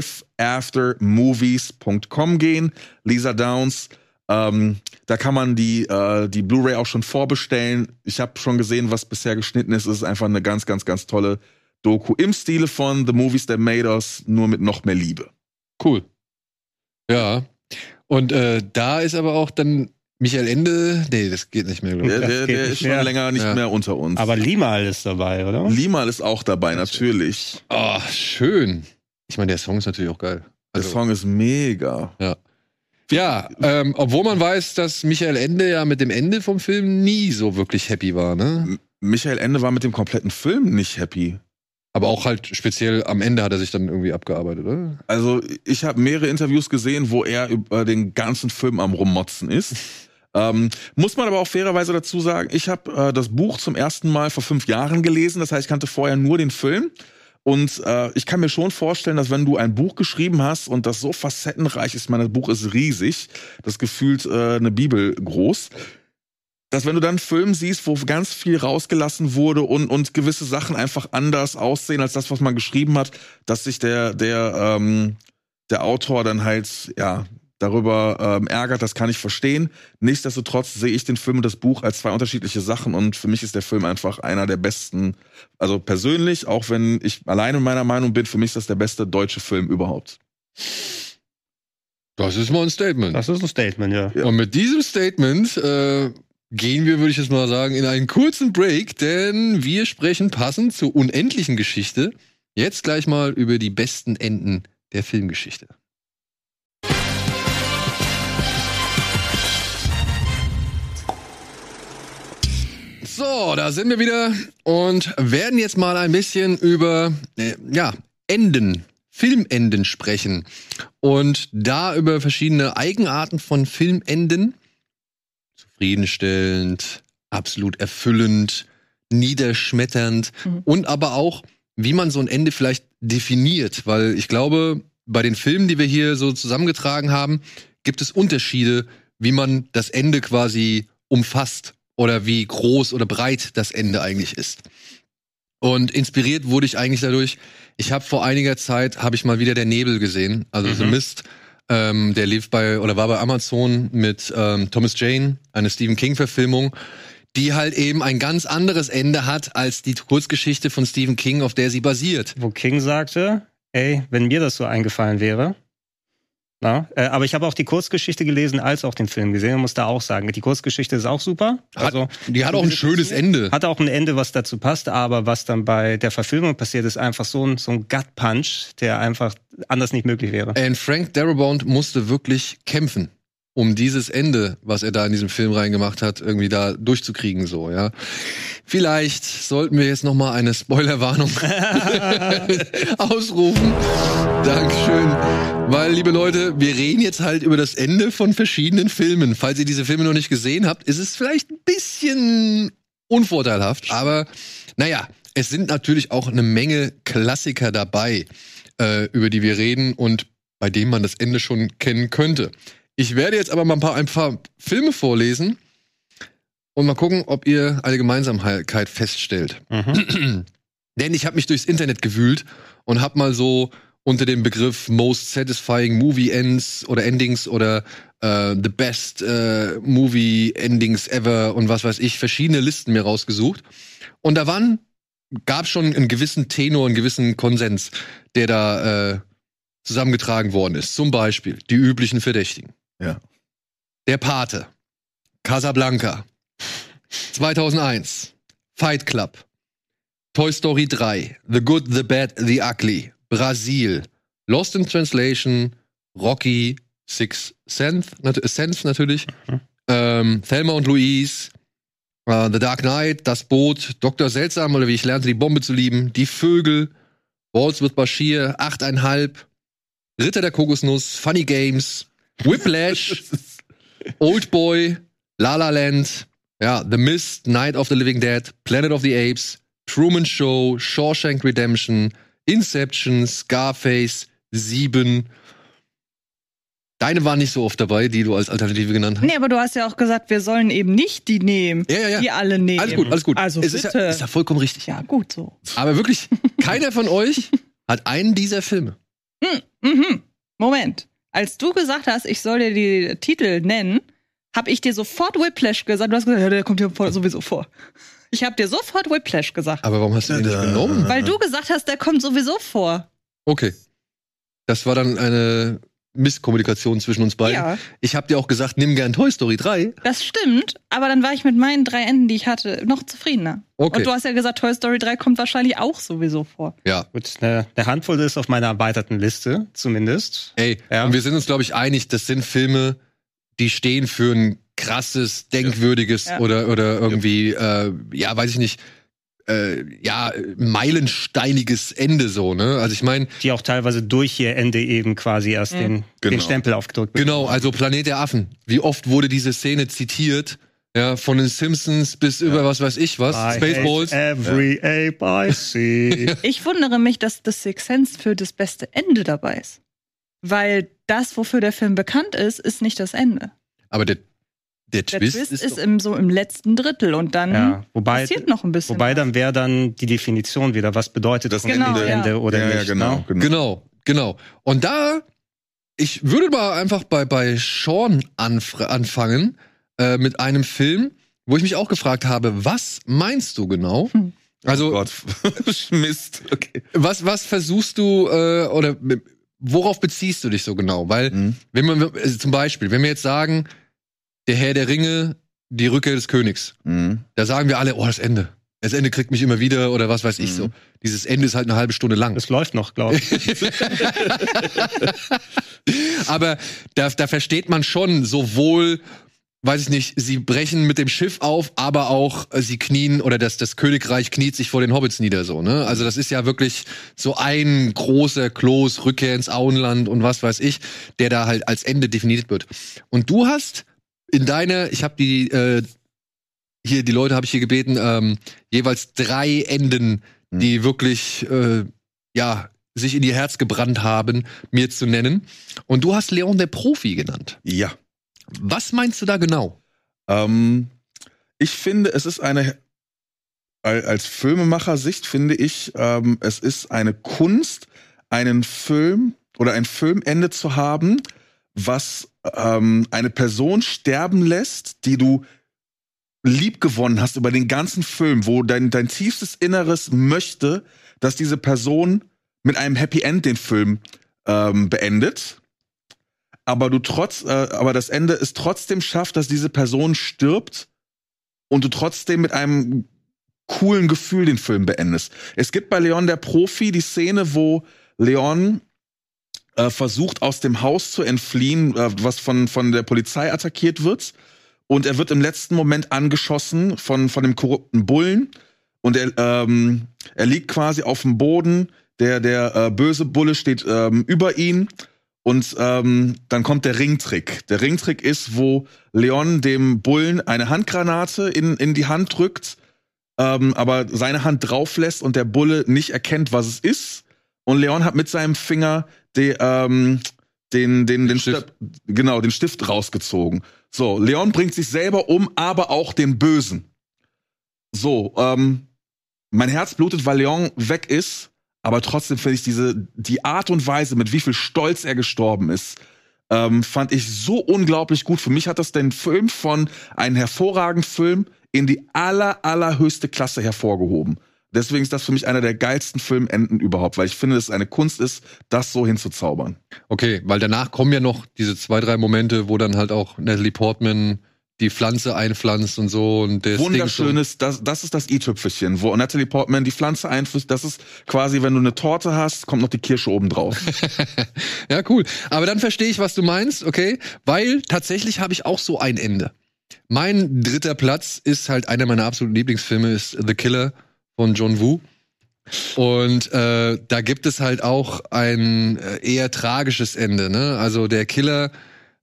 lifeaftermovies.com gehen. Lisa Downs. Da kann man die Blu-ray auch schon vorbestellen. Ich habe schon gesehen, was bisher geschnitten ist. Es ist einfach eine ganz, ganz, ganz tolle Doku im Stile von The Movies That Made Us, nur mit noch mehr Liebe. Cool. Ja. Und da ist aber auch dann Michael Ende, nee, das geht nicht mehr. Der ist schon länger nicht mehr unter uns. Aber Limal ist dabei, oder? Limal ist auch dabei, natürlich. Oh, schön. Ich meine, der Song ist natürlich auch geil. Der Song ist mega. Ja, obwohl man weiß, dass Michael Ende ja mit dem Ende vom Film nie so wirklich happy war, ne? Michael Ende war mit dem kompletten Film nicht happy. Aber auch halt speziell am Ende hat er sich dann irgendwie abgearbeitet, oder? Also ich habe mehrere Interviews gesehen, wo er über den ganzen Film am Rummotzen ist. Muss man aber auch fairerweise dazu sagen, ich habe das Buch zum ersten Mal vor 5 Jahren gelesen. Das heißt, ich kannte vorher nur den Film. Und ich kann mir schon vorstellen, dass wenn du ein Buch geschrieben hast und das so facettenreich ist, ich meine, das Buch ist riesig, das gefühlt eine Bibel groß, dass wenn du dann einen Film siehst, wo ganz viel rausgelassen wurde und gewisse Sachen einfach anders aussehen als das, was man geschrieben hat, dass sich der Autor dann halt darüber ärgert, das kann ich verstehen. Nichtsdestotrotz sehe ich den Film und das Buch als 2 unterschiedliche Sachen und für mich ist der Film einfach einer der besten, also persönlich, auch wenn ich alleine meiner Meinung bin, für mich ist das der beste deutsche Film überhaupt. Das ist mal ein Statement. Das ist ein Statement, ja. Und mit diesem Statement gehen wir, würde ich jetzt mal sagen, in einen kurzen Break, denn wir sprechen passend zur unendlichen Geschichte jetzt gleich mal über die besten Enden der Filmgeschichte. So, da sind wir wieder und werden jetzt mal ein bisschen über Enden, Filmenden sprechen und da über verschiedene Eigenarten von Filmenden. Zufriedenstellend, absolut erfüllend, niederschmetternd und aber auch, wie man so ein Ende vielleicht definiert, weil ich glaube, bei den Filmen, die wir hier so zusammengetragen haben, gibt es Unterschiede, wie man das Ende quasi umfasst oder wie groß oder breit das Ende eigentlich ist. Und inspiriert wurde ich eigentlich dadurch, ich habe vor einiger Zeit, mal wieder Der Nebel gesehen, also The Mist, der lief war bei Amazon mit Thomas Jane, eine Stephen King-Verfilmung, die halt eben ein ganz anderes Ende hat als die Kurzgeschichte von Stephen King, auf der sie basiert. Wo King sagte, ey, wenn mir das so eingefallen wäre. Na, aber ich habe auch die Kurzgeschichte gelesen, als auch den Film gesehen und muss da auch sagen, die Kurzgeschichte ist auch super. Also, die hat auch ein schönes Ende. Hat auch ein Ende, was dazu passt, aber was dann bei der Verfilmung passiert, ist einfach so ein Gut-Punch, der einfach anders nicht möglich wäre. Und Frank Darabont musste wirklich kämpfen, um dieses Ende, was er da in diesem Film reingemacht hat, irgendwie da durchzukriegen, so, ja. Vielleicht sollten wir jetzt noch mal eine Spoilerwarnung ausrufen. Dankeschön. Weil, liebe Leute, wir reden jetzt halt über das Ende von verschiedenen Filmen. Falls ihr diese Filme noch nicht gesehen habt, ist es vielleicht ein bisschen unvorteilhaft. Aber, naja, es sind natürlich auch eine Menge Klassiker dabei, über die wir reden und bei denen man das Ende schon kennen könnte. Ich werde jetzt aber mal ein paar Filme vorlesen und mal gucken, ob ihr eine Gemeinsamkeit feststellt. Denn ich habe mich durchs Internet gewühlt und habe mal so unter dem Begriff Most Satisfying Movie Ends oder Endings oder The Best Movie Endings Ever und was weiß ich, verschiedene Listen mir rausgesucht. Und da gab schon einen gewissen Tenor, einen gewissen Konsens, der da zusammengetragen worden ist. Zum Beispiel die üblichen Verdächtigen. Ja. Der Pate, Casablanca, 2001, Fight Club, Toy Story 3, The Good, The Bad, The Ugly, Brasil, Lost in Translation, Rocky, Sixth Sense natürlich, Thelma und Louise, The Dark Knight, Das Boot, Dr. Seltsam oder Wie ich lernte, die Bombe zu lieben, Die Vögel, Waltz with Bashir, 8,5, Ritter der Kokosnuss, Funny Games, Whiplash, Oldboy, La La Land, ja, The Mist, Night of the Living Dead, Planet of the Apes, Truman Show, Shawshank Redemption, Inception, Scarface, 7. Deine waren nicht so oft dabei, die du als Alternative genannt hast. Nee, aber du hast ja auch gesagt, wir sollen eben nicht die nehmen, die alle nehmen. Alles gut. Also es ist ja vollkommen richtig. Ja, gut so. Aber wirklich, keiner von euch hat einen dieser Filme. Moment. Als du gesagt hast, ich soll dir die Titel nennen, habe ich dir sofort Whiplash gesagt. Du hast gesagt, ja, der kommt hier sowieso vor. Ich habe dir sofort Whiplash gesagt. Aber warum hast du den nicht genommen? Weil du gesagt hast, der kommt sowieso vor. Okay. Das war dann eine Misskommunikation zwischen uns beiden. Ja. Ich habe dir auch gesagt, nimm gern Toy Story 3. Das stimmt, aber dann war ich mit meinen 3 Enden, die ich hatte, noch zufriedener. Okay. Und du hast ja gesagt, Toy Story 3 kommt wahrscheinlich auch sowieso vor. Ja. Gut, eine Handvoll ist auf meiner erweiterten Liste, zumindest. Ey, ja. Und wir sind uns, glaube ich, einig, das sind Filme, die stehen für ein krasses, denkwürdiges oder irgendwie, weiß ich nicht, meilensteiniges Ende so, ne? Also ich meine, die auch teilweise durch ihr Ende eben quasi erst den Stempel aufgedrückt bekommen. Genau, also Planet der Affen. Wie oft wurde diese Szene zitiert? Ja, von den Simpsons bis über was weiß ich was. Spaceballs. Every ape I see. Ich wundere mich, dass The Sixth Sense für das beste Ende dabei ist. Weil das, wofür der Film bekannt ist, ist nicht das Ende. Aber der Twist ist im letzten Drittel und dann passiert noch ein bisschen. Wobei dann wäre dann die Definition wieder, was bedeutet das Ende oder nicht. Genau. Und da, ich würde mal einfach bei Sean anfangen mit einem Film, wo ich mich auch gefragt habe, was meinst du genau? Also, oh Gott. Mist. Okay. Was versuchst du oder worauf beziehst du dich so genau? Weil, zum Beispiel, wenn wir jetzt sagen, Der Herr der Ringe, die Rückkehr des Königs. Da sagen wir alle, das Ende. Das Ende kriegt mich immer wieder oder was weiß ich so. Dieses Ende ist halt eine halbe Stunde lang. Es läuft noch, glaube ich. Aber da versteht man schon sowohl, weiß ich nicht, sie brechen mit dem Schiff auf, aber auch sie knien oder das Königreich kniet sich vor den Hobbits nieder so, ne? Also das ist ja wirklich so ein großer Kloß, Rückkehr ins Auenland und was weiß ich, der da halt als Ende definiert wird. Und du hast ich habe die Leute habe ich hier gebeten, jeweils 3 Enden, die wirklich sich in ihr Herz gebrannt haben, mir zu nennen. Und du hast Leon der Profi genannt. Ja. Was meinst du da genau? Ich finde, es ist als Filmemacher-Sicht finde ich, es ist eine Kunst, einen Film oder ein Filmende zu haben, was eine Person sterben lässt, die du liebgewonnen hast über den ganzen Film, wo dein tiefstes Inneres möchte, dass diese Person mit einem Happy End den Film beendet, aber aber das Ende es trotzdem schafft, dass diese Person stirbt und du trotzdem mit einem coolen Gefühl den Film beendest. Es gibt bei Leon der Profi die Szene, wo Leon versucht, aus dem Haus zu entfliehen, was von der Polizei attackiert wird. Und er wird im letzten Moment angeschossen von dem korrupten Bullen. Und er liegt quasi auf dem Boden. Der böse Bulle steht über ihn. Und dann kommt der Ringtrick. Der Ringtrick ist, wo Leon dem Bullen eine Handgranate in die Hand drückt, aber seine Hand drauf lässt und der Bulle nicht erkennt, was es ist. Und Leon hat mit seinem Finger den Stift rausgezogen. So, Leon bringt sich selber um, aber auch den Bösen. So, mein Herz blutet, weil Leon weg ist, aber trotzdem finde ich die Art und Weise, mit wie viel Stolz er gestorben ist, fand ich so unglaublich gut. Für mich hat das den Film von einem hervorragenden Film in die allerhöchste Klasse hervorgehoben. Deswegen ist das für mich einer der geilsten Filmenden überhaupt, weil ich finde, dass es eine Kunst ist, das so hinzuzaubern. Okay, weil danach kommen ja noch diese 2-3 Momente, wo dann halt auch Natalie Portman die Pflanze einpflanzt und so. Und wunderschönes, das ist das i-Tüpfelchen, wo Natalie Portman die Pflanze einpflanzt. Das ist quasi, wenn du eine Torte hast, kommt noch die Kirsche oben drauf. Ja, cool. Aber dann verstehe ich, was du meinst, okay? Weil tatsächlich habe ich auch so ein Ende. Mein 3. Platz ist halt einer meiner absoluten Lieblingsfilme, ist The Killer von John Woo. Und da gibt es halt auch ein eher tragisches Ende, ne? Also der Killer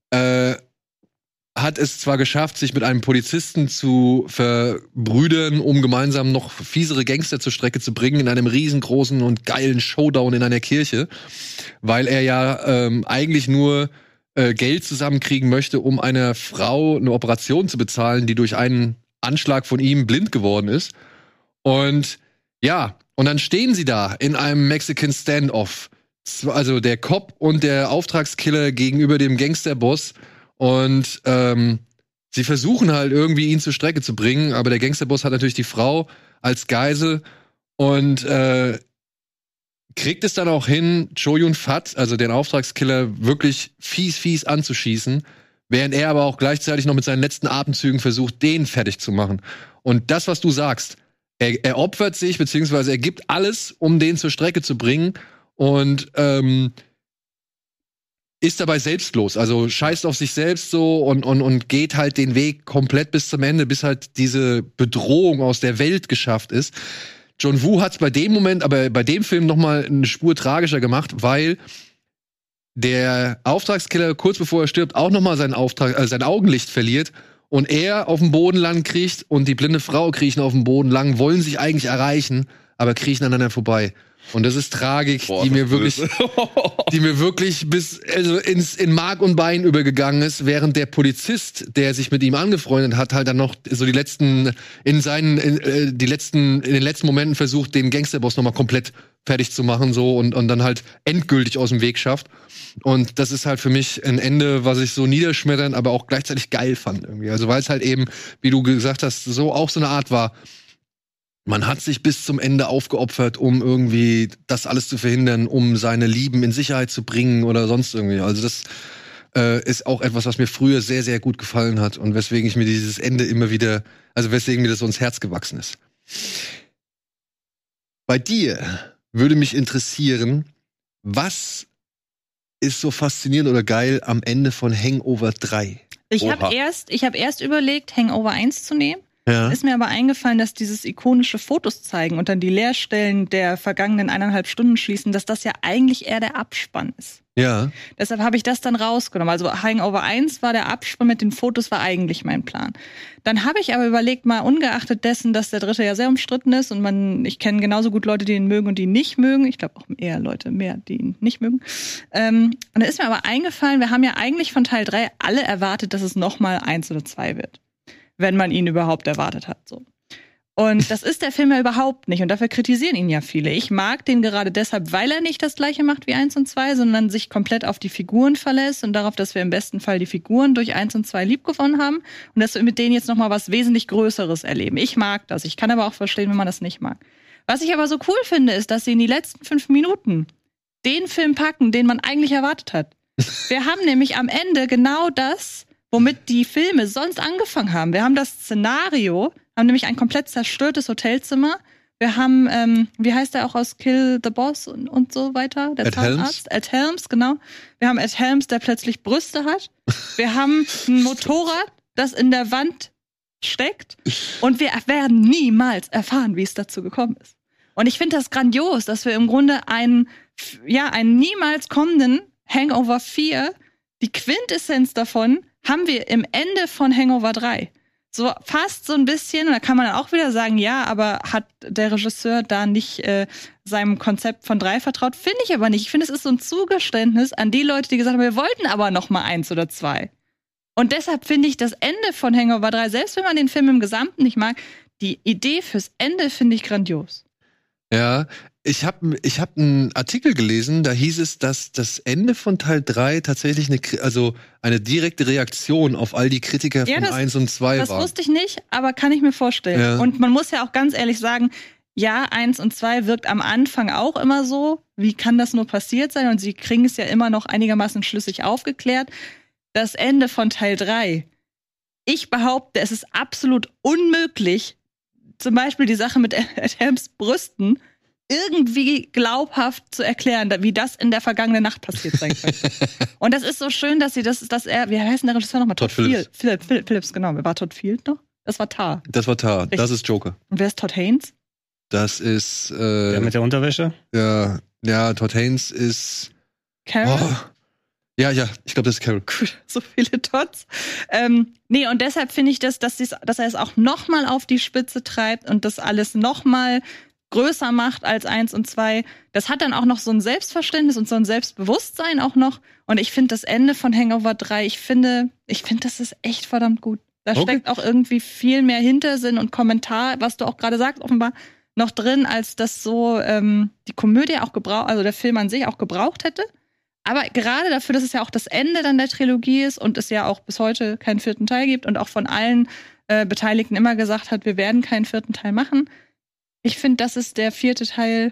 hat es zwar geschafft, sich mit einem Polizisten zu verbrüdern, um gemeinsam noch fiesere Gangster zur Strecke zu bringen, in einem riesengroßen und geilen Showdown in einer Kirche, weil er ja eigentlich nur Geld zusammenkriegen möchte, um einer Frau eine Operation zu bezahlen, die durch einen Anschlag von ihm blind geworden ist. Und ja, und dann stehen sie da in einem Mexican Standoff. Also der Cop und der Auftragskiller gegenüber dem Gangsterboss. Und sie versuchen halt irgendwie ihn zur Strecke zu bringen, aber der Gangsterboss hat natürlich die Frau als Geisel und kriegt es dann auch hin, Cho Yun-Fat, also den Auftragskiller, wirklich fies anzuschießen, während er aber auch gleichzeitig noch mit seinen letzten Atemzügen versucht, den fertig zu machen. Und das, was du sagst, er opfert sich, beziehungsweise er gibt alles, um den zur Strecke zu bringen und ist dabei selbstlos, also scheißt auf sich selbst so und geht halt den Weg komplett bis zum Ende, bis halt diese Bedrohung aus der Welt geschafft ist. John Woo hat's bei dem Moment, aber bei dem Film noch mal eine Spur tragischer gemacht, weil der Auftragskiller kurz bevor er stirbt auch noch mal sein Augenlicht verliert und er auf dem Boden lang kriecht und die blinde Frau kriechen auf dem Boden lang, wollen sich eigentlich erreichen, aber kriechen aneinander vorbei. Und das ist Tragik, die mir wirklich bis in Mark und Bein übergegangen ist, während der Polizist, der sich mit ihm angefreundet hat, halt dann noch so in den letzten Momenten versucht, den Gangsterboss noch mal komplett fertig zu machen so und dann halt endgültig aus dem Weg schafft. Und das ist halt für mich ein Ende, was ich so niederschmetternd, aber auch gleichzeitig geil fand irgendwie. Also weil es halt eben, wie du gesagt hast, so auch so eine Art war. Man hat sich bis zum Ende aufgeopfert, um irgendwie das alles zu verhindern, um seine Lieben in Sicherheit zu bringen oder sonst irgendwie. Also das ist auch etwas, was mir früher sehr, sehr gut gefallen hat und weswegen ich mir dieses Ende immer wieder, also weswegen mir das so ins Herz gewachsen ist. Bei dir würde mich interessieren, was ist so faszinierend oder geil am Ende von Hangover 3? Ich habe erst überlegt, Hangover 1 zu nehmen. Ja. Ist mir aber eingefallen, dass dieses ikonische Fotos zeigen und dann die Leerstellen der vergangenen 1,5 Stunden schließen, dass das ja eigentlich eher der Abspann ist. Ja. Deshalb habe ich das dann rausgenommen. Also Hangover 1 war der Abspann mit den Fotos, war eigentlich mein Plan. Dann habe ich aber überlegt, mal ungeachtet dessen, dass der dritte ja sehr umstritten ist und ich kenne genauso gut Leute, die ihn mögen und die ihn nicht mögen. Ich glaube auch eher Leute mehr, die ihn nicht mögen. Und da ist mir aber eingefallen, wir haben ja eigentlich von Teil 3 alle erwartet, dass es nochmal 1 oder 2 wird. Wenn man ihn überhaupt erwartet hat, so. Und das ist der Film ja überhaupt nicht. Und dafür kritisieren ihn ja viele. Ich mag den gerade deshalb, weil er nicht das Gleiche macht wie 1 und 2, sondern sich komplett auf die Figuren verlässt und darauf, dass wir im besten Fall die Figuren durch 1 und 2 liebgewonnen haben und dass wir mit denen jetzt nochmal was wesentlich Größeres erleben. Ich mag das. Ich kann aber auch verstehen, wenn man das nicht mag. Was ich aber so cool finde, ist, dass sie in die letzten 5 Minuten den Film packen, den man eigentlich erwartet hat. Wir haben nämlich am Ende genau das, womit die Filme sonst angefangen haben. Wir haben das Szenario, haben nämlich ein komplett zerstörtes Hotelzimmer. Wir haben, wie heißt der auch aus Kill the Boss und so weiter? Der Zahnarzt. Ed Helms, genau. Wir haben Ed Helms, der plötzlich Brüste hat. Wir haben ein Motorrad, das in der Wand steckt. Und wir werden niemals erfahren, wie es dazu gekommen ist. Und ich finde das grandios, dass wir im Grunde einen niemals kommenden Hangover 4, die Quintessenz davon, haben wir im Ende von Hangover 3. So fast so ein bisschen, und da kann man dann auch wieder sagen, ja, aber hat der Regisseur da nicht seinem Konzept von 3 vertraut? Finde ich aber nicht. Ich finde, es ist so ein Zugeständnis an die Leute, die gesagt haben, wir wollten aber noch mal 1 oder 2. Und deshalb finde ich das Ende von Hangover 3, selbst wenn man den Film im Gesamten nicht mag, die Idee fürs Ende finde ich grandios. Ja, ich hab einen Artikel gelesen, da hieß es, dass das Ende von Teil 3 tatsächlich eine direkte Reaktion auf all die Kritiker von 1 und 2 war. Das wusste ich nicht, aber kann ich mir vorstellen. Ja. Und man muss ja auch ganz ehrlich sagen, ja, 1 und 2 wirkt am Anfang auch immer so. Wie kann das nur passiert sein? Und sie kriegen es ja immer noch einigermaßen schlüssig aufgeklärt. Das Ende von Teil 3. Ich behaupte, es ist absolut unmöglich, zum Beispiel die Sache mit Ed Helms Brüsten irgendwie glaubhaft zu erklären, wie das in der vergangenen Nacht passiert sein könnte. Und das ist so schön, dass wie heißt denn der Regisseur nochmal? Todd Phillips. Phillips, genau. Wer war Todd Field noch? Das war Tar. Richtig. Das ist Joker. Und wer ist Todd Haynes? Das ist, der mit der Unterwäsche? Ja, Todd Haynes ist Carol? Oh. Ja, ich glaube, das ist Carol. Cool, so viele Tots. Nee, und deshalb finde ich, dass er es auch noch mal auf die Spitze treibt und das alles noch mal größer macht als 1 und 2. Das hat dann auch noch so ein Selbstverständnis und so ein Selbstbewusstsein auch noch. Und ich finde das Ende von Hangover 3, ich finde, das ist echt verdammt gut. Da steckt auch irgendwie viel mehr Hintersinn und Kommentar, was du auch gerade sagst, offenbar noch drin, als das so die Komödie auch also der Film an sich auch gebraucht hätte. Aber gerade dafür, dass es ja auch das Ende dann der Trilogie ist und es ja auch bis heute keinen 4. Teil gibt und auch von allen Beteiligten immer gesagt hat, wir werden keinen 4. Teil machen. Ich finde, das ist der 4. Teil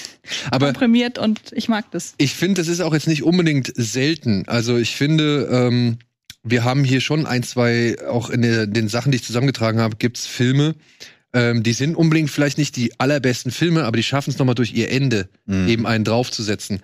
komprimiert und ich mag das. Ich finde, das ist auch jetzt nicht unbedingt selten. Also ich finde, wir haben hier schon 1, 2, auch in den Sachen, die ich zusammengetragen habe, gibt's Filme, die sind unbedingt vielleicht nicht die allerbesten Filme, aber die schaffen es nochmal durch ihr Ende eben einen draufzusetzen.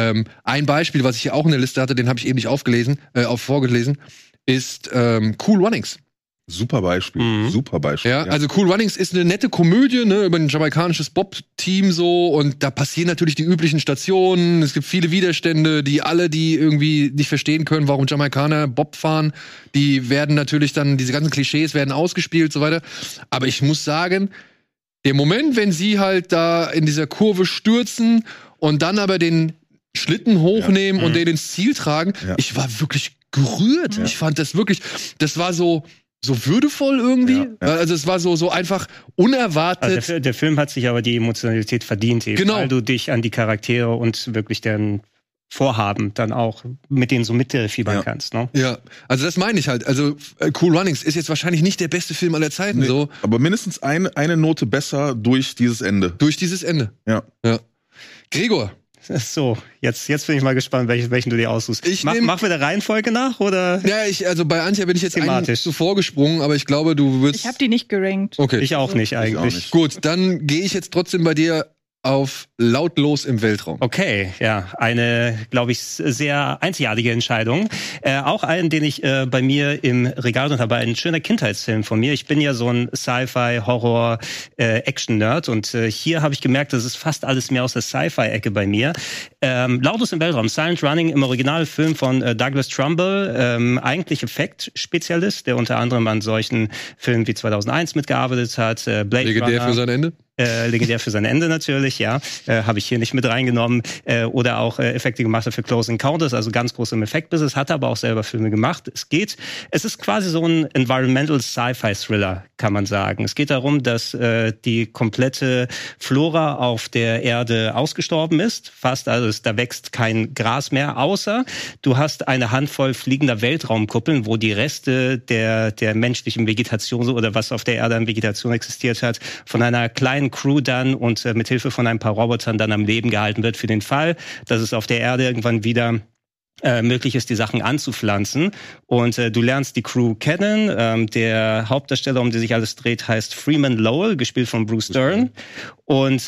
Ein Beispiel, was ich hier auch in der Liste hatte, den habe ich eben nicht vorgelesen, ist Cool Runnings. Super Beispiel, super Beispiel. Ja, also Cool Runnings ist eine nette Komödie, ne, über ein jamaikanisches Bob-Team so, und da passieren natürlich die üblichen Stationen, es gibt viele Widerstände, die irgendwie nicht verstehen können, warum Jamaikaner Bob fahren, die werden natürlich dann, diese ganzen Klischees werden ausgespielt und so weiter, aber ich muss sagen, der Moment, wenn sie halt da in dieser Kurve stürzen und dann aber den Schlitten hochnehmen und den ins Ziel tragen, ich war wirklich gerührt. Ich fand das wirklich, das war so würdevoll irgendwie. Also es war so einfach unerwartet. Also der Film hat sich aber die Emotionalität verdient, eben, weil du dich an die Charaktere und wirklich deren Vorhaben dann auch mit denen so mitfiebern kannst. Ne? Ja, also das meine ich halt. Also Cool Runnings ist jetzt wahrscheinlich nicht der beste Film aller Zeiten. Nee, so. Aber mindestens eine Note besser durch dieses Ende. Durch dieses Ende. Ja. Gregor. So, jetzt bin ich mal gespannt, welchen du dir aussuchst. Mach wir der Reihenfolge nach, oder? Ja, also bei Antje bin ich jetzt eigentlich zuvor gesprungen, aber ich glaube, du wirst... Ich habe die nicht gerankt. Okay. Ich auch nicht eigentlich. Gut, dann gehe ich jetzt trotzdem bei dir auf Lautlos im Weltraum. Okay, ja, eine, glaube ich, sehr einzigartige Entscheidung. Auch einen, den ich bei mir im Regal habe, ein schöner Kindheitsfilm von mir. Ich bin ja so ein Sci-Fi, Horror, Action-Nerd und hier habe ich gemerkt, das ist fast alles mehr aus der Sci-Fi-Ecke bei mir. Lautlos im Weltraum, Silent Running im Originalfilm von Douglas Trumbull, eigentlich Effektspezialist, der unter anderem an solchen Filmen wie 2001 mitgearbeitet hat. Blade Legendär Runner. für sein Ende? Legendär für sein Ende natürlich, ja. Habe ich hier nicht mit reingenommen. Oder auch Effekte gemacht hat für Close Encounters, also ganz groß im Effektbusiness, hat aber auch selber Filme gemacht. Es ist quasi so ein Environmental Sci-Fi-Thriller, kann man sagen. Es geht darum, dass die komplette Flora auf der Erde ausgestorben ist. Fast, also da wächst kein Gras mehr, außer du hast eine Handvoll fliegender Weltraumkuppeln, wo die Reste der menschlichen Vegetation oder was auf der Erde an Vegetation existiert hat, von einer kleinen Crew dann und mit Hilfe von ein paar Robotern dann am Leben gehalten wird für den Fall, dass es auf der Erde irgendwann wieder möglich ist, die Sachen anzupflanzen. Und du lernst die Crew kennen. Der Hauptdarsteller, um den sich alles dreht, heißt Freeman Lowell, gespielt von Bruce Dern. Und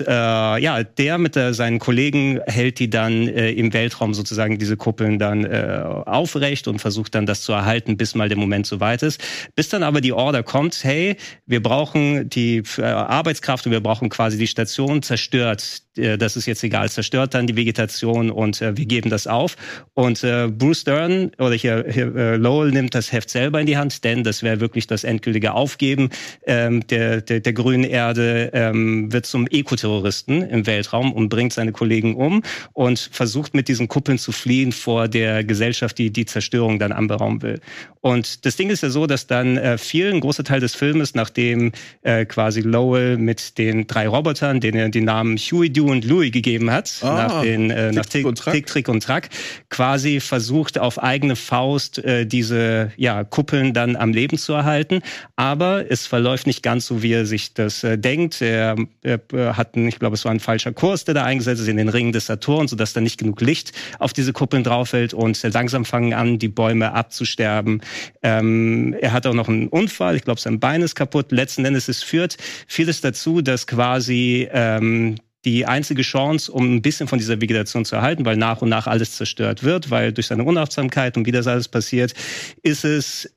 der mit seinen Kollegen hält die dann im Weltraum sozusagen diese Kuppeln dann aufrecht und versucht dann das zu erhalten, bis mal der Moment soweit ist. Bis dann aber die Order kommt, hey, wir brauchen die Arbeitskraft und wir brauchen quasi die Station, zerstört. Das ist jetzt egal, zerstört dann die Vegetation und wir geben das auf. Und Bruce Dern oder hier Lowell nimmt das Heft selber in die Hand, denn das wäre wirklich das endgültige Aufgeben der grünen Erde, wird zum Ekoterroristen im Weltraum und bringt seine Kollegen um und versucht mit diesen Kuppeln zu fliehen vor der Gesellschaft, die Zerstörung dann anberaumen will. Und das Ding ist ja so, dass dann ein großer Teil des Filmes, nachdem quasi Lowell mit den 3 Robotern, denen er die Namen Huey, Dewey und Louie gegeben hat, nach Tick, Trick und Track, quasi versucht auf eigene Faust diese Kuppeln dann am Leben zu erhalten. Aber es verläuft nicht ganz so, wie er sich das denkt. Er ich glaube, es war ein falscher Kurs, der da eingesetzt ist in den Ringen des Saturn, sodass da nicht genug Licht auf diese Kuppeln drauf fällt und langsam fangen an, die Bäume abzusterben. Er hat auch noch einen Unfall, ich glaube, sein Bein ist kaputt. Letzten Endes, es führt vieles dazu, dass quasi die einzige Chance, um ein bisschen von dieser Vegetation zu erhalten, weil nach und nach alles zerstört wird, weil durch seine Unachtsamkeit und wie das alles passiert, ist es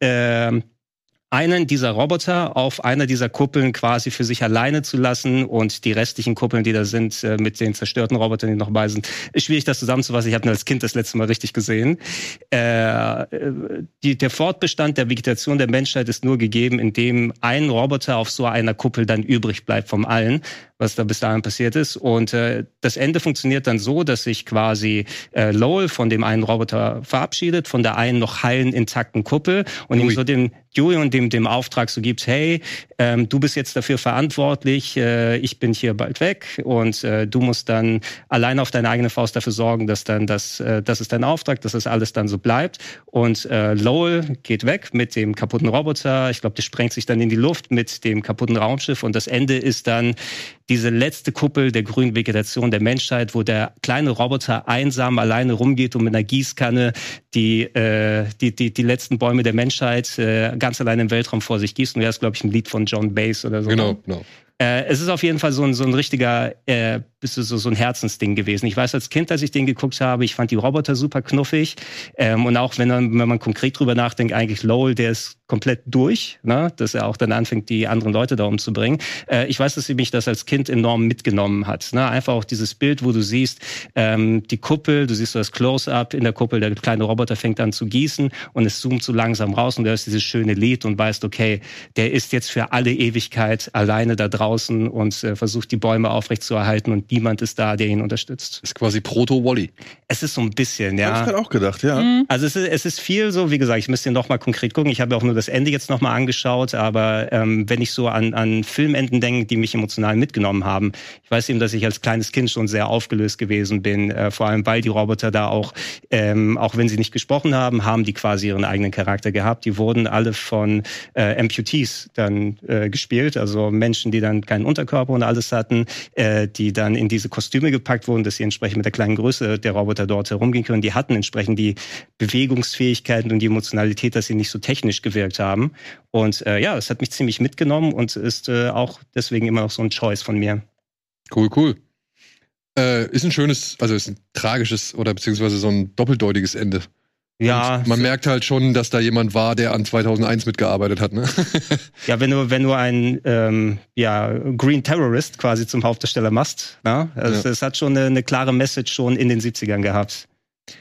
einen dieser Roboter auf einer dieser Kuppeln quasi für sich alleine zu lassen und die restlichen Kuppeln, die da sind, mit den zerstörten Robotern, die noch bei sind, ist schwierig, das zusammenzufassen. Ich habe ihn als Kind das letzte Mal richtig gesehen. Der Fortbestand der Vegetation der Menschheit ist nur gegeben, indem ein Roboter auf so einer Kuppel dann übrig bleibt vom allen, was da bis dahin passiert ist. Und das Ende funktioniert dann so, dass sich quasi Lowell von dem einen Roboter verabschiedet, von der einen noch heilen, intakten Kuppel und ihm so dem Dewey und dem Auftrag so gibt, hey, du bist jetzt dafür verantwortlich, ich bin hier bald weg und du musst dann allein auf deine eigene Faust dafür sorgen, dass dann das ist dein Auftrag, dass das alles dann so bleibt. Und Lowell geht weg mit dem kaputten Roboter, ich glaube, der sprengt sich dann in die Luft mit dem kaputten Raumschiff und das Ende ist dann diese letzte Kuppel der grünen Vegetation der Menschheit, wo der kleine Roboter einsam alleine rumgeht und mit einer Gießkanne die letzten Bäume der Menschheit ganz allein im Weltraum vor sich gießt. Und das ist, glaube ich, ein Lied von John Bass oder so. Genau. Es ist auf jeden Fall so ein richtiger, so ein Herzensding gewesen. Ich weiß als Kind, als ich den geguckt habe, ich fand die Roboter super knuffig. Und auch wenn man konkret drüber nachdenkt, eigentlich Lowell, der ist komplett durch, ne? Dass er auch dann anfängt, die anderen Leute da umzubringen. Ich weiß, dass mich das als Kind enorm mitgenommen hat. Ne? Einfach auch dieses Bild, wo du siehst, die Kuppel, du siehst so das Close-Up in der Kuppel, der kleine Roboter fängt an zu gießen und es zoomt so langsam raus und du hörst dieses schöne Lied und weißt, okay, der ist jetzt für alle Ewigkeit alleine da draußen und versucht, die Bäume aufrechtzuerhalten und niemand ist da, der ihn unterstützt. Ist quasi Proto-Wall-E. Es ist so ein bisschen, ja. Hab ich gerade auch gedacht, ja. Also es ist viel so, wie gesagt, ich müsste noch mal konkret gucken. Ich habe auch nur das Ende jetzt noch mal angeschaut, aber wenn ich so an Filmenden denke, die mich emotional mitgenommen haben, ich weiß eben, dass ich als kleines Kind schon sehr aufgelöst gewesen bin, vor allem weil die Roboter da auch wenn sie nicht gesprochen haben die quasi ihren eigenen Charakter gehabt. Die wurden alle von Amputees dann gespielt, also Menschen, die dann keinen Unterkörper und alles hatten, die dann in diese Kostüme gepackt wurden, dass sie entsprechend mit der kleinen Größe der Roboter dort herumgehen können. Die hatten entsprechend die Bewegungsfähigkeiten und die Emotionalität, dass sie nicht so technisch gewirkt haben. Und es hat mich ziemlich mitgenommen und ist auch deswegen immer noch so ein Choice von mir. Cool. Ist ein schönes, also ist ein tragisches oder beziehungsweise so ein doppeldeutiges Ende. Ja. Und man merkt halt schon, dass da jemand war, der an 2001 mitgearbeitet hat, ne? Ja, wenn du einen Green Terrorist quasi zum Hauptdarsteller machst, ne? Also es hat schon eine klare Message schon in den 70ern gehabt.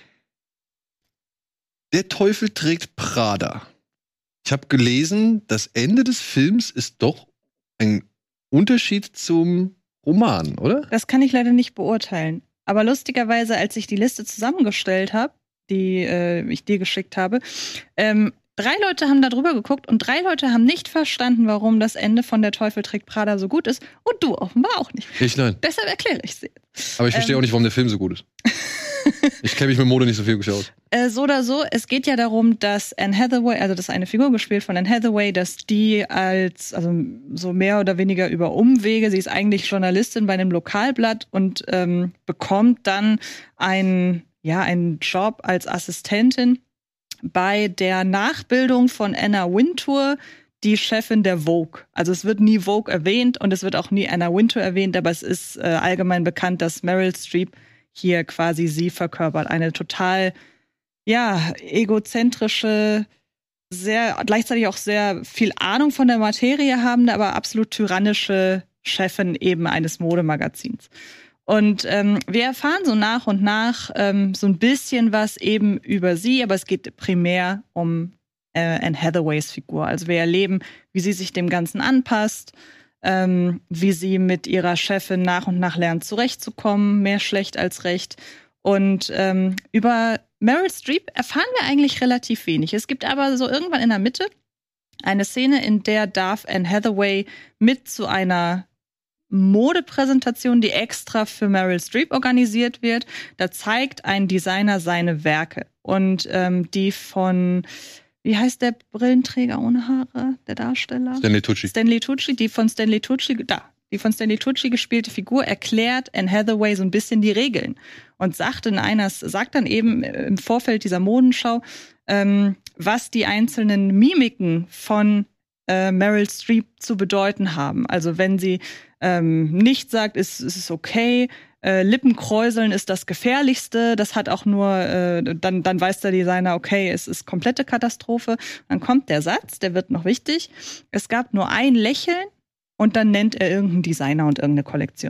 Der Teufel trägt Prada. Ich habe gelesen, das Ende des Films ist doch ein Unterschied zum Roman, oder? Das kann ich leider nicht beurteilen. Aber lustigerweise, als ich die Liste zusammengestellt habe, die ich dir geschickt habe, 3 Leute haben da drüber geguckt und 3 Leute haben nicht verstanden, warum das Ende von Der Teufel trägt Prada so gut ist. Und du offenbar auch nicht. Nein. Deshalb erkläre ich sie. Aber ich verstehe auch nicht, warum der Film so gut ist. Ich kenne mich mit Mode nicht so viel aus. So oder so, es geht ja darum, dass Anne Hathaway, also das ist eine Figur gespielt von Anne Hathaway, dass die also so mehr oder weniger über Umwege, sie ist eigentlich Journalistin bei einem Lokalblatt und bekommt dann einen Job als Assistentin bei der Nachbildung von Anna Wintour, die Chefin der Vogue. Also es wird nie Vogue erwähnt und es wird auch nie Anna Wintour erwähnt, aber es ist allgemein bekannt, dass Meryl Streep hier quasi sie verkörpert. Eine total, egozentrische, gleichzeitig auch sehr viel Ahnung von der Materie habende, aber absolut tyrannische Chefin eben eines Modemagazins. Und wir erfahren so nach und nach so ein bisschen was eben über sie, aber es geht primär um Anne Hathaways Figur. Also wir erleben, wie sie sich dem Ganzen anpasst, wie sie mit ihrer Chefin nach und nach lernt zurechtzukommen, mehr schlecht als recht. Und über Meryl Streep erfahren wir eigentlich relativ wenig. Es gibt aber so irgendwann in der Mitte eine Szene, in der darf Anne Hathaway mit zu einer Modepräsentation, die extra für Meryl Streep organisiert wird. Da zeigt ein Designer seine Werke. Und die von, wie heißt der Brillenträger ohne Haare, der Darsteller? Stanley Tucci. Die von Stanley Tucci gespielte Figur erklärt Anne Hathaway so ein bisschen die Regeln und sagt dann eben im Vorfeld dieser Modenschau, was die einzelnen Mimiken von Meryl Streep zu bedeuten haben. Also wenn sie nicht sagt, ist es okay, Lippenkräuseln ist das Gefährlichste, das hat auch nur, dann weiß der Designer, okay, es ist komplette Katastrophe. Dann kommt der Satz, der wird noch wichtig. Es gab nur ein Lächeln und dann nennt er irgendeinen Designer und irgendeine Kollektion.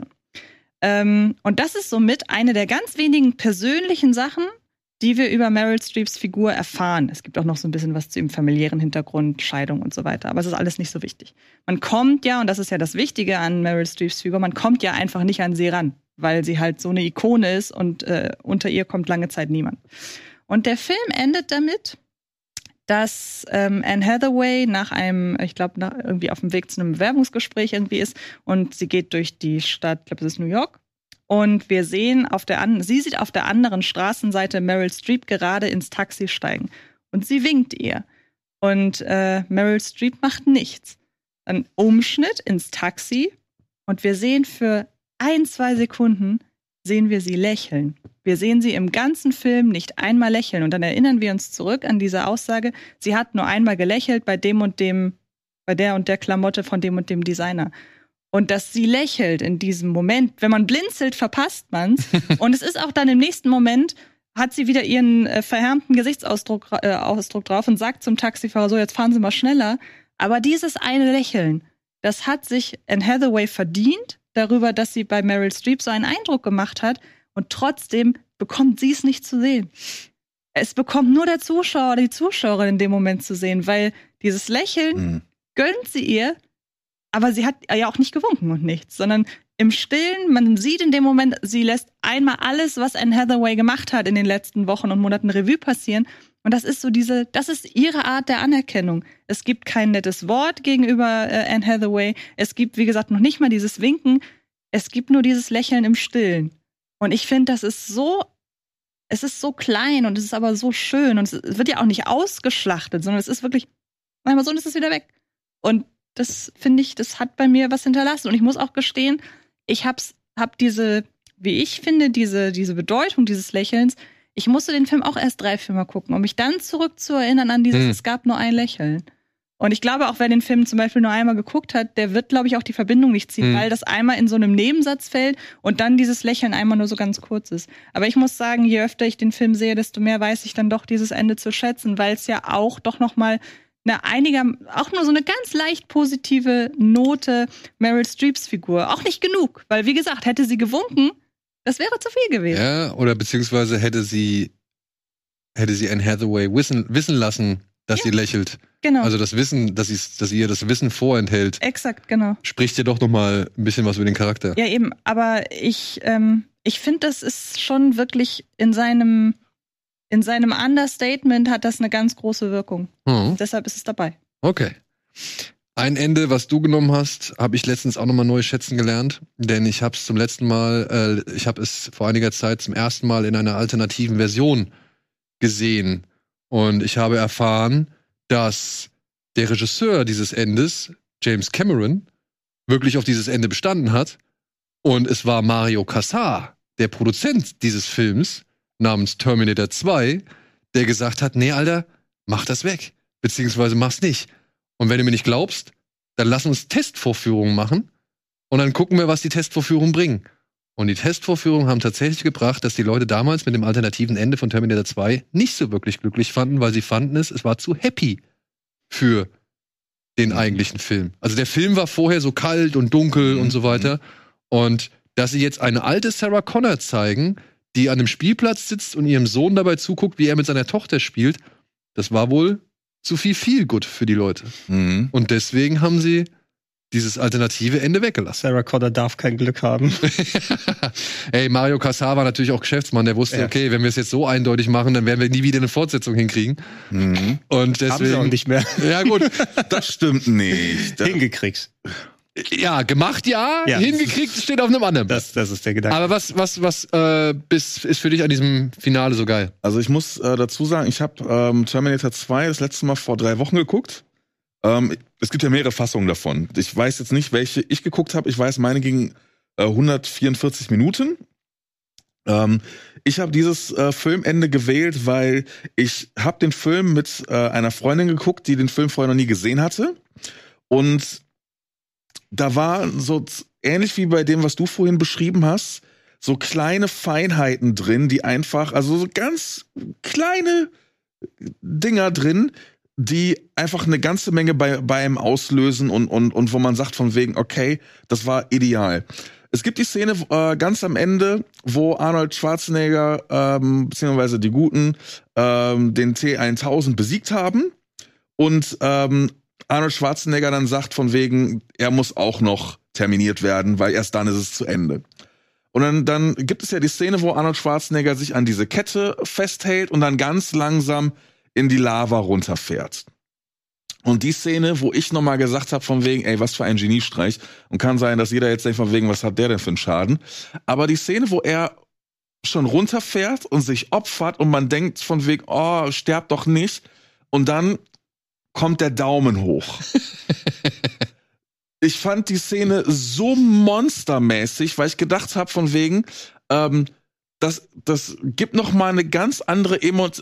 Und das ist somit eine der ganz wenigen persönlichen Sachen, die wir über Meryl Streeps Figur erfahren. Es gibt auch noch so ein bisschen was zu ihrem familiären Hintergrund, Scheidung und so weiter. Aber es ist alles nicht so wichtig. Man kommt ja, und das ist ja das Wichtige an Meryl Streeps Figur, man kommt ja einfach nicht an sie ran, weil sie halt so eine Ikone ist und unter ihr kommt lange Zeit niemand. Und der Film endet damit, dass Anne Hathaway irgendwie auf dem Weg zu einem Bewerbungsgespräch irgendwie ist und sie geht durch die Stadt, ich glaube, es ist New York. Und wir sehen sie sieht auf der anderen Straßenseite Meryl Streep gerade ins Taxi steigen. Und sie winkt ihr. Und Meryl Streep macht nichts. Dann Umschnitt ins Taxi. Und wir sehen für 1-2 Sekunden, sehen wir sie lächeln. Wir sehen sie im ganzen Film nicht einmal lächeln. Und dann erinnern wir uns zurück an diese Aussage, sie hat nur einmal gelächelt bei dem und dem, bei der und der Klamotte von dem und dem Designer. Und dass sie lächelt in diesem Moment, wenn man blinzelt, verpasst man's. Und es ist auch dann im nächsten Moment, hat sie wieder ihren verhärmten Gesichtsausdruck drauf und sagt zum Taxifahrer, so, jetzt fahren Sie mal schneller. Aber dieses eine Lächeln, das hat sich Anne Hathaway verdient, darüber, dass sie bei Meryl Streep so einen Eindruck gemacht hat. Und trotzdem bekommt sie es nicht zu sehen. Es bekommt nur der Zuschauer oder die Zuschauerin in dem Moment zu sehen, weil dieses Lächeln gönnt sie ihr. Aber sie hat ja auch nicht gewunken und nichts, sondern im Stillen, man sieht in dem Moment, sie lässt einmal alles, was Anne Hathaway gemacht hat in den letzten Wochen und Monaten Revue passieren. Und das ist so das ist ihre Art der Anerkennung. Es gibt kein nettes Wort gegenüber Anne Hathaway. Es gibt, wie gesagt, noch nicht mal dieses Winken. Es gibt nur dieses Lächeln im Stillen. Und ich finde, es ist so klein und es ist aber so schön. Und es wird ja auch nicht ausgeschlachtet, sondern es ist wirklich, manchmal so und es ist wieder weg. Und das finde ich, das hat bei mir was hinterlassen. Und ich muss auch gestehen, ich hab diese, wie ich finde, diese Bedeutung dieses Lächelns, ich musste den Film auch erst 3-4 Mal gucken, um mich dann zurückzuerinnern an dieses, es gab nur ein Lächeln. Und ich glaube, auch wer den Film zum Beispiel nur einmal geguckt hat, der wird, glaube ich, auch die Verbindung nicht ziehen, weil das einmal in so einem Nebensatz fällt und dann dieses Lächeln einmal nur so ganz kurz ist. Aber ich muss sagen, je öfter ich den Film sehe, desto mehr weiß ich dann doch dieses Ende zu schätzen, weil es ja auch doch noch mal auch nur so eine ganz leicht positive Note Meryl Streeps Figur. Auch nicht genug, weil wie gesagt, hätte sie gewunken, das wäre zu viel gewesen. Ja, oder beziehungsweise hätte sie Anne Hathaway wissen lassen, dass sie lächelt. Genau. Also das Wissen, dass sie ihr das Wissen vorenthält. Exakt, genau. Spricht ja doch noch mal ein bisschen was über den Charakter. Ja, eben. Aber ich finde, das ist schon wirklich in seinem Understatement hat das eine ganz große Wirkung. Deshalb ist es dabei. Okay. Ein Ende, was du genommen hast, habe ich letztens auch noch mal neu schätzen gelernt, denn ich habe es vor einiger Zeit zum ersten Mal in einer alternativen Version gesehen und ich habe erfahren, dass der Regisseur dieses Endes, James Cameron, wirklich auf dieses Ende bestanden hat und es war Mario Casar, der Produzent dieses Films namens Terminator 2, der gesagt hat, nee, Alter, mach das weg, beziehungsweise mach's nicht. Und wenn du mir nicht glaubst, dann lass uns Testvorführungen machen und dann gucken wir, was die Testvorführungen bringen. Und die Testvorführungen haben tatsächlich gebracht, dass die Leute damals mit dem alternativen Ende von Terminator 2 nicht so wirklich glücklich fanden, weil sie fanden es war zu happy für den eigentlichen Film. Also der Film war vorher so kalt und dunkel und so weiter. Und dass sie jetzt eine alte Sarah Connor zeigen, die an einem Spielplatz sitzt und ihrem Sohn dabei zuguckt, wie er mit seiner Tochter spielt, das war wohl zu viel gut für die Leute. Und deswegen haben sie dieses alternative Ende weggelassen. Sarah Connor darf kein Glück haben. Ey, Mario Casar war natürlich auch Geschäftsmann. Der wusste, okay, wenn wir es jetzt so eindeutig machen, dann werden wir nie wieder eine Fortsetzung hinkriegen. Und deswegen. Haben sie auch nicht mehr. Ja, gut. Das stimmt nicht. Hingekriegt. Ja, gemacht ja, hingekriegt steht auf einem anderen. Das ist der Gedanke. Aber was ist für dich an diesem Finale so geil? Also ich muss dazu sagen, ich habe Terminator 2 das letzte Mal vor 3 Wochen geguckt. Es gibt ja mehrere Fassungen davon. Ich weiß jetzt nicht, welche ich geguckt habe. Ich weiß, meine ging 144 Minuten. Ich habe dieses Filmende gewählt, weil ich habe den Film mit einer Freundin geguckt, die den Film vorher noch nie gesehen hatte. Und da war so ähnlich wie bei dem, was du vorhin beschrieben hast, so kleine Feinheiten drin, die einfach, also so ganz kleine Dinger drin, die einfach eine ganze Menge bei einem auslösen und wo man sagt von wegen, okay, das war ideal. Es gibt die Szene ganz am Ende, wo Arnold Schwarzenegger beziehungsweise die Guten den T-1000 besiegt haben und Arnold Schwarzenegger dann sagt von wegen, er muss auch noch terminiert werden, weil erst dann ist es zu Ende. Und dann gibt es ja die Szene, wo Arnold Schwarzenegger sich an diese Kette festhält und dann ganz langsam in die Lava runterfährt. Und die Szene, wo ich nochmal gesagt habe von wegen, ey, was für ein Geniestreich. Und kann sein, dass jeder jetzt denkt von wegen, was hat der denn für einen Schaden? Aber die Szene, wo er schon runterfährt und sich opfert und man denkt von wegen, oh, sterb doch nicht. Und dann kommt der Daumen hoch. Ich fand die Szene so monstermäßig, weil ich gedacht habe von wegen, das gibt noch mal eine ganz andere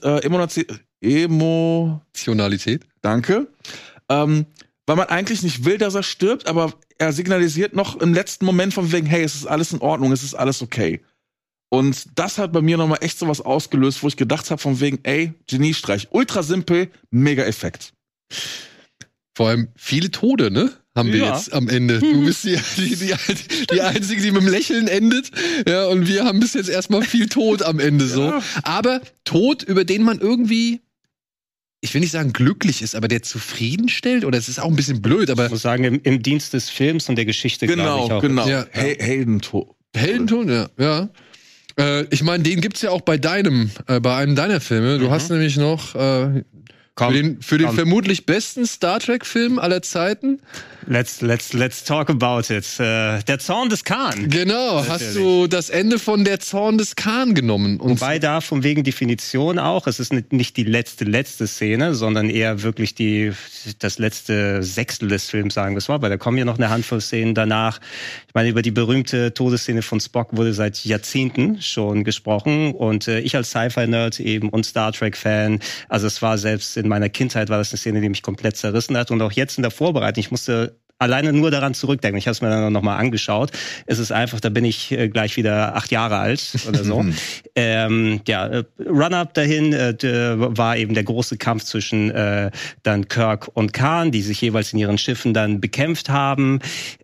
Emotionalität. Danke. Weil man eigentlich nicht will, dass er stirbt, aber er signalisiert noch im letzten Moment von wegen, hey, es ist alles in Ordnung, es ist alles okay. Und das hat bei mir noch mal echt sowas ausgelöst, wo ich gedacht habe von wegen, ey, Geniestreich, ultra simpel, mega Effekt. Vor allem viele Tode, ne? Haben wir jetzt am Ende. Du bist die Einzige, die mit dem Lächeln endet. Ja, und wir haben bis jetzt erstmal viel Tod am Ende so. Aber Tod, über den man irgendwie, ich will nicht sagen glücklich ist, aber der zufriedenstellt, oder es ist auch ein bisschen blöd, aber. Ich muss sagen, im Dienst des Films und der Geschichte, genau, ich auch. Genau. Ja. Heldentod. Heldentod, ja. Ich meine, den gibt's ja auch bei einem deiner Filme. Du hast nämlich noch für den vermutlich besten Star Trek-Film aller Zeiten Let's talk about it. Der Zorn des Khan. Genau, natürlich. Hast du das Ende von der Zorn des Khan genommen? Und wobei da von wegen Definition auch, es ist nicht die letzte Szene, sondern eher wirklich das letzte Sechstel des Films, sagen wir es mal, weil da kommen ja noch eine Handvoll Szenen danach. Ich meine, über die berühmte Todesszene von Spock wurde seit Jahrzehnten schon gesprochen und ich als Sci-Fi-Nerd eben und Star Trek-Fan, also es war selbst in meiner Kindheit war das eine Szene, die mich komplett zerrissen hat und auch jetzt in der Vorbereitung, ich musste alleine nur daran zurückdenken. Ich habe es mir dann nochmal angeschaut. Es ist einfach, da bin ich gleich wieder 8 Jahre alt oder so. Run-Up dahin war eben der große Kampf zwischen dann Kirk und Khan, die sich jeweils in ihren Schiffen dann bekämpft haben.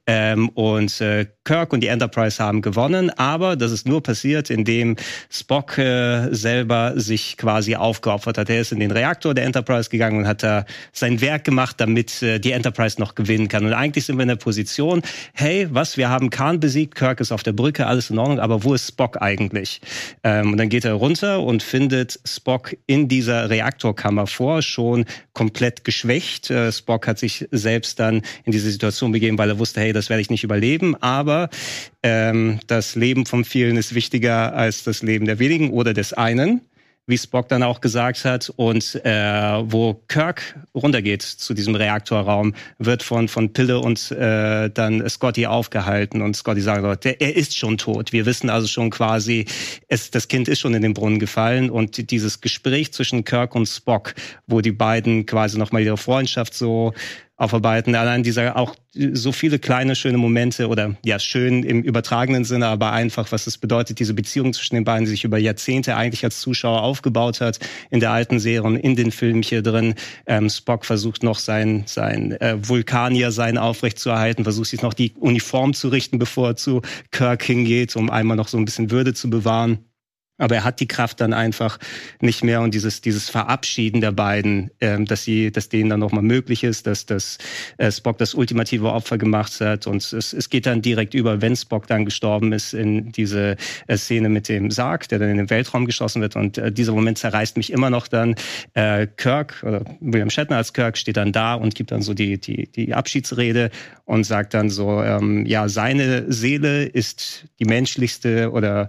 Kirk und die Enterprise haben gewonnen, aber das ist nur passiert, indem Spock selber sich quasi aufgeopfert hat. Er ist in den Reaktor der Enterprise gegangen und hat da sein Werk gemacht, damit die Enterprise noch gewinnen kann. Und eigentlich sind wir in der Position, hey, wir haben Khan besiegt, Kirk ist auf der Brücke, alles in Ordnung, aber wo ist Spock eigentlich? Und dann geht er runter und findet Spock in dieser Reaktorkammer vor, schon komplett geschwächt. Spock hat sich selbst dann in diese Situation begeben, weil er wusste, hey, das werde ich nicht überleben, aber das Leben von vielen ist wichtiger als das Leben der wenigen oder des einen, wie Spock dann auch gesagt hat. Und wo Kirk runtergeht zu diesem Reaktorraum, wird von Pille und dann Scotty aufgehalten. Und Scotty sagt, er ist schon tot. Wir wissen also schon quasi, das Kind ist schon in den Brunnen gefallen. Und dieses Gespräch zwischen Kirk und Spock, wo die beiden quasi nochmal ihre Freundschaft so aufarbeiten. Allein auch so viele kleine, schöne Momente oder ja, schön im übertragenen Sinne, aber einfach, was es bedeutet, diese Beziehung zwischen den beiden, die sich über Jahrzehnte eigentlich als Zuschauer aufgebaut hat, in der alten Serie und in den Filmen hier drin. Spock versucht noch sein Vulkanier-Sein aufrechtzuerhalten, versucht sich noch die Uniform zu richten, bevor er zu Kirk hingeht, um einmal noch so ein bisschen Würde zu bewahren. Aber er hat die Kraft dann einfach nicht mehr und dieses Verabschieden der beiden, dass denen dann nochmal möglich ist, dass Spock das ultimative Opfer gemacht hat und es geht dann direkt über, wenn Spock dann gestorben ist, in diese Szene mit dem Sarg, der dann in den Weltraum geschossen wird und dieser Moment zerreißt mich immer noch dann. Kirk, oder William Shatner als Kirk, steht dann da und gibt dann so die Abschiedsrede und sagt dann so, seine Seele ist die menschlichste oder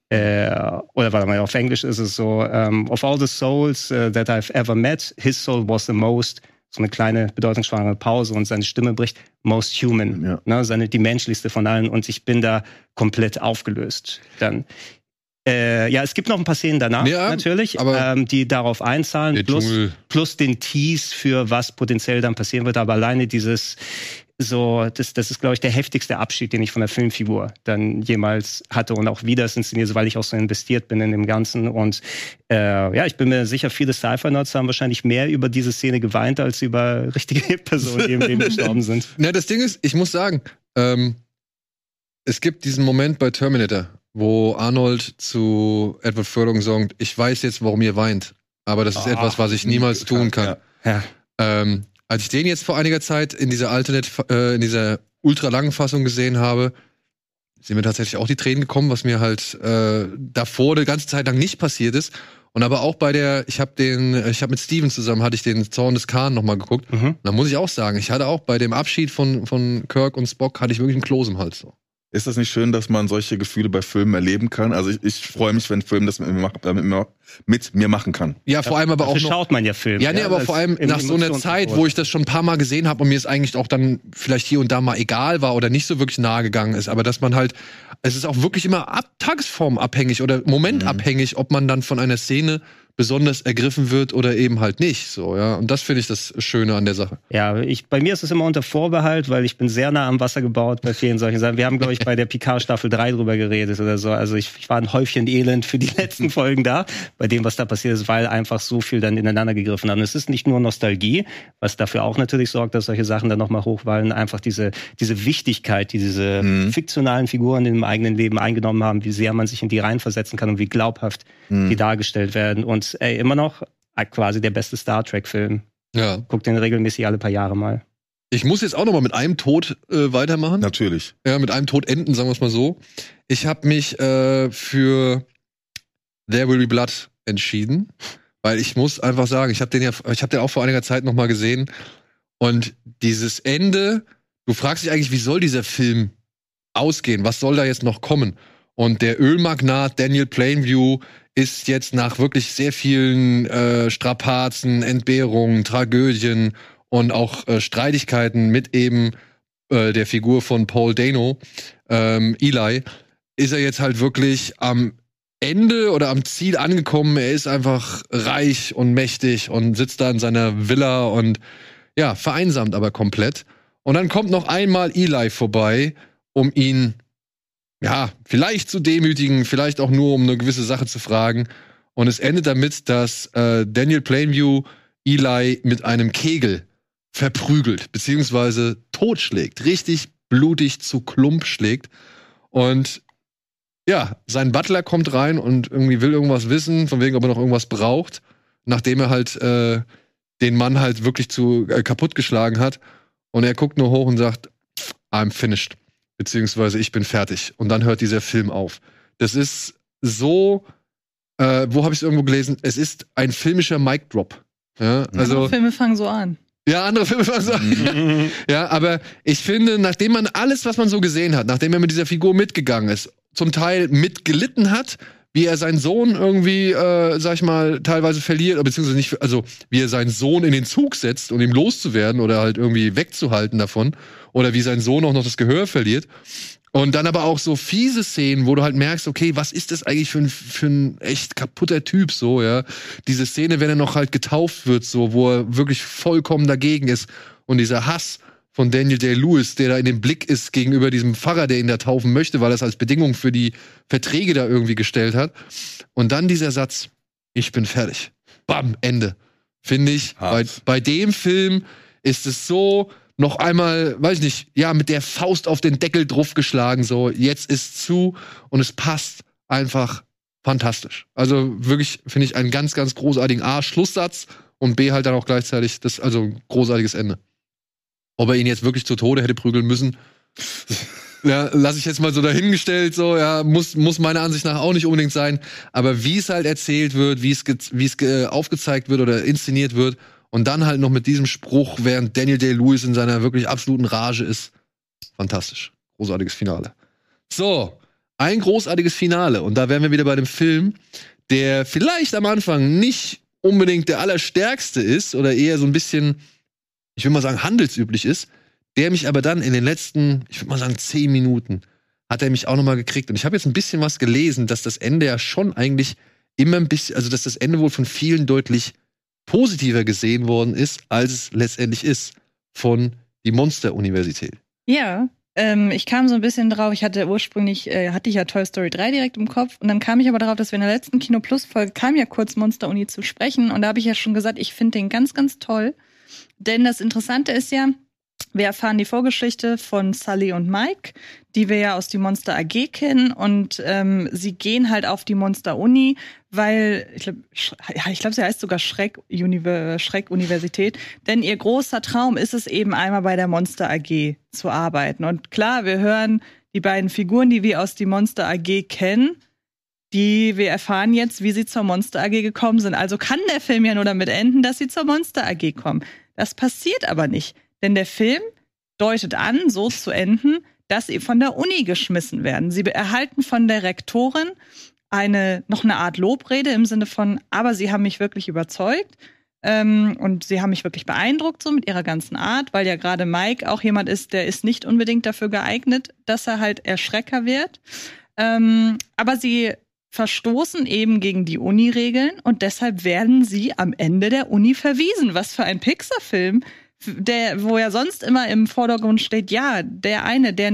warte mal, auf Englisch ist es so, of all the souls that I've ever met, his soul was the most, so eine kleine bedeutungsschwangere Pause und seine Stimme bricht, most human, ja. Ne, die menschlichste von allen und ich bin da komplett aufgelöst. Dann es gibt noch ein paar Szenen danach, natürlich, aber die darauf einzahlen, plus den Tease für was potenziell dann passieren wird, aber alleine dieses das ist, glaube ich, der heftigste Abschied, den ich von der Filmfigur dann jemals hatte und auch wie das inszeniert, weil ich auch so investiert bin in dem Ganzen. Und ich bin mir sicher, viele Sci-Fi-Nerds haben wahrscheinlich mehr über diese Szene geweint, als über richtige Personen, die im Leben gestorben sind. Na, das Ding ist, ich muss sagen, es gibt diesen Moment bei Terminator, wo Arnold zu Edward Furlong sagt, ich weiß jetzt, warum ihr weint, aber das ist etwas, was ich niemals tun kann. Ja. Als ich den jetzt vor einiger Zeit in dieser in dieser ultra langen Fassung gesehen habe, sind mir tatsächlich auch die Tränen gekommen, was mir halt davor eine ganze Zeit lang nicht passiert ist. Und aber auch ich habe mit Steven zusammen, hatte ich den Zorn des Khan nochmal geguckt. Mhm. Da muss ich auch sagen, ich hatte auch bei dem Abschied von Kirk und Spock, hatte ich wirklich einen Kloß im Hals. So. Ist das nicht schön, dass man solche Gefühle bei Filmen erleben kann? Also ich freue mich, wenn ein Film das mit mir machen kann. Ja, vor allem aber auch noch, schaut man ja Filme. Ja, nee, aber vor allem nach so einer Zeit, wo ich das schon ein paar Mal gesehen habe und mir es eigentlich auch dann vielleicht hier und da mal egal war oder nicht so wirklich nahe gegangen ist, aber dass man halt, es ist auch wirklich immer tagesformabhängig oder momentabhängig, ob man dann von einer Szene besonders ergriffen wird oder eben halt nicht. So, ja. Und das finde ich das Schöne an der Sache. Ja, bei mir ist es immer unter Vorbehalt, weil ich bin sehr nah am Wasser gebaut bei vielen solchen Sachen. Wir haben, glaube ich, bei der Picard Staffel 3 drüber geredet oder so. Also ich war ein Häufchen Elend für die letzten Folgen da, bei dem, was da passiert ist, weil einfach so viel dann ineinander gegriffen hat. Und es ist nicht nur Nostalgie, was dafür auch natürlich sorgt, dass solche Sachen dann nochmal hochwallen. Einfach diese Wichtigkeit, die diese fiktionalen Figuren im eigenen Leben eingenommen haben, wie sehr man sich in die reinversetzen kann und wie glaubhaft die dargestellt werden. Und immer noch quasi der beste Star Trek-Film. Ja. Guckt den regelmäßig alle paar Jahre mal. Ich muss jetzt auch noch mal mit einem Tod weitermachen. Natürlich. Ja, mit einem Tod enden, sagen wir es mal so. Ich habe mich für There Will Be Blood entschieden, weil ich muss einfach sagen, ich habe den auch vor einiger Zeit noch mal gesehen und dieses Ende du fragst dich eigentlich, wie soll dieser Film ausgehen? Was soll da jetzt noch kommen? Und der Ölmagnat Daniel Plainview ist jetzt nach wirklich sehr vielen Strapazen, Entbehrungen, Tragödien und auch Streitigkeiten mit eben der Figur von Paul Dano, Eli, ist er jetzt halt wirklich am Ende oder am Ziel angekommen. Er ist einfach reich und mächtig und sitzt da in seiner Villa und ja, vereinsamt aber komplett. Und dann kommt noch einmal Eli vorbei, um ihn ja, vielleicht zu demütigen, vielleicht auch nur, um eine gewisse Sache zu fragen. Und es endet damit, dass Daniel Plainview Eli mit einem Kegel verprügelt, beziehungsweise totschlägt, richtig blutig zu Klump schlägt. Und ja, sein Butler kommt rein und irgendwie will irgendwas wissen, von wegen, ob er noch irgendwas braucht, nachdem er halt den Mann halt wirklich kaputtgeschlagen hat. Und er guckt nur hoch und sagt, I'm finished. Beziehungsweise ich bin fertig. Und dann hört dieser Film auf. Das ist so, wo habe ich es irgendwo gelesen? Es ist ein filmischer Mic-Drop. Ja, also, andere Filme fangen so an. Ja, andere Filme fangen so an. Ja, aber ich finde, nachdem man alles, was man so gesehen hat, nachdem er mit dieser Figur mitgegangen ist, zum Teil mitgelitten hat, wie er seinen Sohn irgendwie, sag ich mal, teilweise verliert, beziehungsweise nicht, also wie er seinen Sohn in den Zug setzt, um ihm loszuwerden oder halt irgendwie wegzuhalten davon, oder wie sein Sohn auch noch das Gehör verliert. Und dann aber auch so fiese Szenen, wo du halt merkst, okay, was ist das eigentlich für ein echt kaputter Typ, so, ja. Diese Szene, wenn er noch halt getauft wird, so, wo er wirklich vollkommen dagegen ist. Und dieser Hass von Daniel Day-Lewis, der da in dem Blick ist gegenüber diesem Pfarrer, der ihn da taufen möchte, weil er es als Bedingung für die Verträge da irgendwie gestellt hat. Und dann dieser Satz, ich bin fertig. Bam, Ende. Finde ich, bei dem Film ist es so noch einmal, weiß ich nicht, ja, mit der Faust auf den Deckel draufgeschlagen, so, jetzt ist zu und es passt einfach fantastisch. Also wirklich, finde ich, einen ganz, ganz großartigen Schlusssatz und B halt dann auch gleichzeitig also ein großartiges Ende. Ob er ihn jetzt wirklich zu Tode hätte prügeln müssen, ja, lasse ich jetzt mal so dahingestellt, so, ja, muss meiner Ansicht nach auch nicht unbedingt sein, aber wie es halt erzählt wird, wie es aufgezeigt wird oder inszeniert wird, und dann halt noch mit diesem Spruch, während Daniel Day-Lewis in seiner wirklich absoluten Rage ist. Fantastisch. Großartiges Finale. So, ein großartiges Finale. Und da wären wir wieder bei dem Film, der vielleicht am Anfang nicht unbedingt der allerstärkste ist oder eher so ein bisschen, ich will mal sagen, handelsüblich ist, der mich aber dann in den letzten, ich würde mal sagen, 10 Minuten hat er mich auch noch mal gekriegt. Und ich habe jetzt ein bisschen was gelesen, dass das Ende ja schon eigentlich immer ein bisschen, also dass das Ende wohl von vielen deutlich positiver gesehen worden ist, als es letztendlich ist von die Monster-Universität. Ja, ich kam so ein bisschen drauf, hatte ich ja Toy Story 3 direkt im Kopf und dann kam ich aber darauf, dass wir in der letzten Kino Plus Folge kam ja kurz Monster-Uni zu sprechen und da habe ich ja schon gesagt, ich finde den ganz, ganz toll, denn das Interessante ist ja, wir erfahren die Vorgeschichte von Sully und Mike, die wir ja aus die Monster AG kennen und sie gehen halt auf die Monster Uni, weil ich glaube, sie heißt sogar Schreck Universität, denn ihr großer Traum ist es eben einmal bei der Monster AG zu arbeiten. Und klar, wir hören die beiden Figuren, die wir aus die Monster AG kennen, wir erfahren jetzt, wie sie zur Monster AG gekommen sind. Also kann der Film ja nur damit enden, dass sie zur Monster AG kommen. Das passiert aber nicht. Denn der Film deutet an, so zu enden, dass sie von der Uni geschmissen werden. Sie erhalten von der Rektorin noch eine Art Lobrede im Sinne von, aber sie haben mich wirklich überzeugt und sie haben mich wirklich beeindruckt so mit ihrer ganzen Art, weil ja gerade Mike auch jemand ist, der ist nicht unbedingt dafür geeignet, dass er halt Erschrecker wird. Aber sie verstoßen eben gegen die Uni-Regeln und deshalb werden sie am Ende der Uni verwiesen. Was für ein Pixar-Film, wo ja sonst immer im Vordergrund steht, ja, der eine, der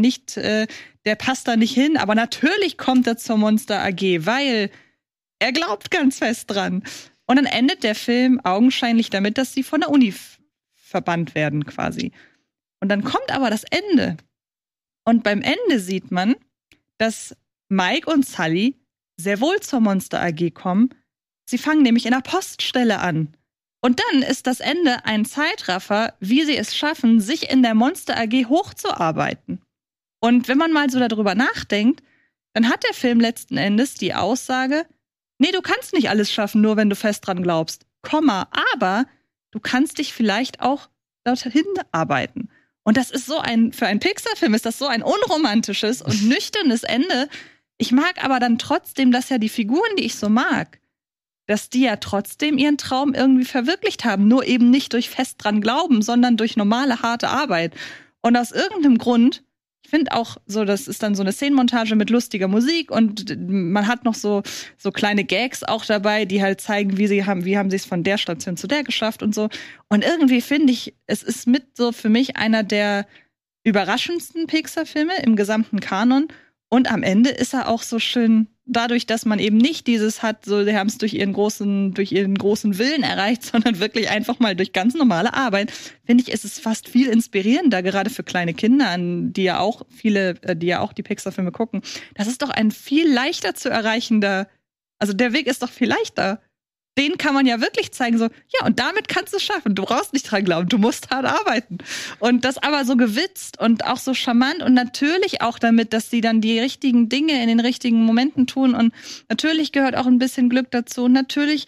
passt da nicht hin, aber natürlich kommt er zur Monster AG, weil er glaubt ganz fest dran. Und dann endet der Film augenscheinlich damit, dass sie von der Uni verbannt werden quasi. Und dann kommt aber das Ende. Und beim Ende sieht man, dass Mike und Sully sehr wohl zur Monster AG kommen. Sie fangen nämlich in der Poststelle an. Und dann ist das Ende ein Zeitraffer, wie sie es schaffen, sich in der Monster AG hochzuarbeiten. Und wenn man mal so darüber nachdenkt, dann hat der Film letzten Endes die Aussage, nee, du kannst nicht alles schaffen, nur wenn du fest dran glaubst, aber du kannst dich vielleicht auch dorthin arbeiten. Und das ist für einen Pixar-Film ist das so ein unromantisches und nüchternes Ende. Ich mag aber dann trotzdem, dass ja die Figuren, die ich so mag, dass die ja trotzdem ihren Traum irgendwie verwirklicht haben. Nur eben nicht durch fest dran glauben, sondern durch normale, harte Arbeit. Und aus irgendeinem Grund, ich finde auch so, das ist dann so eine Szenenmontage mit lustiger Musik und man hat noch so kleine Gags auch dabei, die halt zeigen, wie haben sie es von der Station zu der geschafft und so. Und irgendwie finde ich, es ist mit so für mich einer der überraschendsten Pixar-Filme im gesamten Kanon. Und am Ende ist er auch so schön, dadurch, dass man eben nicht dieses hat, so, die haben es durch ihren großen Willen erreicht, sondern wirklich einfach mal durch ganz normale Arbeit, finde ich, ist es fast viel inspirierender, gerade für kleine Kinder, die ja auch die Pixar-Filme gucken. Das ist doch ein viel leichter zu erreichender, also der Weg ist doch viel leichter. Den kann man ja wirklich zeigen, so, ja, und damit kannst du es schaffen. Du brauchst nicht dran glauben, du musst hart arbeiten. Und das aber so gewitzt und auch so charmant und natürlich auch damit, dass sie dann die richtigen Dinge in den richtigen Momenten tun. Und natürlich gehört auch ein bisschen Glück dazu. Und natürlich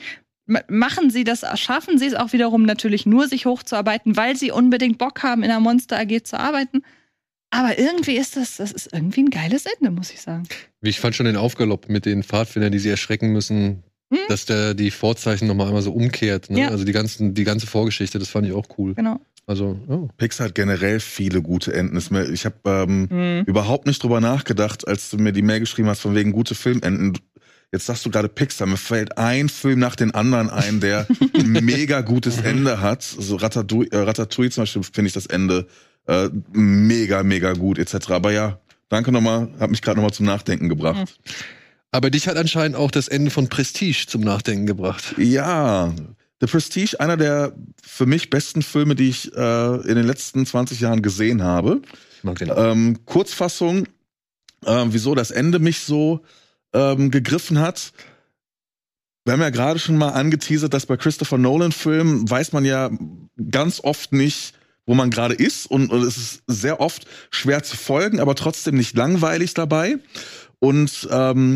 schaffen sie es auch wiederum natürlich nur, sich hochzuarbeiten, weil sie unbedingt Bock haben, in der Monster AG zu arbeiten. Aber irgendwie ist das ist irgendwie ein geiles Ende, muss ich sagen. Ich fand schon den Aufgalopp mit den Pfadfindern, die sie erschrecken müssen. Dass der die Vorzeichen nochmal einmal so umkehrt. Ne? Ja. Also die ganze Vorgeschichte, das fand ich auch cool. Genau. Also, oh. Pixar hat generell viele gute Enden. Ich habe überhaupt nicht drüber nachgedacht, als du mir die Mail geschrieben hast, von wegen gute Filmenden. Jetzt sagst du gerade Pixar. Mir fällt ein Film nach den anderen ein, der ein mega gutes Ende hat. So Ratatouille zum Beispiel finde ich das Ende mega, mega gut etc. Aber ja, danke nochmal, hat mich gerade nochmal zum Nachdenken gebracht. Aber dich hat anscheinend auch das Ende von Prestige zum Nachdenken gebracht. Ja, The Prestige, einer der für mich besten Filme, die ich in den letzten 20 Jahren gesehen habe. Mag den Kurzfassung, wieso das Ende mich so gegriffen hat. Wir haben ja gerade schon mal angeteasert, dass bei Christopher Nolan-Filmen weiß man ja ganz oft nicht, wo man gerade ist. Und es ist sehr oft schwer zu folgen, aber trotzdem nicht langweilig dabei. Und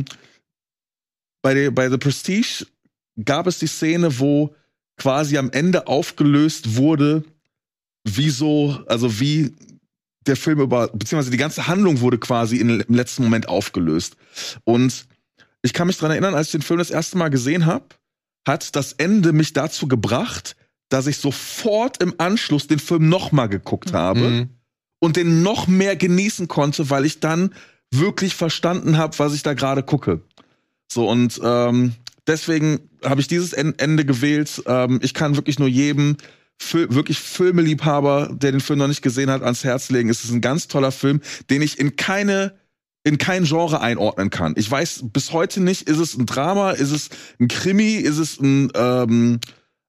bei The Prestige gab es die Szene, wo quasi am Ende aufgelöst wurde, wie der Film beziehungsweise die ganze Handlung wurde quasi im letzten Moment aufgelöst. Und ich kann mich daran erinnern, als ich den Film das erste Mal gesehen habe, hat das Ende mich dazu gebracht, dass ich sofort im Anschluss den Film nochmal geguckt habe und den noch mehr genießen konnte, weil ich dann wirklich verstanden habe, was ich da gerade gucke. So, und deswegen habe ich dieses Ende gewählt. Ich kann wirklich nur jedem wirklich Filmeliebhaber, der den Film noch nicht gesehen hat, ans Herz legen. Es ist ein ganz toller Film, den ich in kein Genre einordnen kann. Ich weiß bis heute nicht, ist es ein Drama, ist es ein Krimi, ist es ein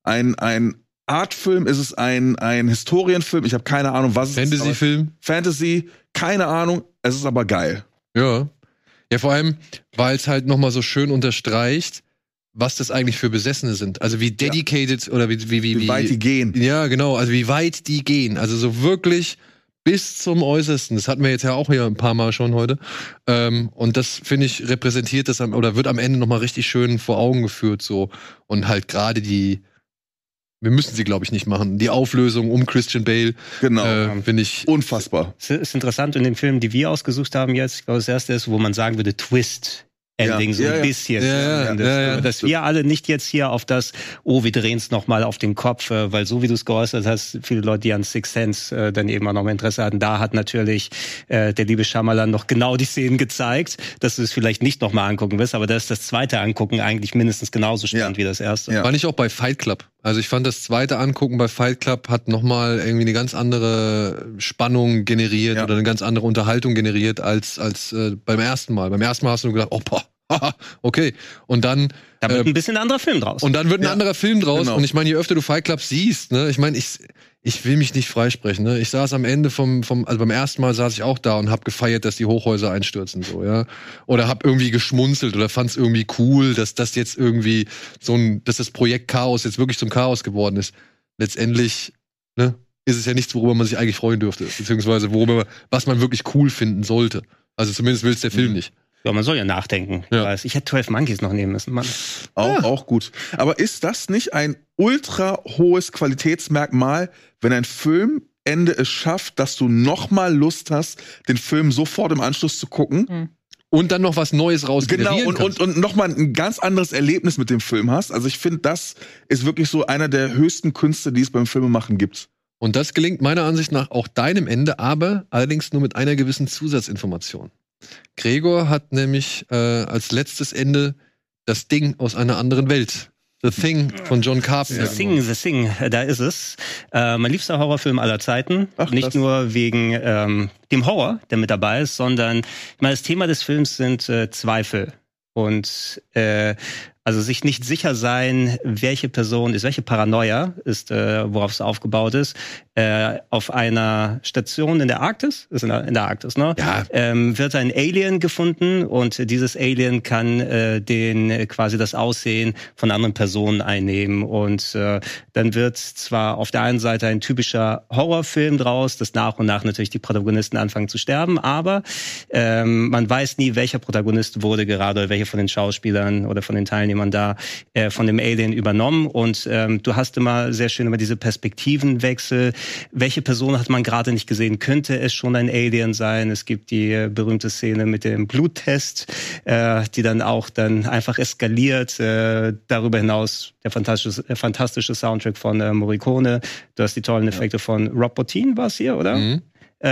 Artfilm, ist es ein Historienfilm? Ich habe keine Ahnung, was es ist. Fantasy-Film? Fantasy, keine Ahnung. Es ist aber geil. Ja. Ja, vor allem, weil es halt nochmal so schön unterstreicht, was das eigentlich für Besessene sind. Also wie dedicated oder wie weit die gehen. Ja, genau. Also wie weit die gehen. Also so wirklich bis zum Äußersten. Das hatten wir jetzt ja auch hier ein paar Mal schon heute. Und das, finde ich, repräsentiert das oder wird am Ende nochmal richtig schön vor Augen geführt. So. Und halt gerade wir müssen sie, glaube ich, nicht machen. Die Auflösung um Christian Bale, genau, finde ich unfassbar. Es ist interessant in dem Film, die wir ausgesucht haben jetzt, ich glaube, das erste ist, wo man sagen würde, Twist. Ending, so ein bisschen. Dass wir alle nicht jetzt hier auf das, wir drehen es nochmal auf den Kopf, weil so wie du es geäußert hast, viele Leute, die an Sixth Sense dann eben auch noch mal Interesse hatten, da hat natürlich der liebe Shyamalan noch genau die Szenen gezeigt, dass du es vielleicht nicht nochmal angucken wirst, aber dass das zweite Angucken eigentlich mindestens genauso spannend wie das erste. Ja. War nicht auch bei Fight Club? Also ich fand, das zweite Angucken bei Fight Club hat nochmal irgendwie eine ganz andere Spannung generiert oder eine ganz andere Unterhaltung generiert als beim ersten Mal. Beim ersten Mal hast du nur gedacht, okay. Und dann da wird ein bisschen ein anderer Film draus. Und dann wird ein anderer Film draus. Genau. Und ich meine, je öfter du Fight Club siehst, ne, ich meine, ich will mich nicht freisprechen, ne? Ich saß am Ende also beim ersten Mal saß ich auch da und hab gefeiert, dass die Hochhäuser einstürzen, so, ja. Oder hab irgendwie geschmunzelt oder fand's irgendwie cool, dass das jetzt irgendwie dass das Projekt Chaos jetzt wirklich zum Chaos geworden ist. Letztendlich, ne, ist es ja nichts, worüber man sich eigentlich freuen dürfte. Beziehungsweise was man wirklich cool finden sollte. Also zumindest will's der Film nicht. Ja, man soll ja nachdenken. Ja. Ich hätte 12 Monkeys noch nehmen müssen, Mann. Auch gut. Aber ist das nicht ein ultra hohes Qualitätsmerkmal, wenn ein Film Ende es schafft, dass du noch mal Lust hast, den Film sofort im Anschluss zu gucken. Und dann noch was Neues raus generieren kannst. Und noch mal ein ganz anderes Erlebnis mit dem Film hast. Also ich finde, das ist wirklich so einer der höchsten Künste, die es beim Filmemachen gibt. Und das gelingt meiner Ansicht nach auch deinem Ende, aber allerdings nur mit einer gewissen Zusatzinformation. Gregor hat nämlich als letztes Ende das Ding aus einer anderen Welt. The Thing von John Carpenter. The Thing, da ist es. Mein liebster Horrorfilm aller Zeiten. Nicht nur wegen dem Horror, der mit dabei ist, sondern ich meine, das Thema des Films sind Zweifel. Und also sich nicht sicher sein, welche Person ist, welche Paranoia ist, worauf es aufgebaut ist. Auf einer Station in der Arktis, ist in der Arktis, ne? Ja. Wird ein Alien gefunden und dieses Alien kann quasi das Aussehen von anderen Personen einnehmen. Und dann wird zwar auf der einen Seite ein typischer Horrorfilm draus, dass nach und nach natürlich die Protagonisten anfangen zu sterben, aber man weiß nie, welcher Protagonist wurde gerade, welche von den Schauspielern oder von den Teilnehmern da von dem Alien übernommen. Und du hast immer sehr schön über diese Perspektivenwechsel. Welche Person hat man gerade nicht gesehen? Könnte es schon ein Alien sein? Es gibt die berühmte Szene mit dem Bluttest, die dann einfach eskaliert. Darüber hinaus der fantastische Soundtrack von Morricone. Du hast die tollen Effekte von Rob Bottin, war es hier, oder? Mhm.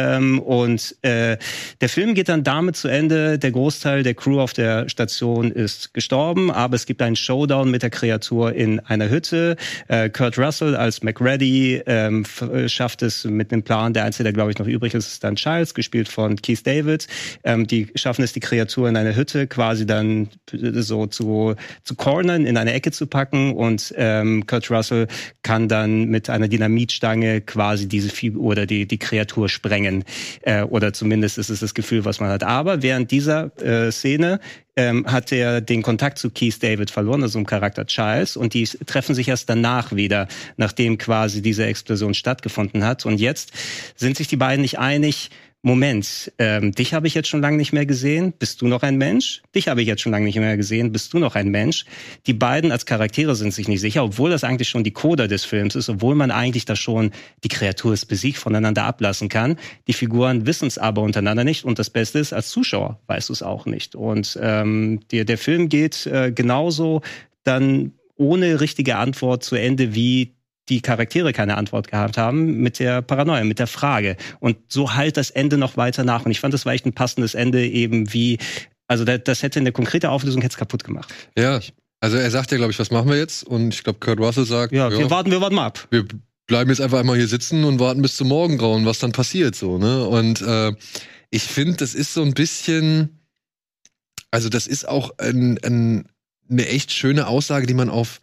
Der Film geht dann damit zu Ende. Der Großteil der Crew auf der Station ist gestorben, aber es gibt einen Showdown mit der Kreatur in einer Hütte. Kurt Russell als McReady schafft es mit einem Plan. Der Einzige, der glaube ich noch übrig ist, ist dann Childs, gespielt von Keith David. Die schaffen es, die Kreatur in einer Hütte quasi dann so zu cornern, in eine Ecke zu packen, und Kurt Russell kann dann mit einer Dynamitstange quasi diese Figur oder die Kreatur sprengen. Oder zumindest ist es das Gefühl, was man hat. Aber während dieser Szene hat er den Kontakt zu Keith David verloren, also im Charakter Charles, und die treffen sich erst danach wieder, nachdem quasi diese Explosion stattgefunden hat. Und jetzt sind sich die beiden nicht einig. Moment, dich habe ich jetzt schon lange nicht mehr gesehen, bist du noch ein Mensch? Dich habe ich jetzt schon lange nicht mehr gesehen, bist du noch ein Mensch? Die beiden als Charaktere sind sich nicht sicher, obwohl das eigentlich schon die Coda des Films ist, obwohl man eigentlich da schon die Kreatur ist besiegt voneinander ablassen kann. Die Figuren wissen es aber untereinander nicht, und das Beste ist, als Zuschauer weißt du es auch nicht. Und der Film geht genauso dann ohne richtige Antwort zu Ende, wie die Charaktere keine Antwort gehabt haben, mit der Paranoia, mit der Frage. Und so halt das Ende noch weiter nach. Und ich fand, das war echt ein passendes Ende, eben wie, also das hätte eine konkrete Auflösung jetzt kaputt gemacht. Ja, also er sagt ja, glaube ich, was machen wir jetzt? Und ich glaube, Kurt Russell sagt, ja, wir warten mal ab. Wir bleiben jetzt einfach einmal hier sitzen und warten bis zum Morgengrauen, was dann passiert, so, ne? Und ich finde, das ist so ein bisschen, also das ist auch eine echt schöne Aussage, die man auf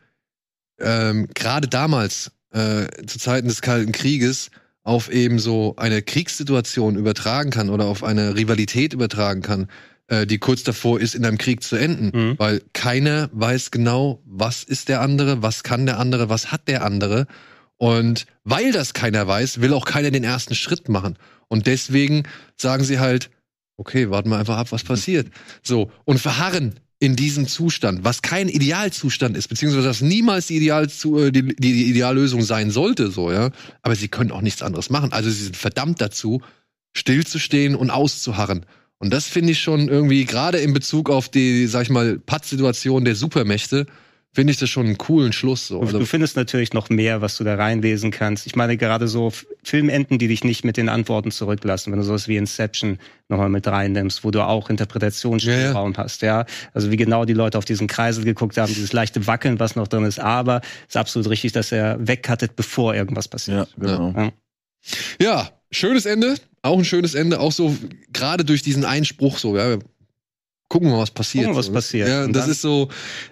gerade damals zu Zeiten des Kalten Krieges auf eben so eine Kriegssituation übertragen kann oder auf eine Rivalität übertragen kann, die kurz davor ist, in einem Krieg zu enden. Weil keiner weiß genau, was ist der andere, was kann der andere, was hat der andere. Und weil das keiner weiß, will auch keiner den ersten Schritt machen. Und deswegen sagen sie halt, okay, warten wir einfach ab, was passiert. So, und verharren in diesem Zustand, was kein Idealzustand ist, beziehungsweise das niemals die Ideallösung sein sollte, so, ja. Aber sie können auch nichts anderes machen. Also sie sind verdammt dazu, stillzustehen und auszuharren. Und das finde ich schon irgendwie, gerade in Bezug auf die, sag ich mal, Pattsituation der Supermächte, finde ich das schon einen coolen Schluss. So. Du findest natürlich noch mehr, was du da reinlesen kannst. Ich meine, gerade so Filmenden, die dich nicht mit den Antworten zurücklassen, wenn du sowas wie Inception nochmal mit reinnimmst, wo du auch Interpretationsspielraum hast, ja. Also wie genau die Leute auf diesen Kreisel geguckt haben, dieses leichte Wackeln, was noch drin ist. Aber es ist absolut richtig, dass er wegcuttet, bevor irgendwas passiert. Ja, genau. Ja, schönes Ende. Auch ein schönes Ende. Auch so, gerade durch diesen Einspruch so, ja. Gucken wir mal, was passiert. Gucken, was passiert. Ja, und das ist so,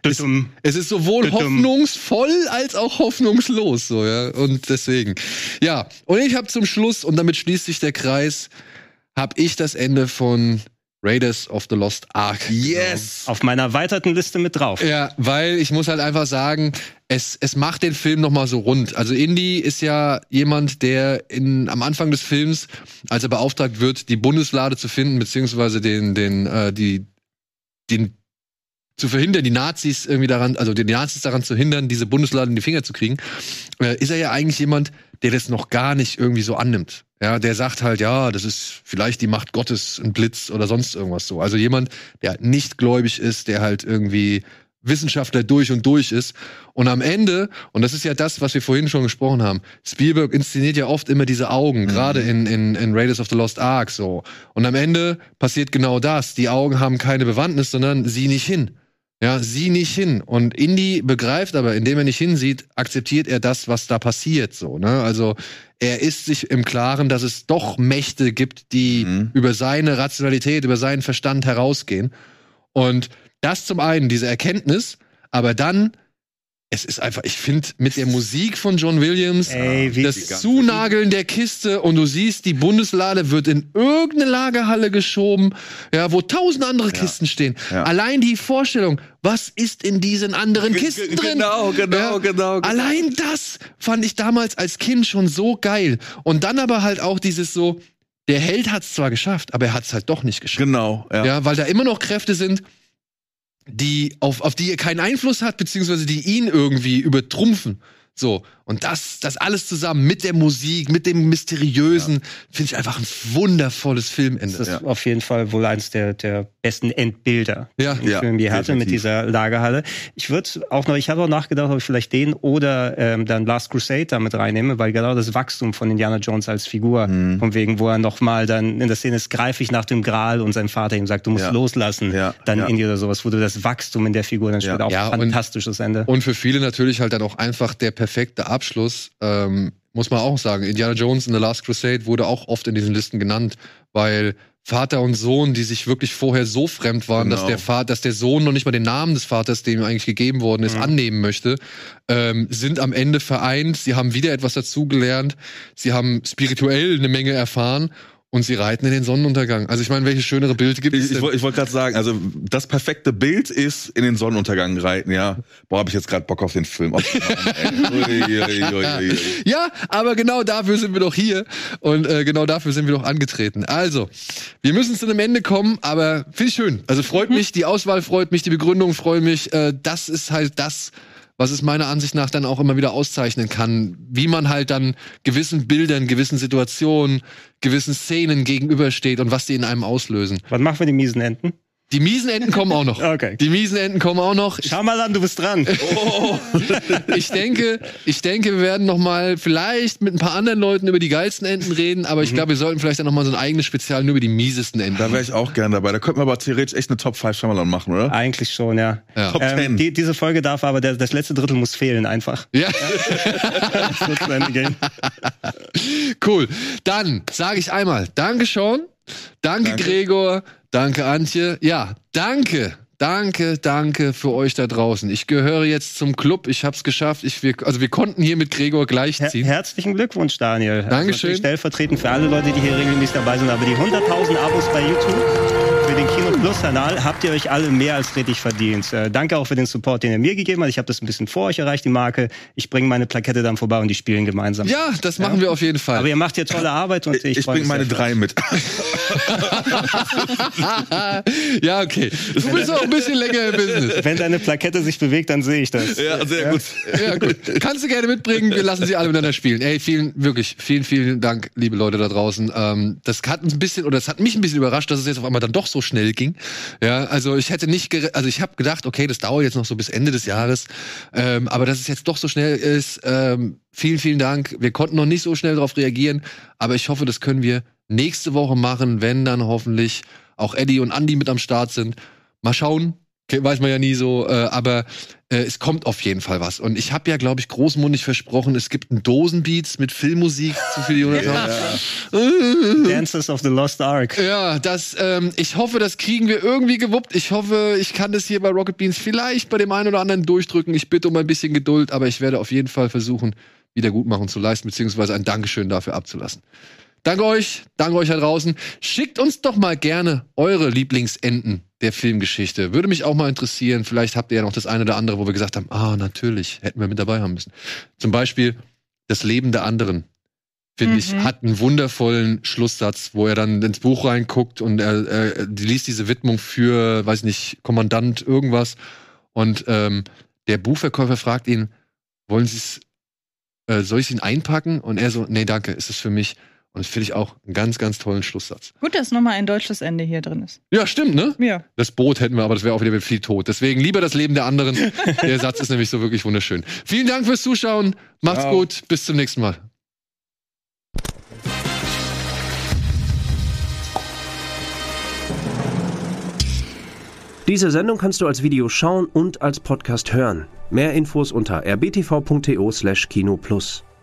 es ist sowohl hoffnungsvoll als auch hoffnungslos, so, ja. Und deswegen. Ja. Und ich habe zum Schluss, und damit schließt sich der Kreis, habe ich das Ende von Raiders of the Lost Ark. Yes! Auf meiner erweiterten Liste mit drauf. Ja, weil ich muss halt einfach sagen, es macht den Film nochmal so rund. Also Indy ist ja jemand, der am Anfang des Films, als er beauftragt wird, die Bundeslade zu finden, beziehungsweise den zu verhindern, die Nazis daran zu hindern, diese Bundeslade in die Finger zu kriegen, ist er ja eigentlich jemand, der das noch gar nicht irgendwie so annimmt. Ja, der sagt halt, ja, das ist vielleicht die Macht Gottes, ein Blitz oder sonst irgendwas so. Also jemand, der halt nicht gläubig ist, der halt irgendwie Wissenschaftler durch und durch ist. Und am Ende, und das ist ja das, was wir vorhin schon gesprochen haben, Spielberg inszeniert ja oft immer diese Augen, gerade in Raiders of the Lost Ark so. Und am Ende passiert genau das. Die Augen haben keine Bewandtnis, sondern sieh nicht hin. Ja, sieh nicht hin. Und Indy begreift aber, indem er nicht hinsieht, akzeptiert er das, was da passiert, so, ne? Also, er ist sich im Klaren, dass es doch Mächte gibt, die über seine Rationalität, über seinen Verstand herausgehen. Und das zum einen, diese Erkenntnis, aber dann, es ist einfach, ich finde, mit der Musik von John Williams, das Zunageln der Kiste und du siehst, die Bundeslade wird in irgendeine Lagerhalle geschoben, ja, wo 1000 andere Kisten stehen. Ja. Allein die Vorstellung, was ist in diesen anderen Kisten drin? Genau. Allein das fand ich damals als Kind schon so geil. Und dann aber halt auch dieses so, der Held hat's zwar geschafft, aber er hat's halt doch nicht geschafft. Genau, ja, weil da immer noch Kräfte sind, die auf die er keinen Einfluss hat, beziehungsweise die ihn irgendwie übertrumpfen. So, und das alles zusammen mit der Musik, mit dem Mysteriösen, finde ich einfach ein wundervolles Filmende. Das ist auf jeden Fall wohl eins der besten Endbilder, die der Film je hatte, mit dieser Lagerhalle. Ich habe auch nachgedacht, ob ich vielleicht den oder dann Last Crusade damit reinnehme, weil genau das Wachstum von Indiana Jones als Figur, von wegen, wo er nochmal dann in der Szene ist, greife ich nach dem Gral und sein Vater ihm sagt, du musst loslassen, dann Indy oder sowas, wo du das Wachstum in der Figur dann später auch fantastisches Ende. Und für viele natürlich halt dann auch einfach der perfekte Abschluss, muss man auch sagen. Indiana Jones in The Last Crusade wurde auch oft in diesen Listen genannt, weil Vater und Sohn, die sich wirklich vorher so fremd waren, dass der Sohn noch nicht mal den Namen des Vaters, dem ihm eigentlich gegeben worden ist, annehmen möchte, sind am Ende vereint. Sie haben wieder etwas dazugelernt. Sie haben spirituell eine Menge erfahren. Und sie reiten in den Sonnenuntergang. Also ich meine, welche schönere Bild gibt es denn? Ich wollte gerade sagen, also das perfekte Bild ist in den Sonnenuntergang reiten, ja. Boah, habe ich jetzt gerade Bock auf den Film. Ja, aber genau dafür sind wir doch hier. Und genau dafür sind wir doch angetreten. Also, wir müssen zu einem Ende kommen, aber finde ich schön. Also freut mich, die Auswahl freut mich, die Begründung freut mich. Das ist halt das, was es meiner Ansicht nach dann auch immer wieder auszeichnen kann, wie man halt dann gewissen Bildern, gewissen Situationen, gewissen Szenen gegenübersteht und was die in einem auslösen. Was machen wir die miesen Enten? Die miesen Enten kommen auch noch. Okay. Die miesen Enten kommen auch noch. Schau mal an, du bist dran. Ich denke, wir werden noch mal vielleicht mit ein paar anderen Leuten über die geilsten Enten reden, aber ich glaube, wir sollten vielleicht dann noch mal so ein eigenes Spezial nur über die miesesten Enten. Da wäre ich auch gern dabei. Da könnten wir aber theoretisch echt eine Top 5 Shyamalan machen, oder? Eigentlich schon, ja. Top 10. Diese Folge darf aber, das letzte Drittel muss fehlen einfach. Ja. Das wird zu Ende gehen. Cool. Dann sage ich einmal, danke Sean, danke Gregor, danke Antje. Ja, danke für euch da draußen. Ich gehöre jetzt zum Club. Ich hab's geschafft. Wir konnten hier mit Gregor gleichziehen. Herzlichen Glückwunsch, Daniel. Dankeschön. Also stellvertretend für alle Leute, die hier regelmäßig dabei sind. Aber die 100.000 Abos bei YouTube für den Kino Plus Kanal habt ihr euch alle mehr als richtig verdient. Danke auch für den Support, den ihr mir gegeben habt. Ich habe das ein bisschen vor euch erreicht, die Marke. Ich bringe meine Plakette dann vorbei und die spielen gemeinsam. Ja, das machen wir auf jeden Fall. Aber ihr macht hier tolle Arbeit und ich bringe meine 3 mit. Ja, okay. Du bist auch ein bisschen länger im Business. Wenn deine Plakette sich bewegt, dann sehe ich das. Ja, sehr gut. Ja, gut. Kannst du gerne mitbringen. Wir lassen sie alle miteinander spielen. Ey, vielen Dank, liebe Leute da draußen. Das hat mich ein bisschen überrascht, dass es jetzt auf einmal dann doch so schnell ging. Ja, also ich habe gedacht, okay, das dauert jetzt noch so bis Ende des Jahres. Aber dass es jetzt doch so schnell ist, vielen Dank. Wir konnten noch nicht so schnell darauf reagieren, aber ich hoffe, das können wir nächste Woche machen, wenn dann hoffentlich auch Eddie und Andy mit am Start sind. Mal schauen. Weiß man ja nie so, aber es kommt auf jeden Fall was. Und ich habe ja, glaube ich, großmundig versprochen, es gibt einen Dosenbeats mit Filmmusik für die Jonathan. Dances of the Lost Ark. Ja, ich hoffe, das kriegen wir irgendwie gewuppt. Ich hoffe, ich kann das hier bei Rocket Beans vielleicht bei dem einen oder anderen durchdrücken. Ich bitte um ein bisschen Geduld, aber ich werde auf jeden Fall versuchen, Wiedergutmachung zu leisten, beziehungsweise ein Dankeschön dafür abzulassen. Danke euch da draußen. Schickt uns doch mal gerne eure Lieblingsenden der Filmgeschichte. Würde mich auch mal interessieren. Vielleicht habt ihr ja noch das eine oder andere, wo wir gesagt haben, natürlich, hätten wir mit dabei haben müssen. Zum Beispiel das Leben der anderen. finde ich, hat einen wundervollen Schlusssatz, wo er dann ins Buch reinguckt und er liest diese Widmung für, weiß nicht, Kommandant irgendwas. Und der Buchverkäufer fragt ihn, wollen Sie es, soll ich es Ihnen einpacken? Und er so, nee, danke, ist es für mich. Und das finde ich auch einen ganz, ganz tollen Schlusssatz. Gut, dass nochmal ein deutsches Ende hier drin ist. Ja, stimmt, ne? Ja. Das Boot hätten wir, aber das wäre auch wieder mit viel Tod. Deswegen lieber das Leben der anderen. Der Satz ist nämlich so wirklich wunderschön. Vielen Dank fürs Zuschauen. Macht's gut. Bis zum nächsten Mal. Diese Sendung kannst du als Video schauen und als Podcast hören. Mehr Infos unter rbtv.to/kinoplus.